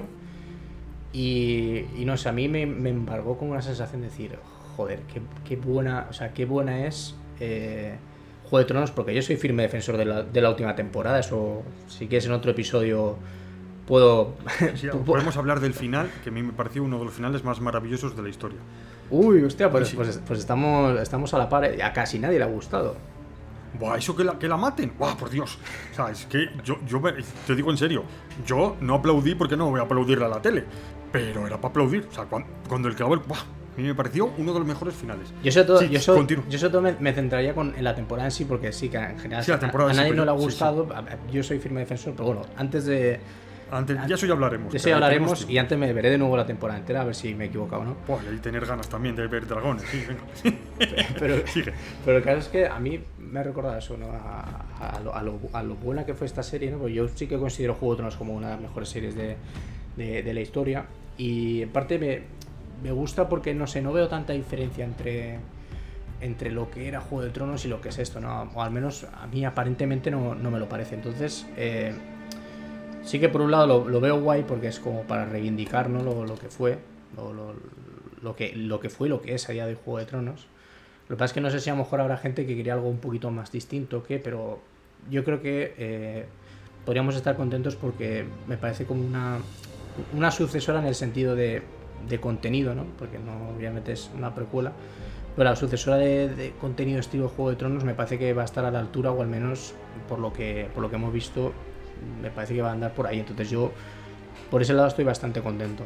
y, y no sé, a mí me, me embargó con una sensación de decir, joder, qué, qué buena, o sea, qué buena es eh, Juego de Tronos, porque yo soy firme defensor de la, de la última temporada. Eso, si quieres en otro episodio puedo... Sí, podemos hablar del final, que a mí me pareció uno de los finales más maravillosos de la historia. Uy, hostia, pues, sí. pues, pues estamos, estamos a la par, a casi nadie le ha gustado. Buah, eso que la, que la maten, buah, por Dios. O sea, es que yo, yo me, te digo en serio, yo no aplaudí porque no voy a aplaudirle a la tele, pero era para aplaudir. O sea, cuando, cuando el clavel, buah, a mí me pareció uno de los mejores finales. Yo sobre todo, sí, yo sobre, yo sobre todo me, me centraría con, en la temporada en sí, porque sí que en general sí, la temporada a, a nadie sí, no le ha sí, gustado. Sí. Yo soy firme defensor, pero bueno, antes de... Antes, ya eso ya hablaremos. De eso ya hablaremos y antes me veré de nuevo la temporada entera a ver si me he equivocado o no. Buah, y ahí tener ganas también de ver dragones, sí, venga. pero, pero el caso es que a mí me ha recordado eso, ¿no? A, a, lo, a, lo, a lo buena que fue esta serie, ¿no? Pues yo sí que considero Juego de Tronos como una de las mejores series de, de, de la historia. Y en parte me, me gusta porque, no sé, no veo tanta diferencia entre, entre lo que era Juego de Tronos y lo que es esto, ¿no? O al menos a mí aparentemente no, no me lo parece. Entonces... Eh, sí que por un lado lo, lo veo guay porque es como para reivindicar, ¿no? lo, lo que fue, lo, lo, lo, que, lo que fue y lo que es a día de Juego de Tronos. Lo que pasa es que no sé si a lo mejor habrá gente que quería algo un poquito más distinto, ¿qué? Pero yo creo que eh, podríamos estar contentos porque me parece como una, una sucesora en el sentido de, de contenido, ¿no? Porque no, obviamente es una precuela, pero la sucesora de, de contenido estilo Juego de Tronos me parece que va a estar a la altura, o al menos por lo que, por lo que hemos visto, me parece que va a andar por ahí. Entonces yo por ese lado estoy bastante contento.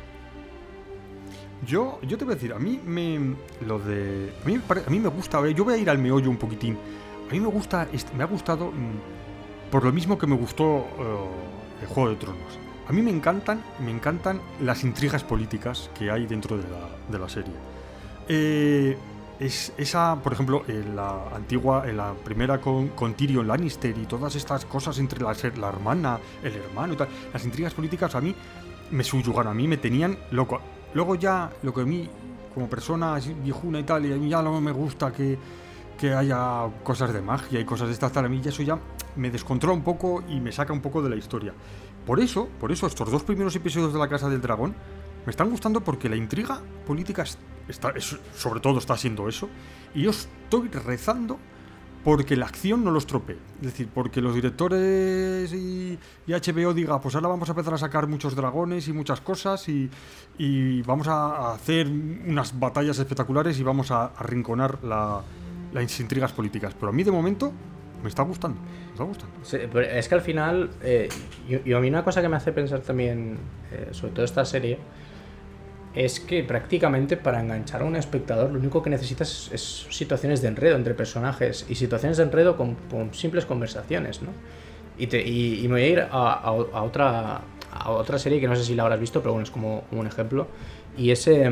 Yo, yo te voy a decir, a mí me lo de a mí, a mí me gusta, yo voy a ir al meollo un poquitín. A mí me gusta, me ha gustado por lo mismo que me gustó uh, el Juego de Tronos. A mí me encantan, me encantan las intrigas políticas que hay dentro de la, de la serie. Eh, es esa, por ejemplo, en la antigua, en la primera con, con Tyrion Lannister y todas estas cosas entre la, la hermana, el hermano y tal, las intrigas políticas a mí me subyugaron, a mí me tenían loco. Luego ya, lo que a mí, como persona viejuna y tal, y a mí ya no me gusta que, que haya cosas de magia y cosas de estas tal, a mí ya eso ya me descontrola un poco y me saca un poco de la historia. Por eso, por eso estos dos primeros episodios de La Casa del Dragón me están gustando porque la intriga política está, es, sobre todo está siendo eso, y yo estoy rezando porque la acción no lo estropee. Es decir, porque los directores y, y H B O diga, pues ahora vamos a empezar a sacar muchos dragones y muchas cosas y, y vamos a, a hacer unas batallas espectaculares y vamos a arrinconar la, las intrigas políticas. Pero a mí de momento me está gustando, me está gustando. Sí, pero es que al final, eh, yo, yo a mí una cosa que me hace pensar también, eh, sobre todo esta serie, es que prácticamente para enganchar a un espectador lo único que necesitas es, es situaciones de enredo entre personajes y situaciones de enredo con, con simples conversaciones, ¿no? Y, te, y, y me voy a ir a, a, a, otra, a otra serie que no sé si la habrás visto, pero bueno, es como, como un ejemplo, y es eh,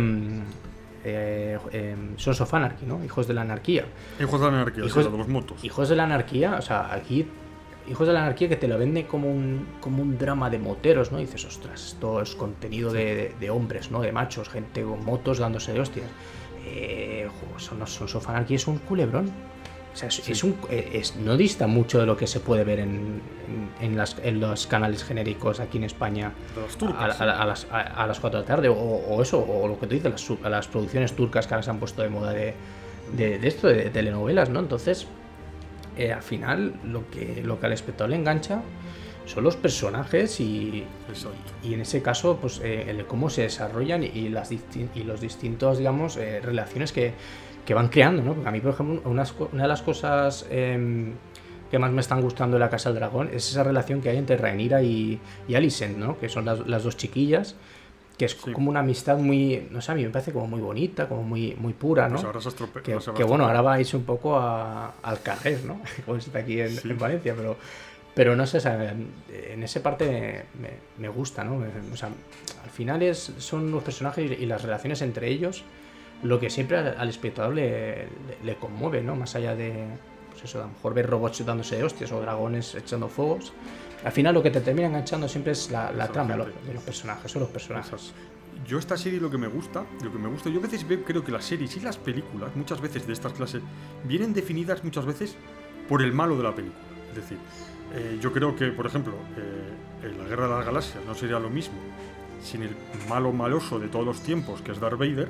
eh, eh, Sons of Anarchy, ¿no? Hijos de la Anarquía. Hijos de la Anarquía, Hijos, sí, de los motos. Hijos de la Anarquía, o sea, aquí Hijos de la Anarquía que te lo vende como un, como un drama de moteros, ¿no? Y dices, ostras, esto es contenido de, de, de hombres, ¿no? De machos, gente con motos dándose de hostias. Eh, son, Sons of Anarchy es un culebrón. O sea, es, sí. es un, es, no dista mucho de lo que se puede ver en, en, en, las, en los canales genéricos aquí en España las turcas, a, a, a, las, a, a las cuatro de la tarde, o, o eso, o lo que tú dices, las, las producciones turcas que ahora se han puesto de moda de, de, de esto, de, de telenovelas, ¿no? Entonces, eh, al final, lo que, lo que al espectador le engancha son los personajes y, y, y en ese caso, pues eh, el, cómo se desarrollan y, y, las distin- y los distintos, digamos, eh, relaciones que que van creando, ¿no? Porque a mí, por ejemplo, una, una de las cosas eh, que más me están gustando de La Casa del Dragón es esa relación que hay entre Rhaenyra y, y Alicent, ¿no? Que son las, las dos chiquillas, que es sí. como una amistad muy, no sé, a mí me parece como muy bonita, como muy, muy pura, ¿no? Pues ahora se estrope- que, se que bueno, ahora va a irse un poco a, al carrer, ¿no? Como está aquí en, sí. en Valencia, pero, pero no sé, o sea, en esa parte me, me, me gusta, ¿no? O sea, al final es, son los personajes y las relaciones entre ellos lo que siempre al, al espectador le, le, le conmueve, ¿no? Más allá de, pues eso, a lo mejor ver robots dándose de hostias o dragones echando fuegos. Al final lo que te termina enganchando siempre es la, la trama lo, de los personajes, son los personajes. Yo esta serie lo que me gusta, lo que me gusta, yo a veces veo, creo que las series y las películas, muchas veces de estas clases, vienen definidas muchas veces por el malo de la película. Es decir, eh, yo creo que, por ejemplo, eh, en la Guerra de las Galaxias no sería lo mismo sin el malo maloso de todos los tiempos, que es Darth Vader.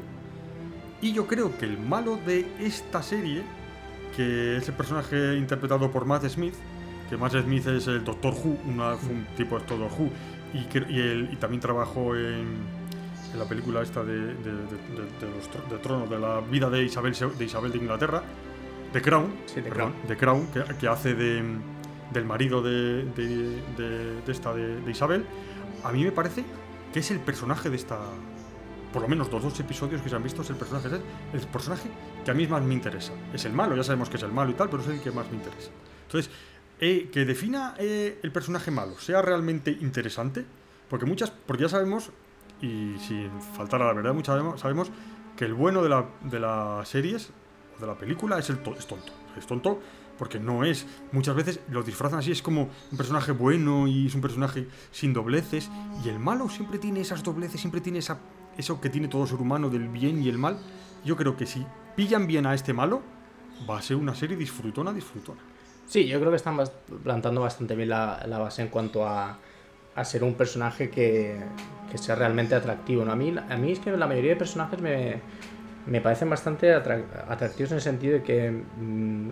Y yo creo que el malo de esta serie, que es el personaje interpretado por Matt Smith, que Matt Smith es el Doctor Who, una, un tipo de Doctor Who, y, que, y, él, y también trabajó en, en la película esta de, de, de, de, de los de Tronos, de la vida de Isabel de, Isabel de Inglaterra, The Crown, sí, The perdón, Crown, The Crown que, que hace de, del marido de, de, de, de esta de, de Isabel. A mí me parece que es el personaje de esta... Por lo menos los dos episodios que se han visto es el personaje, es el, el personaje que a mí más me interesa. Es el malo, ya sabemos que es el malo y tal, pero es el que más me interesa. Entonces, eh, que defina eh, el personaje malo sea realmente interesante, porque muchas, porque ya sabemos, y sin faltar a la verdad, muchas sabemos, sabemos que el bueno de la, de las series o de la película es, el to- es tonto. Es tonto porque no es, muchas veces lo disfrazan así, es como un personaje bueno y es un personaje sin dobleces, y el malo siempre tiene esas dobleces, siempre tiene esa... eso que tiene todo ser humano del bien y el mal. Yo creo que si pillan bien a este malo, va a ser una serie disfrutona, disfrutona. Sí, yo creo que están plantando bastante bien la, la base en cuanto a, a ser un personaje que, que sea realmente atractivo, ¿no? A mí, a mí es que la mayoría de personajes me, me parecen bastante atra- atractivos en el sentido de que mmm,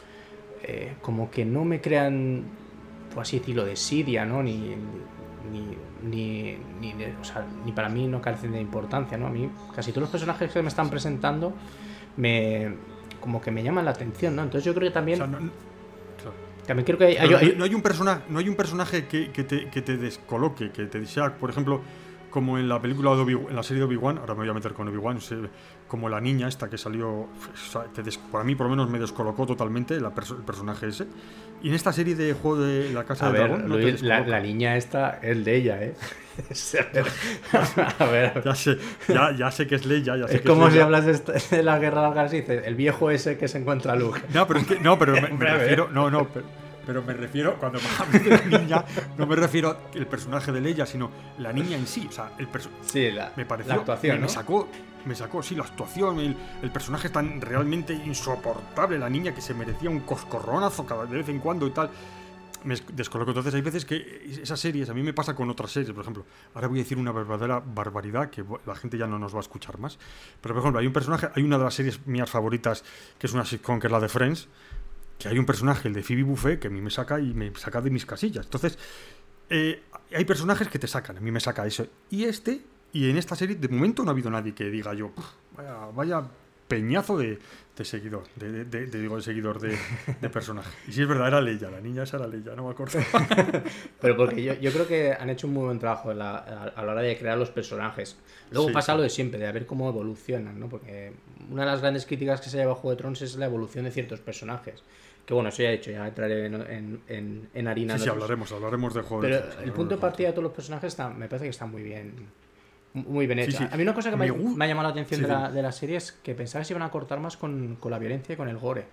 eh, como que no me crean, por así decirlo, desidia, ¿no? Ni... Ni, ni, ni, o sea, ni para mí no carecen de importancia, ¿no? A mí casi todos los personajes que me están presentando me como que me llaman la atención, ¿no? Entonces yo creo que también... O sea, no, no, claro. También creo que hay... hay, hay no, hay un persona, no hay un personaje que, que, te, que te descoloque, que te sea, por ejemplo, como en la película de Obi en la serie de Obi-Wan, ahora me voy a meter con Obi-Wan, como la niña esta que salió, o sea, te des, para mí por lo menos me descolocó totalmente la perso el personaje ese. Y en esta serie de Juego de la Casa a del ver, Dragón, ¿no Luis, la, la niña esta es Leia, ¿eh? a ver. Ya sé, ya, ya sé que es Leia, ya sé es que como es si hablas de, esta, de la Guerra de las Galaxias y dices, el viejo ese que se encuentra a Luke. No, pero es que, no, pero me, me refiero, no, no, pero, pero me refiero, cuando me hablo de la niña, no me refiero al personaje de Leia, sino la niña en sí, o sea, el personaje. Sí, la, me pareció, la actuación, me, ¿no? me sacó, me sacó, sí, la actuación, el, el personaje tan realmente insoportable, la niña que se merecía un coscorronazo cada de vez en cuando y tal. Me descoloco. Entonces hay veces que esas series, a mí me pasa con otras series, por ejemplo, ahora voy a decir una verdadera barbaridad que la gente ya no nos va a escuchar más, pero por ejemplo hay un personaje, hay una de las series mías favoritas que es una sitcom que es la de Friends, que hay un personaje, el de Phoebe Buffet, que a mí me saca y me saca de mis casillas. Entonces eh, hay personajes que te sacan, a mí me saca eso. Y este, y en esta serie de momento no ha habido nadie que diga yo, vaya, vaya peñazo de, de seguidor, de, de, de, de, digo, de seguidor de, de personaje. Y si es verdad, era Leia, la niña esa era Leia, no me acuerdo. Pero porque yo, yo creo que han hecho un muy buen trabajo en la, a, a la hora de crear los personajes. Luego sí, pasa sí. lo de siempre, de ver cómo evolucionan, ¿no? Porque una de las grandes críticas que se lleva a Juego de Tronos es la evolución de ciertos personajes. Que bueno, eso ya he dicho, ya entraré en, en, en, en harina. Sí, sí, hablaremos, hablaremos de Juego Pero de Tronos. El punto de partida de todos los personajes está, me parece que está muy bien. Muy bien hecha. Sí, sí. A mí una cosa que me, me, me ha llamado la atención sí, de, la, de la serie es que pensaba que se iban a cortar más con, con la violencia y con el gore.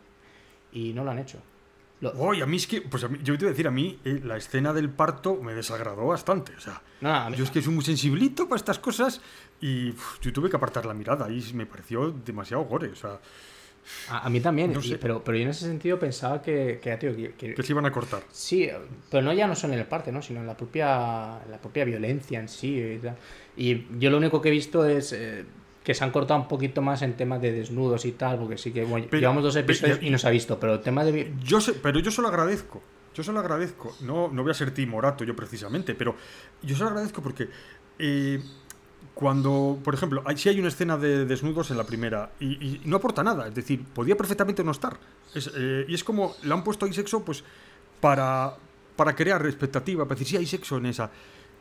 Y no lo han hecho. Lo... Oh, y a mí es que, pues a mí, yo te voy a decir, a mí eh, la escena del parto me desagradó bastante. O sea, no, a mí... yo es que soy muy sensiblito para estas cosas y uf, yo tuve que apartar la mirada y me pareció demasiado gore. O sea, a, a mí también, no y, sé. pero, pero yo en ese sentido pensaba que, que, tío, que, que... que se iban a cortar. Sí, pero no ya no son en el parto, ¿no? Sino en la propia, la propia violencia en sí. Y, tal. Y yo lo único que he visto es eh, que se han cortado un poquito más en temas de desnudos y tal, porque sí que bueno, pero, llevamos dos episodios pero, y no se ha visto, pero el tema de... Yo sé, pero yo se lo agradezco, yo se lo agradezco. No, no voy a ser timorato yo precisamente, pero yo se lo agradezco porque... Eh, Cuando, por ejemplo, hay, si hay una escena de desnudos en la primera y, y no aporta nada, es decir, podía perfectamente no estar. Es, eh, y es como, le han puesto ahí sexo pues para, para crear expectativa, para decir, sí hay sexo en esa.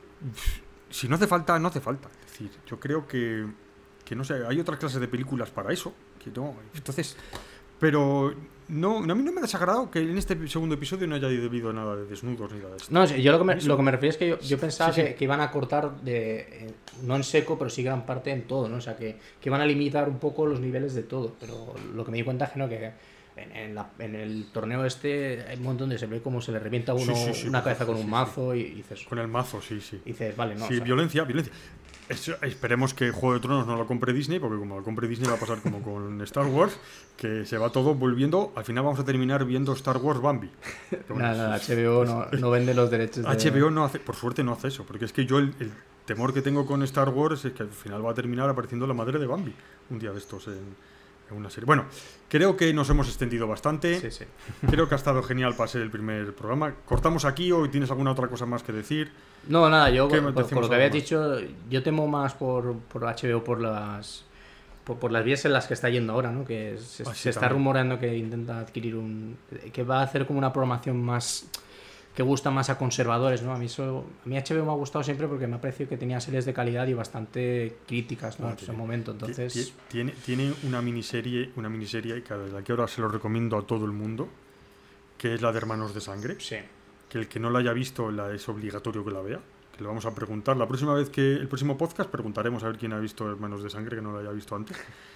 Si no hace falta, no hace falta. Es decir, yo creo que, que no sé, hay otras clases de películas para eso, que no. Entonces, pero no, a mí no me ha desagradado que en este segundo episodio no haya debido nada de desnudos ni nada de esto. No, yo lo que me, lo que me refiero es que yo, yo pensaba sí, sí. Que, que iban a cortar, de eh, no en seco, pero sí gran parte en todo, ¿no? O sea, que, que iban a limitar un poco los niveles de todo. Pero lo que me di cuenta es que no, que en, en, la, en el torneo este hay un montón de se ve como se le revienta a uno sí, sí, sí, una cabeza con sí, un sí, mazo sí. y, y dices... Con el mazo, sí, sí. Y dices, vale, no. Sí, o sea, violencia, violencia. Eso, esperemos que Juego de Tronos no lo compre Disney, porque como lo compre Disney va a pasar como con Star Wars, que se va todo volviendo, al final vamos a terminar viendo Star Wars Bambi. Bueno, nada, nada, H B O no, no vende los derechos de... H B O no hace, por suerte no hace eso, porque es que yo el, el temor que tengo con Star Wars es que al final va a terminar apareciendo la madre de Bambi, un día de estos en, en una serie. Bueno, creo que nos hemos extendido bastante, sí, sí. Creo que ha estado genial para ser el primer programa. ¿Cortamos aquí o tienes alguna otra cosa más que decir? No, nada, yo con, con lo que habías dicho, yo temo más por, por H B O, por las por, por las vías en las que está yendo ahora, ¿no? Que se, ah, sí, se está rumoreando que intenta adquirir un... que va a hacer como una programación más... que gusta más a conservadores, ¿no? A mí eso, a mí H B O me ha gustado siempre porque me ha parecido que tenía series de calidad y bastante críticas, ¿no? Ah, en ese momento, entonces... Tiene, tiene una miniserie, una miniserie que de la que ahora se lo recomiendo a todo el mundo, que es la de Hermanos de Sangre. Sí. Que el que no la haya visto la es obligatorio que la vea, que le vamos a preguntar. La próxima vez que, el próximo podcast, preguntaremos a ver quién ha visto Hermanos de Sangre, que no la haya visto antes,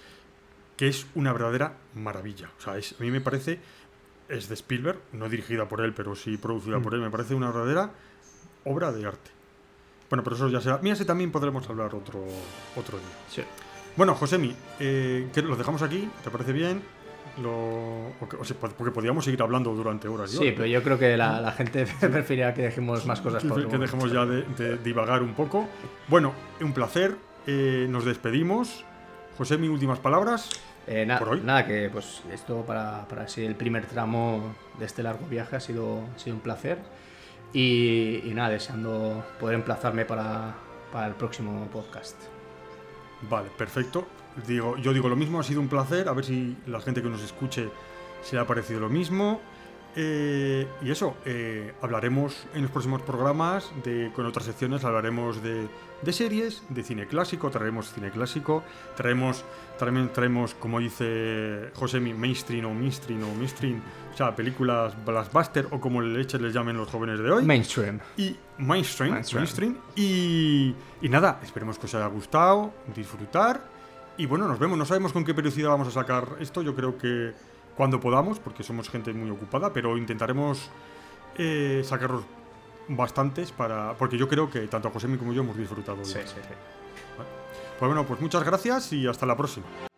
que es una verdadera maravilla. O sea, es, a mí me parece, es de Spielberg, no dirigida por él, pero sí producida mm. por él, me parece una verdadera obra de arte. Bueno, pero eso ya será. Mira, ese también podremos hablar otro, otro día. Sí. Bueno, Josemi, eh, ¿qué, ¿lo dejamos aquí? ¿Te parece bien? Lo, o sea, porque podríamos seguir hablando durante horas. Sí, horas, pero yo creo que la, la gente preferirá que dejemos más cosas por que, que dejemos ya de, de divagar un poco. Bueno, un placer. Eh, nos despedimos. José, mis últimas palabras. Eh, na por hoy. Nada, que pues esto para, para ser el primer tramo de este largo viaje ha sido, ha sido un placer. Y, y nada, deseando poder emplazarme para, para el próximo podcast. Vale, perfecto. Digo, yo digo lo mismo, ha sido un placer. A ver si la gente que nos escuche se le ha parecido lo mismo. Eh, y eso, eh, hablaremos en los próximos programas, de, con otras secciones, hablaremos de, de series, de cine clásico, traeremos cine clásico, traemos, traemos, traemos como dice José, mainstream o mainstream o mainstream, o sea, películas blockbuster o como leche les llamen los jóvenes de hoy. Mainstream. Y mainstream, Mainstream. mainstream. Y, y nada, esperemos que os haya gustado, disfrutar. Y bueno, nos vemos, no sabemos con qué periodicidad vamos a sacar esto, yo creo que cuando podamos, porque somos gente muy ocupada, pero intentaremos eh, sacarlos bastantes para, porque yo creo que tanto Josemi como yo hemos disfrutado. Sí, de esto. sí, sí. Vale. Pues bueno, pues muchas gracias y hasta la próxima.